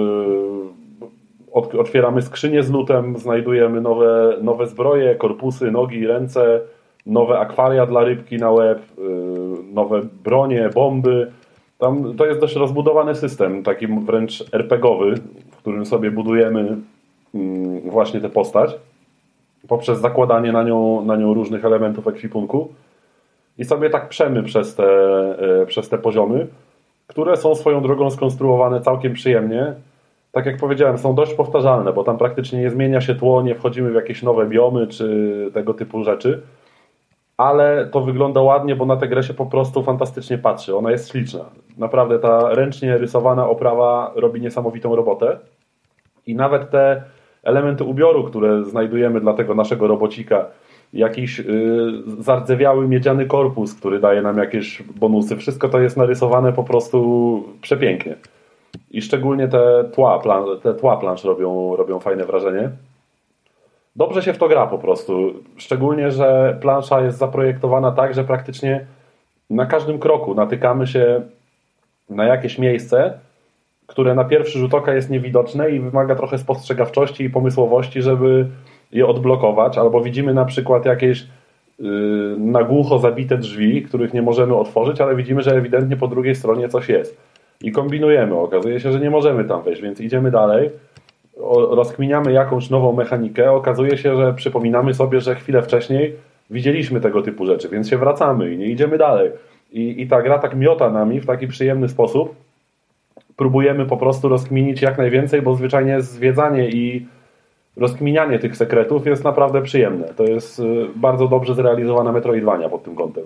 [SPEAKER 3] otwieramy skrzynię z lootem, znajdujemy nowe zbroje, korpusy, nogi, ręce, nowe akwaria dla rybki na łeb, nowe bronie, bomby. Tam to jest dość rozbudowany system, taki wręcz RPGowy, w którym sobie budujemy właśnie tę postać poprzez zakładanie na nią różnych elementów ekwipunku i sobie tak przemy przez te poziomy, które są swoją drogą skonstruowane całkiem przyjemnie. Tak jak powiedziałem, są dość powtarzalne, bo tam praktycznie nie zmienia się tło, nie wchodzimy w jakieś nowe biomy czy tego typu rzeczy, ale to wygląda ładnie, bo na tę grę się po prostu fantastycznie patrzy. Ona jest śliczna. Naprawdę ta ręcznie rysowana oprawa robi niesamowitą robotę i nawet te elementy ubioru, które znajdujemy dla tego naszego robocika, jakiś zardzewiały miedziany korpus, który daje nam jakieś bonusy, wszystko to jest narysowane po prostu przepięknie. I szczególnie te tła plansz robią fajne wrażenie. Dobrze się w to gra po prostu. Szczególnie, że plansza jest zaprojektowana tak, że praktycznie na każdym kroku natykamy się na jakieś miejsce, które na pierwszy rzut oka jest niewidoczne i wymaga trochę spostrzegawczości i pomysłowości, żeby je odblokować. Albo widzimy na przykład jakieś na głucho zabite drzwi, których nie możemy otworzyć, ale widzimy, że ewidentnie po drugiej stronie coś jest. I kombinujemy. Okazuje się, że nie możemy tam wejść, więc idziemy dalej. Rozkminiamy jakąś nową mechanikę. Okazuje się, że przypominamy sobie, że chwilę wcześniej widzieliśmy tego typu rzeczy, więc się wracamy i nie idziemy dalej. I ta gra tak miota nami w taki przyjemny sposób. Próbujemy po prostu rozkminić jak najwięcej, bo zwyczajnie zwiedzanie i rozkminianie tych sekretów jest naprawdę przyjemne. To jest bardzo dobrze zrealizowana Metroidvania pod tym kątem.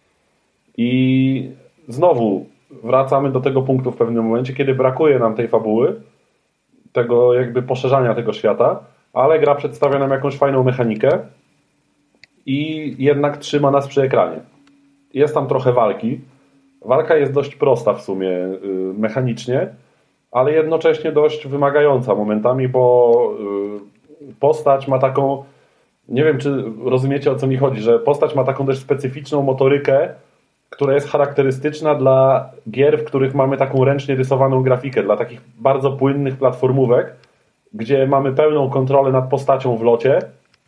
[SPEAKER 3] I znowu wracamy do tego punktu w pewnym momencie, kiedy brakuje nam tej fabuły, tego jakby poszerzania tego świata, ale gra przedstawia nam jakąś fajną mechanikę i jednak trzyma nas przy ekranie. Jest tam trochę walki. Walka jest dość prosta w sumie mechanicznie, ale jednocześnie dość wymagająca momentami, bo postać ma taką, nie wiem czy rozumiecie o co mi chodzi, że postać ma taką dość specyficzną motorykę, która jest charakterystyczna dla gier, w których mamy taką ręcznie rysowaną grafikę, dla takich bardzo płynnych platformówek, gdzie mamy pełną kontrolę nad postacią w locie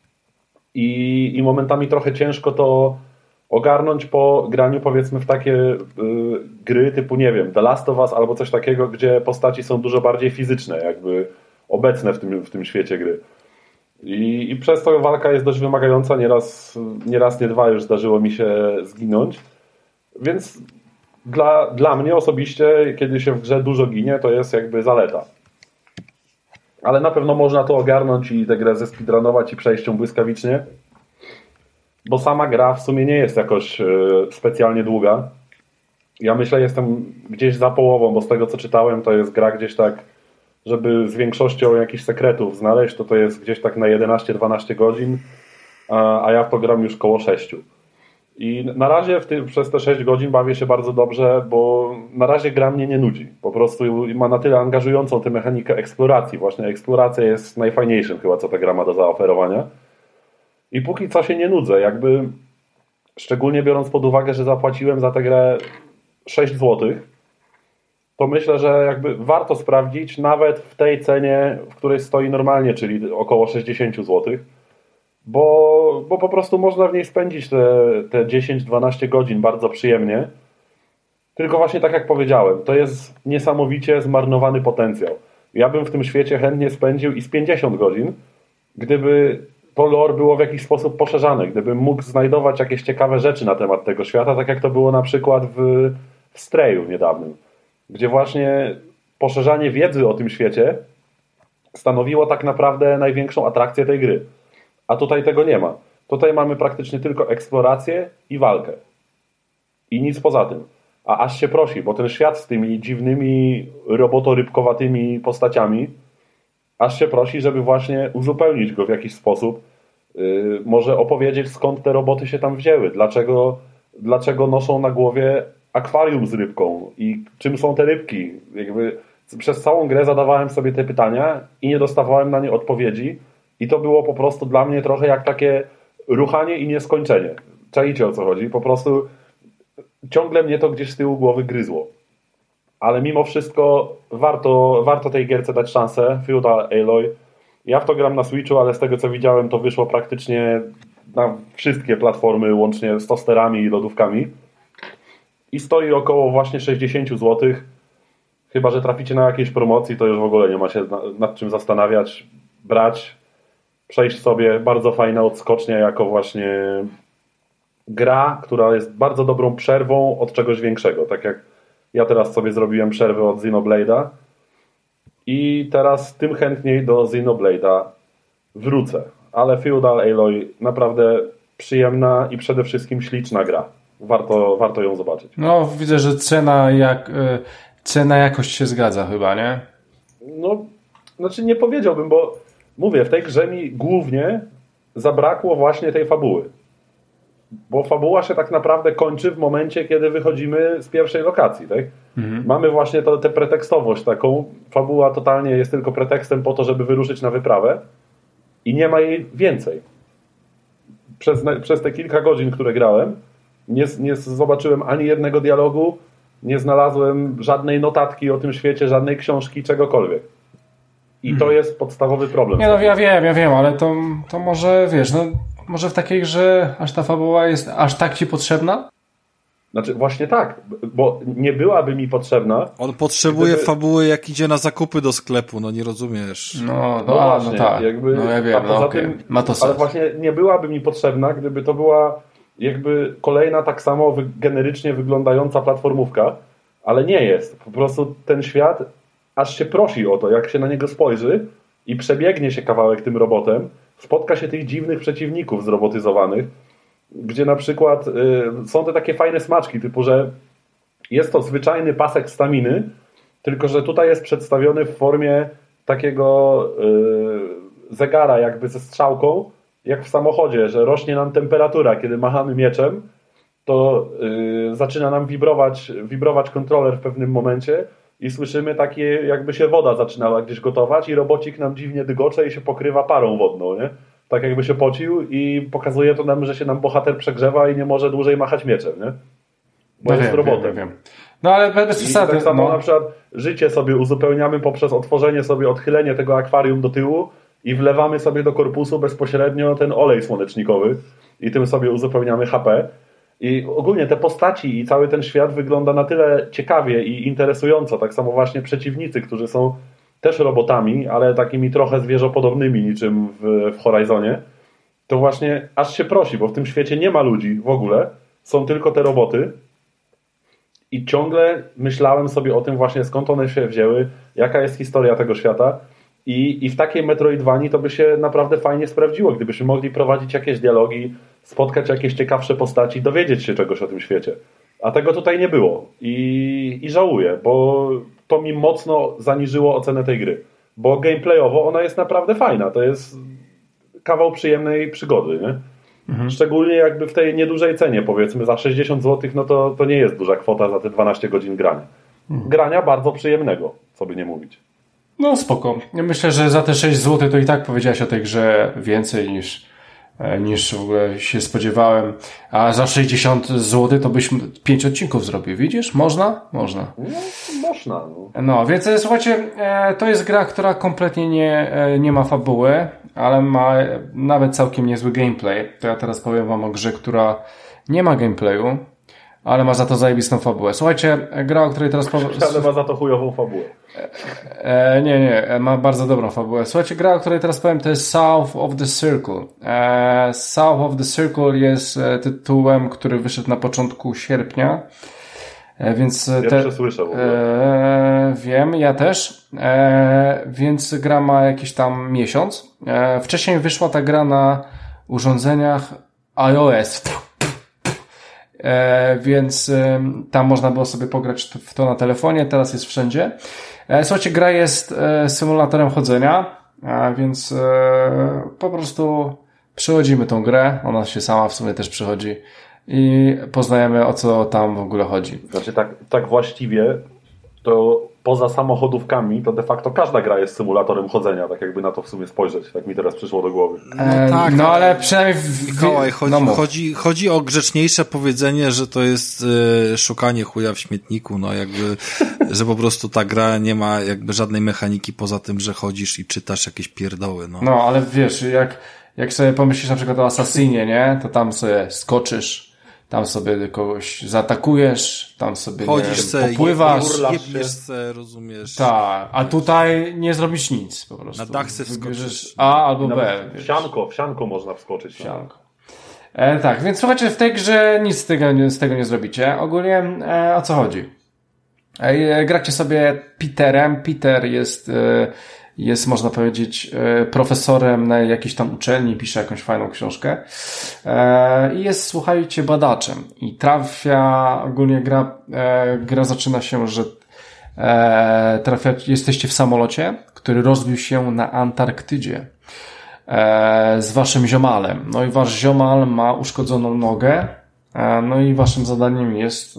[SPEAKER 3] i momentami trochę ciężko to ogarnąć po graniu powiedzmy w takie gry typu, nie wiem, The Last of Us albo coś takiego, gdzie postaci są dużo bardziej fizyczne, jakby obecne w tym świecie gry. I przez to walka jest dość wymagająca, nie dwa już zdarzyło mi się zginąć. Więc dla mnie osobiście, kiedy się w grze dużo ginie, to jest jakby zaleta. Ale na pewno można to ogarnąć i tę grę zespeedrunować i przejść ją błyskawicznie, bo sama gra w sumie nie jest jakoś specjalnie długa. Ja myślę, jestem gdzieś za połową, bo z tego co czytałem, to jest gra gdzieś tak, żeby z większością jakichś sekretów znaleźć, to jest gdzieś tak na 11-12 godzin, a ja w to gram już koło 6. I na razie przez te 6 godzin bawię się bardzo dobrze, bo na razie gra mnie nie nudzi. Po prostu ma na tyle angażującą tę mechanikę eksploracji. Właśnie eksploracja jest najfajniejszym chyba, co ta gra ma do zaoferowania. I póki co się nie nudzę. Jakby szczególnie biorąc pod uwagę, że zapłaciłem za tę grę 6 zł, to myślę, że jakby warto sprawdzić nawet w tej cenie, w której stoi normalnie, czyli około 60 zł. Bo po prostu można w niej spędzić te 10-12 godzin bardzo przyjemnie. Tylko właśnie tak jak powiedziałem, to jest niesamowicie zmarnowany potencjał. Ja bym w tym świecie chętnie spędził i z 50 godzin, gdyby to lore było w jakiś sposób poszerzane, gdybym mógł znajdować jakieś ciekawe rzeczy na temat tego świata, tak jak to było na przykład w Strayu niedawnym, gdzie właśnie poszerzanie wiedzy o tym świecie stanowiło tak naprawdę największą atrakcję tej gry. A tutaj tego nie ma. Tutaj mamy praktycznie tylko eksplorację i walkę. I nic poza tym. A aż się prosi, bo ten świat z tymi dziwnymi, robotorybkowatymi postaciami, aż się prosi, żeby właśnie uzupełnić go w jakiś sposób. Może opowiedzieć, skąd te roboty się tam wzięły. Dlaczego noszą na głowie akwarium z rybką i czym są te rybki. Jakby przez całą grę zadawałem sobie te pytania i nie dostawałem na nie odpowiedzi. I to było po prostu dla mnie trochę jak takie ruchanie i nieskończenie. Czaicie, o co chodzi? Po prostu ciągle mnie to gdzieś z tyłu głowy gryzło. Ale mimo wszystko warto tej gierce dać szansę. Feudal Aloy. Ja w to gram na Switchu, ale z tego co widziałem, to wyszło praktycznie na wszystkie platformy, łącznie z tosterami i lodówkami. I stoi około właśnie 60 zł. Chyba że traficie na jakieś promocji, to już w ogóle nie ma się nad czym zastanawiać. Brać, przejść sobie. Bardzo fajna odskocznia jako właśnie gra, która jest bardzo dobrą przerwą od czegoś większego. Tak jak ja teraz sobie zrobiłem przerwę od Xenoblade'a i teraz tym chętniej do Xenoblade'a wrócę. Ale Feudal Aloy naprawdę przyjemna i przede wszystkim śliczna gra. Warto ją zobaczyć.
[SPEAKER 1] No widzę, że cena jakość się zgadza chyba, nie?
[SPEAKER 3] No, znaczy nie powiedziałbym, bo mówię, w tej grze mi głównie zabrakło właśnie tej fabuły. Bo fabuła się tak naprawdę kończy w momencie, kiedy wychodzimy z pierwszej lokacji, tak? Mhm. Mamy właśnie tę pretekstowość taką. Fabuła totalnie jest tylko pretekstem po to, żeby wyruszyć na wyprawę i nie ma jej więcej. Przez te kilka godzin, które grałem, nie zobaczyłem ani jednego dialogu, nie znalazłem żadnej notatki o tym świecie, żadnej książki, czegokolwiek. I to jest podstawowy problem.
[SPEAKER 1] Nie, no ja wiem, ale to może, wiesz, no może w takiej grze aż ta fabuła jest aż tak ci potrzebna?
[SPEAKER 3] Znaczy właśnie tak, bo nie byłaby mi potrzebna.
[SPEAKER 2] On potrzebuje fabuły, jak idzie na zakupy do sklepu, no nie rozumiesz.
[SPEAKER 3] No właśnie, tak. Jakby,
[SPEAKER 1] no ja wiem, ma to sens.
[SPEAKER 3] Ale właśnie nie byłaby mi potrzebna, gdyby to była jakby kolejna tak samo generycznie wyglądająca platformówka, ale nie jest. Po prostu ten świat aż się prosi o to, jak się na niego spojrzy i przebiegnie się kawałek tym robotem, spotka się tych dziwnych przeciwników zrobotyzowanych, gdzie na przykład są te takie fajne smaczki, typu, że jest to zwyczajny pasek staminy, tylko że tutaj jest przedstawiony w formie takiego zegara jakby ze strzałką, jak w samochodzie, że rośnie nam temperatura, kiedy machamy mieczem, to zaczyna nam wibrować kontroler w pewnym momencie i słyszymy takie, jakby się woda zaczynała gdzieś gotować i robocik nam dziwnie dygocze i się pokrywa parą wodną, nie? Tak jakby się pocił i pokazuje to nam, że się nam bohater przegrzewa i nie może dłużej machać mieczem, nie? Bo jest robotem.
[SPEAKER 1] Wiem. No ale bez przesady.
[SPEAKER 3] Tak samo na przykład życie sobie uzupełniamy poprzez otworzenie sobie, odchylenie tego akwarium do tyłu i wlewamy sobie do korpusu bezpośrednio ten olej słonecznikowy i tym sobie uzupełniamy HP. I ogólnie te postaci i cały ten świat wygląda na tyle ciekawie i interesująco. Tak samo właśnie przeciwnicy, którzy są też robotami, ale takimi trochę zwierzopodobnymi niczym w Horizonie. To właśnie aż się prosi, bo w tym świecie nie ma ludzi w ogóle. Są tylko te roboty. I ciągle myślałem sobie o tym właśnie, skąd one się wzięły, jaka jest historia tego świata. I w takiej Metroidvanii to by się naprawdę fajnie sprawdziło, gdybyśmy mogli prowadzić jakieś dialogi, spotkać jakieś ciekawsze postaci, dowiedzieć się czegoś o tym świecie. A tego tutaj nie było. I żałuję, bo to mi mocno zaniżyło ocenę tej gry. Bo gameplayowo ona jest naprawdę fajna. To jest kawał przyjemnej przygody, nie? Mhm. Szczególnie jakby w tej niedużej cenie, powiedzmy za 60 zł, no to nie jest duża kwota za te 12 godzin grania. Grania bardzo przyjemnego, co by nie mówić.
[SPEAKER 1] No spoko. Ja myślę, że za te 6 zł to i tak powiedziałeś o tej grze więcej niż w ogóle się spodziewałem. A za 60 zł to byś 5 odcinków zrobił. Widzisz? Można? Można.
[SPEAKER 3] No, można.
[SPEAKER 1] No, więc słuchajcie, to jest gra, która kompletnie nie ma fabuły, ale ma nawet całkiem niezły gameplay. To ja teraz powiem wam o grze, która nie ma gameplayu, ale ma za to zajebistą fabułę. Słuchajcie, gra, o której teraz powiem...
[SPEAKER 3] Ale ma za to chujową fabułę.
[SPEAKER 1] Nie, ma bardzo dobrą fabułę. Słuchajcie, gra, o której teraz powiem, to jest South of the Circle. South of the Circle jest tytułem, który wyszedł na początku sierpnia. Więc
[SPEAKER 3] pierwsze słyszę w ogóle.
[SPEAKER 1] Wiem, ja też. Więc gra ma jakiś tam miesiąc. Wcześniej wyszła ta gra na urządzeniach iOS. Więc tam można było sobie pograć w to na telefonie, teraz jest wszędzie. Słuchajcie, gra jest symulatorem chodzenia, więc po prostu przychodzimy tą grę, ona się sama w sumie też przychodzi i poznajemy, o co tam w ogóle chodzi.
[SPEAKER 3] Znaczy tak właściwie to poza samochodówkami to de facto każda gra jest symulatorem chodzenia, tak jakby na to w sumie spojrzeć, tak mi teraz przyszło do głowy.
[SPEAKER 1] Tak, no ale przynajmniej...
[SPEAKER 2] Mikołaj, chodzi o grzeczniejsze powiedzenie, że to jest szukanie chuja w śmietniku, no jakby, że po prostu ta gra nie ma jakby żadnej mechaniki poza tym, że chodzisz i czytasz jakieś pierdoły, no.
[SPEAKER 1] No, ale wiesz, jak sobie pomyślisz na przykład o Assassinie, nie? To tam sobie skoczysz, tam sobie kogoś zaatakujesz, tam sobie popływasz.
[SPEAKER 2] Jebniesz se, rozumiesz.
[SPEAKER 1] Tak, a tutaj nie zrobisz nic po prostu.
[SPEAKER 2] Na dach se wskoczysz.
[SPEAKER 1] A albo B.
[SPEAKER 3] W sianko można wskoczyć.
[SPEAKER 1] Sianko. Tak, więc słuchajcie, w tej grze nic z tego nie zrobicie. Ogólnie o co chodzi? Gracie sobie Peterem. Peter jest, można powiedzieć, profesorem na jakiejś tam uczelni, pisze jakąś fajną książkę i jest, słuchajcie, badaczem i ogólnie gra zaczyna się, że jesteście w samolocie, który rozbił się na Antarktydzie z waszym ziomalem. No i wasz ziomal ma uszkodzoną nogę, no i waszym zadaniem jest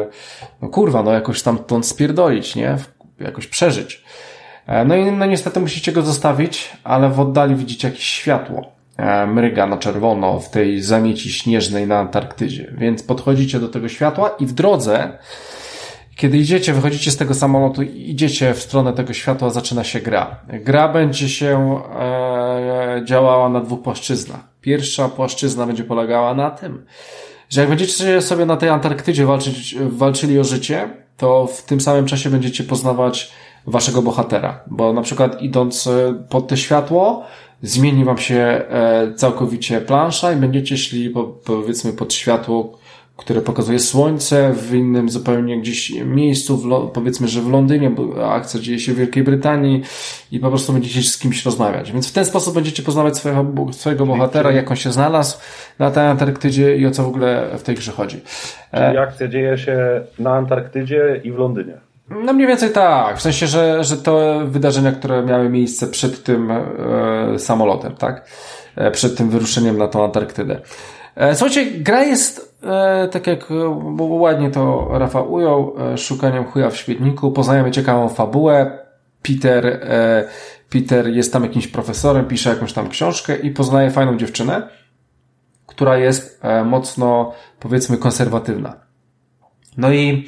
[SPEAKER 1] jakoś tam spierdolić, nie? Jakoś przeżyć. No i niestety musicie go zostawić, ale w oddali widzicie jakieś światło. Mryga na czerwono w tej zamieci śnieżnej na Antarktydzie. Więc podchodzicie do tego światła i w drodze, kiedy wychodzicie z tego samolotu i idziecie w stronę tego światła, zaczyna się gra. Gra będzie się działała na 2 płaszczyznach. Pierwsza płaszczyzna będzie polegała na tym, że jak będziecie sobie na tej Antarktydzie walczyli o życie, to w tym samym czasie będziecie poznawać waszego bohatera, bo na przykład idąc pod to światło zmieni wam się całkowicie plansza i będziecie szli powiedzmy pod światło, które pokazuje słońce w innym zupełnie gdzieś miejscu, powiedzmy, że w Londynie, bo akcja dzieje się w Wielkiej Brytanii i po prostu będziecie z kimś rozmawiać. Więc w ten sposób będziecie poznawać swojego bohatera, jak on się znalazł na tej Antarktydzie i o co w ogóle w tej grze chodzi.
[SPEAKER 3] Czyli akcja dzieje się na Antarktydzie i w Londynie.
[SPEAKER 1] No mniej więcej tak, w sensie, że to wydarzenia, które miały miejsce przed tym samolotem, tak? Przed tym wyruszeniem na tą Antarktydę. Słuchajcie, gra jest, tak jak ładnie to Rafał ujął, szukaniem chuja w śmietniku, poznajemy ciekawą fabułę, Peter jest tam jakimś profesorem, pisze jakąś tam książkę i poznaje fajną dziewczynę, która jest mocno, powiedzmy, konserwatywna. No i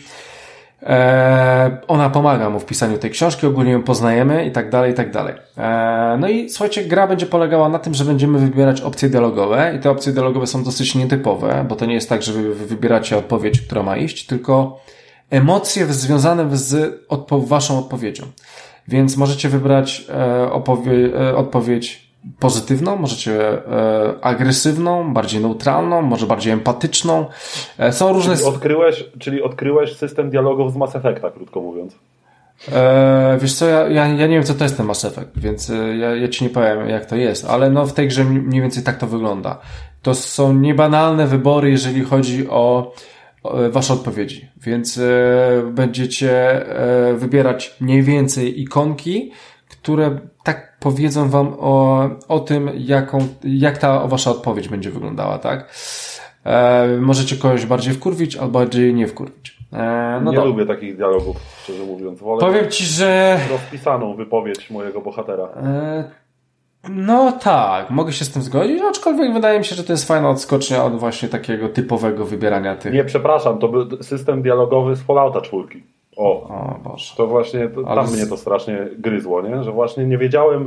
[SPEAKER 1] ona pomaga mu w pisaniu tej książki, ogólnie ją poznajemy i tak dalej, i tak dalej. No i słuchajcie, gra będzie polegała na tym, że będziemy wybierać opcje dialogowe i te opcje dialogowe są dosyć nietypowe, bo to nie jest tak, że wy wybieracie odpowiedź, która ma iść, tylko emocje związane z waszą odpowiedzią. Więc możecie wybrać odpowiedź pozytywną, możecie agresywną, bardziej neutralną, może bardziej empatyczną. Są różne...
[SPEAKER 3] Czyli odkryłeś system dialogów z Mass Effecta, krótko mówiąc.
[SPEAKER 1] Wiesz co, ja nie wiem, co to jest ten Mass Effect, więc ja ci nie powiem, jak to jest, ale no w tej grze mniej więcej tak to wygląda. To są niebanalne wybory, jeżeli chodzi o wasze odpowiedzi, więc będziecie wybierać mniej więcej ikonki, które tak powiedzą wam o tym, jak ta wasza odpowiedź będzie wyglądała, tak? Możecie kogoś bardziej wkurwić, albo bardziej nie wkurwić.
[SPEAKER 3] Nie lubię takich dialogów, szczerze mówiąc. Wolę
[SPEAKER 1] powiem ci, że
[SPEAKER 3] rozpisaną wypowiedź mojego bohatera.
[SPEAKER 1] No tak, mogę się z tym zgodzić, aczkolwiek wydaje mi się, że to jest fajna odskocznia od właśnie takiego typowego wybierania tych.
[SPEAKER 3] Nie, przepraszam, to był system dialogowy z Fallouta 4.
[SPEAKER 1] O Boże.
[SPEAKER 3] To właśnie, tam mnie to strasznie gryzło, nie? Że właśnie nie wiedziałem,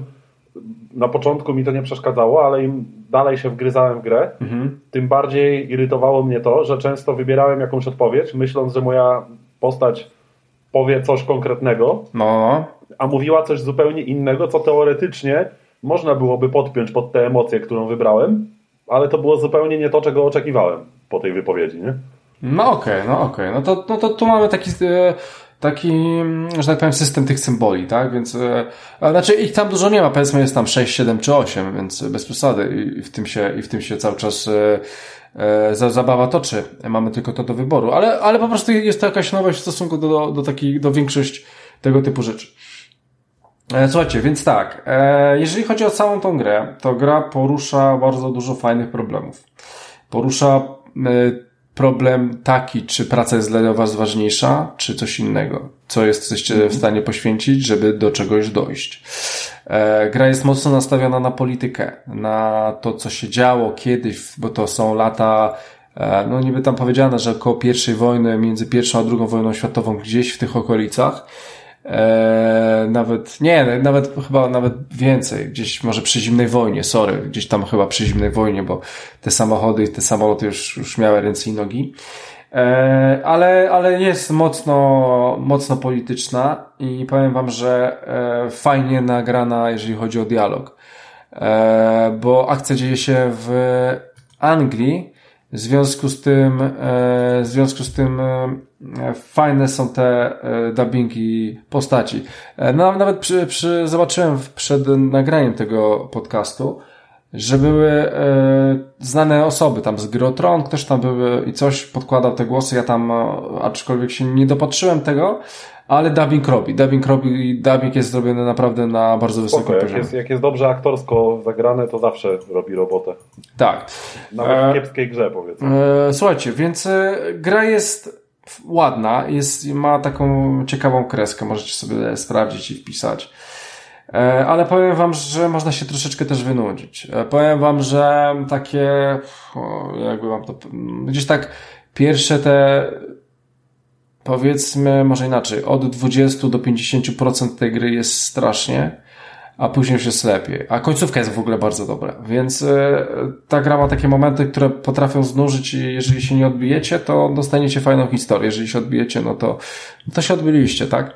[SPEAKER 3] na początku mi to nie przeszkadzało, ale im dalej się wgryzałem w grę, tym bardziej irytowało mnie to, że często wybierałem jakąś odpowiedź, myśląc, że moja postać powie coś konkretnego, a mówiła coś zupełnie innego, co teoretycznie można byłoby podpiąć pod tę emocję, którą wybrałem, ale to było zupełnie nie to, czego oczekiwałem po tej wypowiedzi, nie?
[SPEAKER 1] No okej. No to tu mamy taki, że tak powiem, system tych symboli, tak? Więc, znaczy ich tam dużo nie ma, powiedzmy jest tam 6, 7 czy 8, więc bez przesady i w tym się cały czas zabawa toczy. Mamy tylko to do wyboru, ale po prostu jest to jakaś nowość w stosunku do większości tego typu rzeczy. Słuchajcie, więc tak, jeżeli chodzi o całą tą grę, to gra porusza bardzo dużo fajnych problemów. Porusza problem taki, czy praca jest dla was ważniejsza, czy coś innego. Co jesteście w stanie poświęcić, żeby do czegoś dojść. Gra jest mocno nastawiona na politykę, na to, co się działo kiedyś, bo to są lata, no niby tam powiedziane, że około I wojny, między I a II wojną światową, gdzieś w tych okolicach. Nawet więcej, gdzieś może przy zimnej wojnie, gdzieś tam chyba przy zimnej wojnie, bo te samochody i te samoloty już miały ręce i nogi, ale jest mocno polityczna i powiem wam, że fajnie nagrana, jeżeli chodzi o dialog, bo akcja dzieje się w Anglii. W związku z tym fajne są te dubbingi postaci. Nawet zobaczyłem przed nagraniem tego podcastu, że były znane osoby tam z Gry o Tron, ktoś tam był i coś podkładał te głosy. Ja tam, aczkolwiek się nie dopatrzyłem tego, ale dubbing jest zrobiony naprawdę na bardzo wysokim poziomie.
[SPEAKER 3] Jak jest dobrze aktorsko zagrane, to zawsze robi robotę.
[SPEAKER 1] Tak.
[SPEAKER 3] Nawet w kiepskiej grze, powiedzmy.
[SPEAKER 1] Słuchajcie, więc gra jest ładna, ma taką ciekawą kreskę, możecie sobie sprawdzić i wpisać. Ale powiem wam, że można się troszeczkę też wynudzić. Powiem wam, że takie, jakby wam to, gdzieś tak pierwsze te, powiedzmy, może inaczej, od 20 do 50% tej gry jest strasznie, a później już jest lepiej. A końcówka jest w ogóle bardzo dobra. Więc ta gra ma takie momenty, które potrafią znużyć i jeżeli się nie odbijecie, to dostaniecie fajną historię. Jeżeli się odbijecie, no to się odbyliście, tak?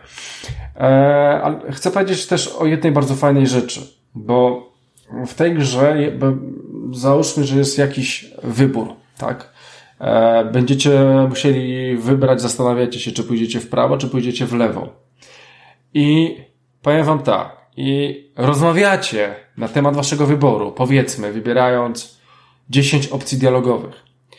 [SPEAKER 1] Ale chcę powiedzieć też o jednej bardzo fajnej rzeczy, bo w tej grze załóżmy, że jest jakiś wybór, tak? Będziecie musieli wybrać, zastanawiacie się, czy pójdziecie w prawo, czy pójdziecie w lewo. I powiem wam tak, i rozmawiacie na temat waszego wyboru, powiedzmy, wybierając 10 opcji dialogowych.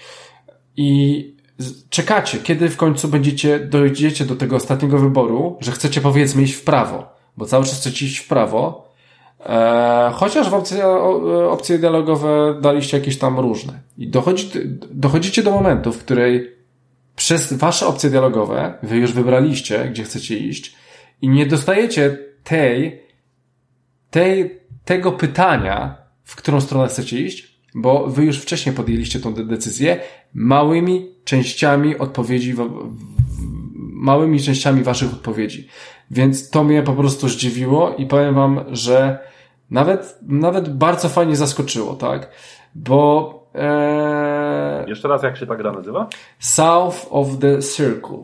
[SPEAKER 1] I czekacie, kiedy w końcu dojdziecie do tego ostatniego wyboru, że chcecie, powiedzmy, iść w prawo, bo cały czas chcecie iść w prawo, chociaż w opcje dialogowe daliście jakieś tam różne. I dochodzicie do momentu, w której przez wasze opcje dialogowe wy już wybraliście, gdzie chcecie iść i nie dostajecie tego pytania, w którą stronę chcecie iść, bo wy już wcześniej podjęliście tą decyzję małymi częściami waszych odpowiedzi. Więc to mnie po prostu zdziwiło i powiem wam, że nawet bardzo fajnie zaskoczyło, tak? Bo
[SPEAKER 3] jeszcze raz, jak się ta gra nazywa?
[SPEAKER 1] South of the Circle.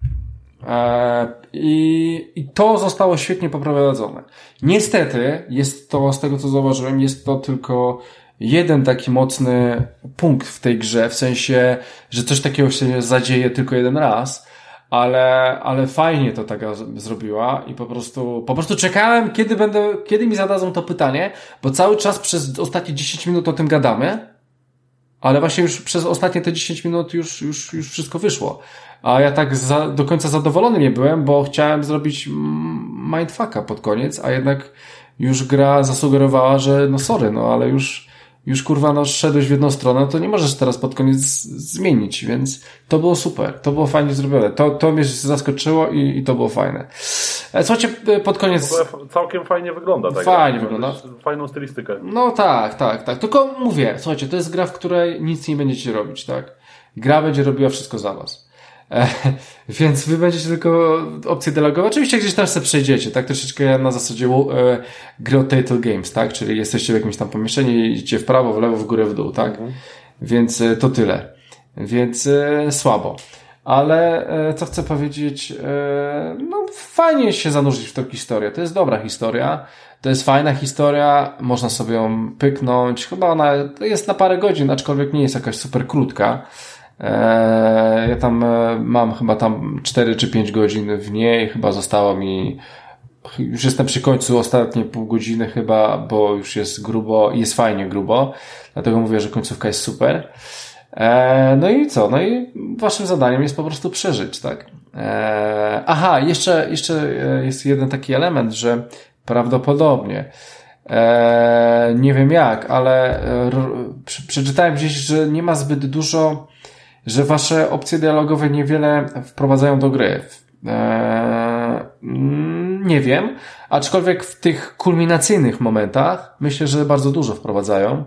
[SPEAKER 1] I to zostało świetnie poprowadzone. Niestety, jest to, z tego co zauważyłem, jest to tylko jeden taki mocny punkt w tej grze, w sensie, że coś takiego się zadzieje tylko jeden raz, ale fajnie to taka zrobiła i po prostu czekałem, kiedy mi zadadzą to pytanie, bo cały czas przez ostatnie 10 minut o tym gadamy, ale właśnie już przez ostatnie te 10 minut już wszystko wyszło. A ja tak do końca zadowolony nie byłem, bo chciałem zrobić mindfucka pod koniec, a jednak już gra zasugerowała, że no sorry, no ale już kurwa, no szedłeś w jedną stronę, to nie możesz teraz pod koniec zmienić, więc to było super, to było fajnie zrobione, to mnie zaskoczyło i to było fajne. Słuchajcie, pod koniec...
[SPEAKER 3] Całkiem fajnie wygląda. Tak?
[SPEAKER 1] Fajnie wygląda.
[SPEAKER 3] Fajną stylistykę.
[SPEAKER 1] No tak, tylko mówię, słuchajcie, to jest gra, w której nic nie będziecie robić, tak? Gra będzie robiła wszystko za was. Więc wy będziecie tylko opcję dialogową. Oczywiście gdzieś tam sobie przejdziecie, tak? Troszeczkę na zasadzie gry od Telltale Games, tak? Czyli jesteście w jakimś tam pomieszczeniu i idziecie w prawo, w lewo, w górę, w dół, tak? Więc to tyle. Więc słabo. Ale co chcę powiedzieć, no fajnie się zanurzyć w tą historię. To jest dobra historia. To jest fajna historia, można sobie ją pyknąć. Chyba ona jest na parę godzin, aczkolwiek nie jest jakaś super krótka. Ja tam mam chyba tam 4 czy 5 godzin w niej. Chyba zostało mi, już jestem przy końcu ostatnie pół godziny chyba, bo już jest grubo i jest fajnie grubo. Dlatego mówię, że końcówka jest super. No i co? No i waszym zadaniem jest po prostu przeżyć, tak? Aha, jeszcze jest jeden taki element, że prawdopodobnie nie wiem jak, ale przeczytałem gdzieś, że nie ma zbyt dużo, że wasze opcje dialogowe niewiele wprowadzają do gry. Nie wiem, aczkolwiek w tych kulminacyjnych momentach myślę, że bardzo dużo wprowadzają,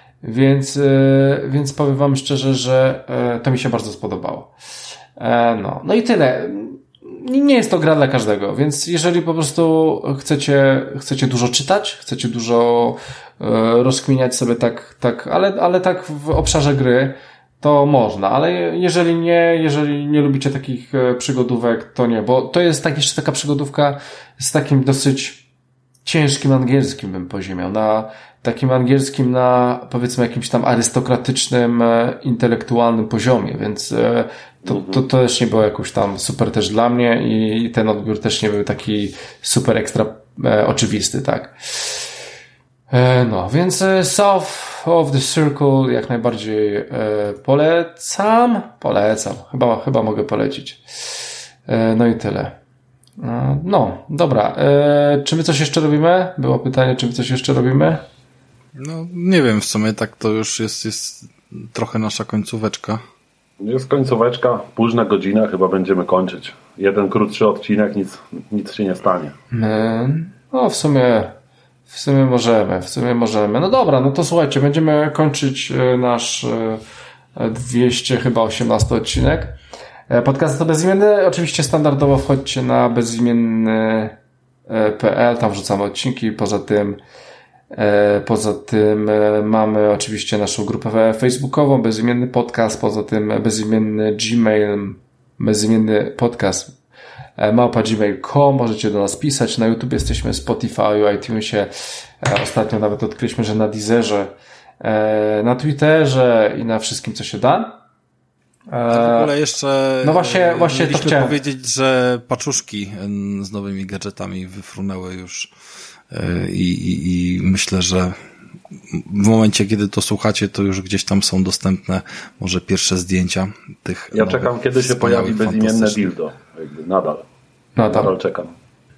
[SPEAKER 1] więc powiem wam szczerze, że to mi się bardzo spodobało. No i tyle. Nie jest to gra dla każdego, więc jeżeli po prostu chcecie dużo czytać, chcecie dużo rozkminiać sobie tak, ale tak w obszarze gry, to można, ale jeżeli nie lubicie takich przygodówek, to nie, bo to jest jeszcze taka przygodówka z takim dosyć ciężkim angielskim, bym poziomie, na takim angielskim na powiedzmy jakimś tam arystokratycznym, intelektualnym poziomie, więc to też nie było jakoś tam super też dla mnie i ten odbiór też nie był taki super ekstra oczywisty, tak. No, więc South of the Circle jak najbardziej polecam. Chyba mogę polecić. No i tyle. No, dobra. Czy my coś jeszcze robimy? Było pytanie, czy my coś jeszcze robimy?
[SPEAKER 2] No, nie wiem, w sumie tak to już jest trochę nasza końcóweczka.
[SPEAKER 3] Jest końcóweczka, późna godzina, chyba będziemy kończyć. Jeden krótszy odcinek, nic się nie stanie.
[SPEAKER 1] No, w sumie możemy. No dobra, no to słuchajcie, będziemy kończyć nasz 218 odcinek. Podcast to bezimienny. Oczywiście standardowo wchodźcie na bezimienny.pl, tam wrzucamy odcinki. Poza tym mamy oczywiście naszą grupę facebookową, bezimienny podcast, poza tym bezimienny Gmail, bezimienny podcast @gmail.com, możecie do nas pisać, na YouTube jesteśmy, Spotify, iTunesie, ostatnio nawet odkryliśmy, że na Deezerze, na Twitterze i na wszystkim, co się da.
[SPEAKER 2] W ogóle jeszcze
[SPEAKER 1] no właśnie to chciałem
[SPEAKER 2] powiedzieć, że paczuszki z nowymi gadżetami wyfrunęły już i myślę, że w momencie, kiedy to słuchacie, to już gdzieś tam są dostępne może pierwsze zdjęcia tych.
[SPEAKER 3] Ja czekam, kiedy się pojawi bezimienne dildo. Nadal czekam.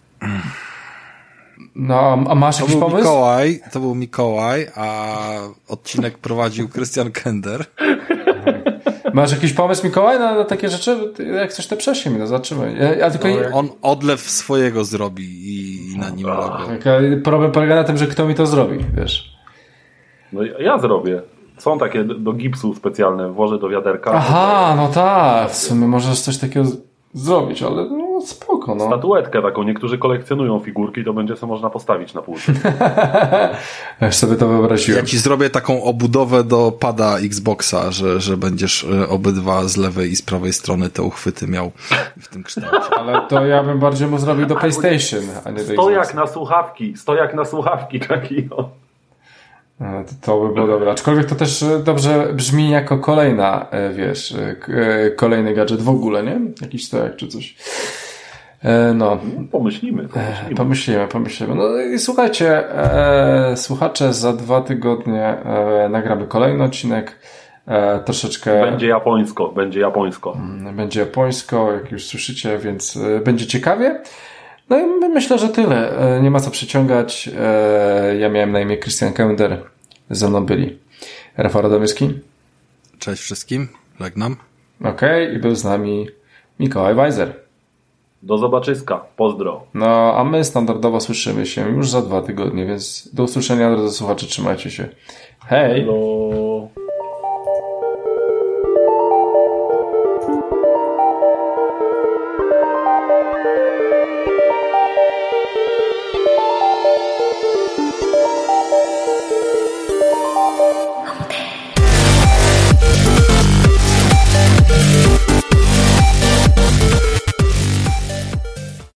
[SPEAKER 1] No, a masz jakiś pomysł?
[SPEAKER 2] To był Mikołaj, a odcinek prowadził Krystian Kender.
[SPEAKER 1] Masz jakiś pomysł, Mikołaj, na takie rzeczy? Jak coś to prześlij mi, zobaczymy.
[SPEAKER 2] On odlew swojego zrobi i na nim robię.
[SPEAKER 1] Problem polega na tym, że kto mi to zrobi, wiesz.
[SPEAKER 3] No ja zrobię. Są takie do gipsu specjalne, włożę do wiaderka.
[SPEAKER 1] Aha, no tak, w sumie możesz coś takiego zrobić, ale no spoko, no.
[SPEAKER 3] Statuetkę taką, niektórzy kolekcjonują figurki, to będzie sobie można postawić na półce.
[SPEAKER 1] Ja sobie to wyobraziłem.
[SPEAKER 2] Ja ci zrobię taką obudowę do pada Xboxa, że będziesz obydwa z lewej i z prawej strony te uchwyty miał w tym kształcie.
[SPEAKER 1] Ale to ja bym bardziej mu zrobił do PlayStation, a nie do Xboxa.
[SPEAKER 3] Stojak na słuchawki taki, no.
[SPEAKER 1] To by było dobre. Aczkolwiek to też dobrze brzmi jako kolejna, kolejny gadżet w ogóle, nie? Jakiś stojak czy coś. No.
[SPEAKER 3] Pomyślimy.
[SPEAKER 1] No i słuchajcie, słuchacze, za 2 tygodnie nagramy kolejny odcinek. Troszeczkę...
[SPEAKER 3] Będzie japońsko.
[SPEAKER 1] Będzie japońsko, jak już słyszycie, więc będzie ciekawie. No i myślę, że tyle. Nie ma co przyciągać. Ja miałem na imię Krystian Kender. Ze mną byli Rafał Radomyski.
[SPEAKER 2] Cześć wszystkim. Żegnam.
[SPEAKER 1] Okej, i był z nami Mikołaj Weiser.
[SPEAKER 3] Do zobaczyska. Pozdro.
[SPEAKER 1] No, a my standardowo słyszymy się już za 2 tygodnie, więc do usłyszenia, drodzy słuchacze. Trzymajcie się. Hej!
[SPEAKER 3] Hello.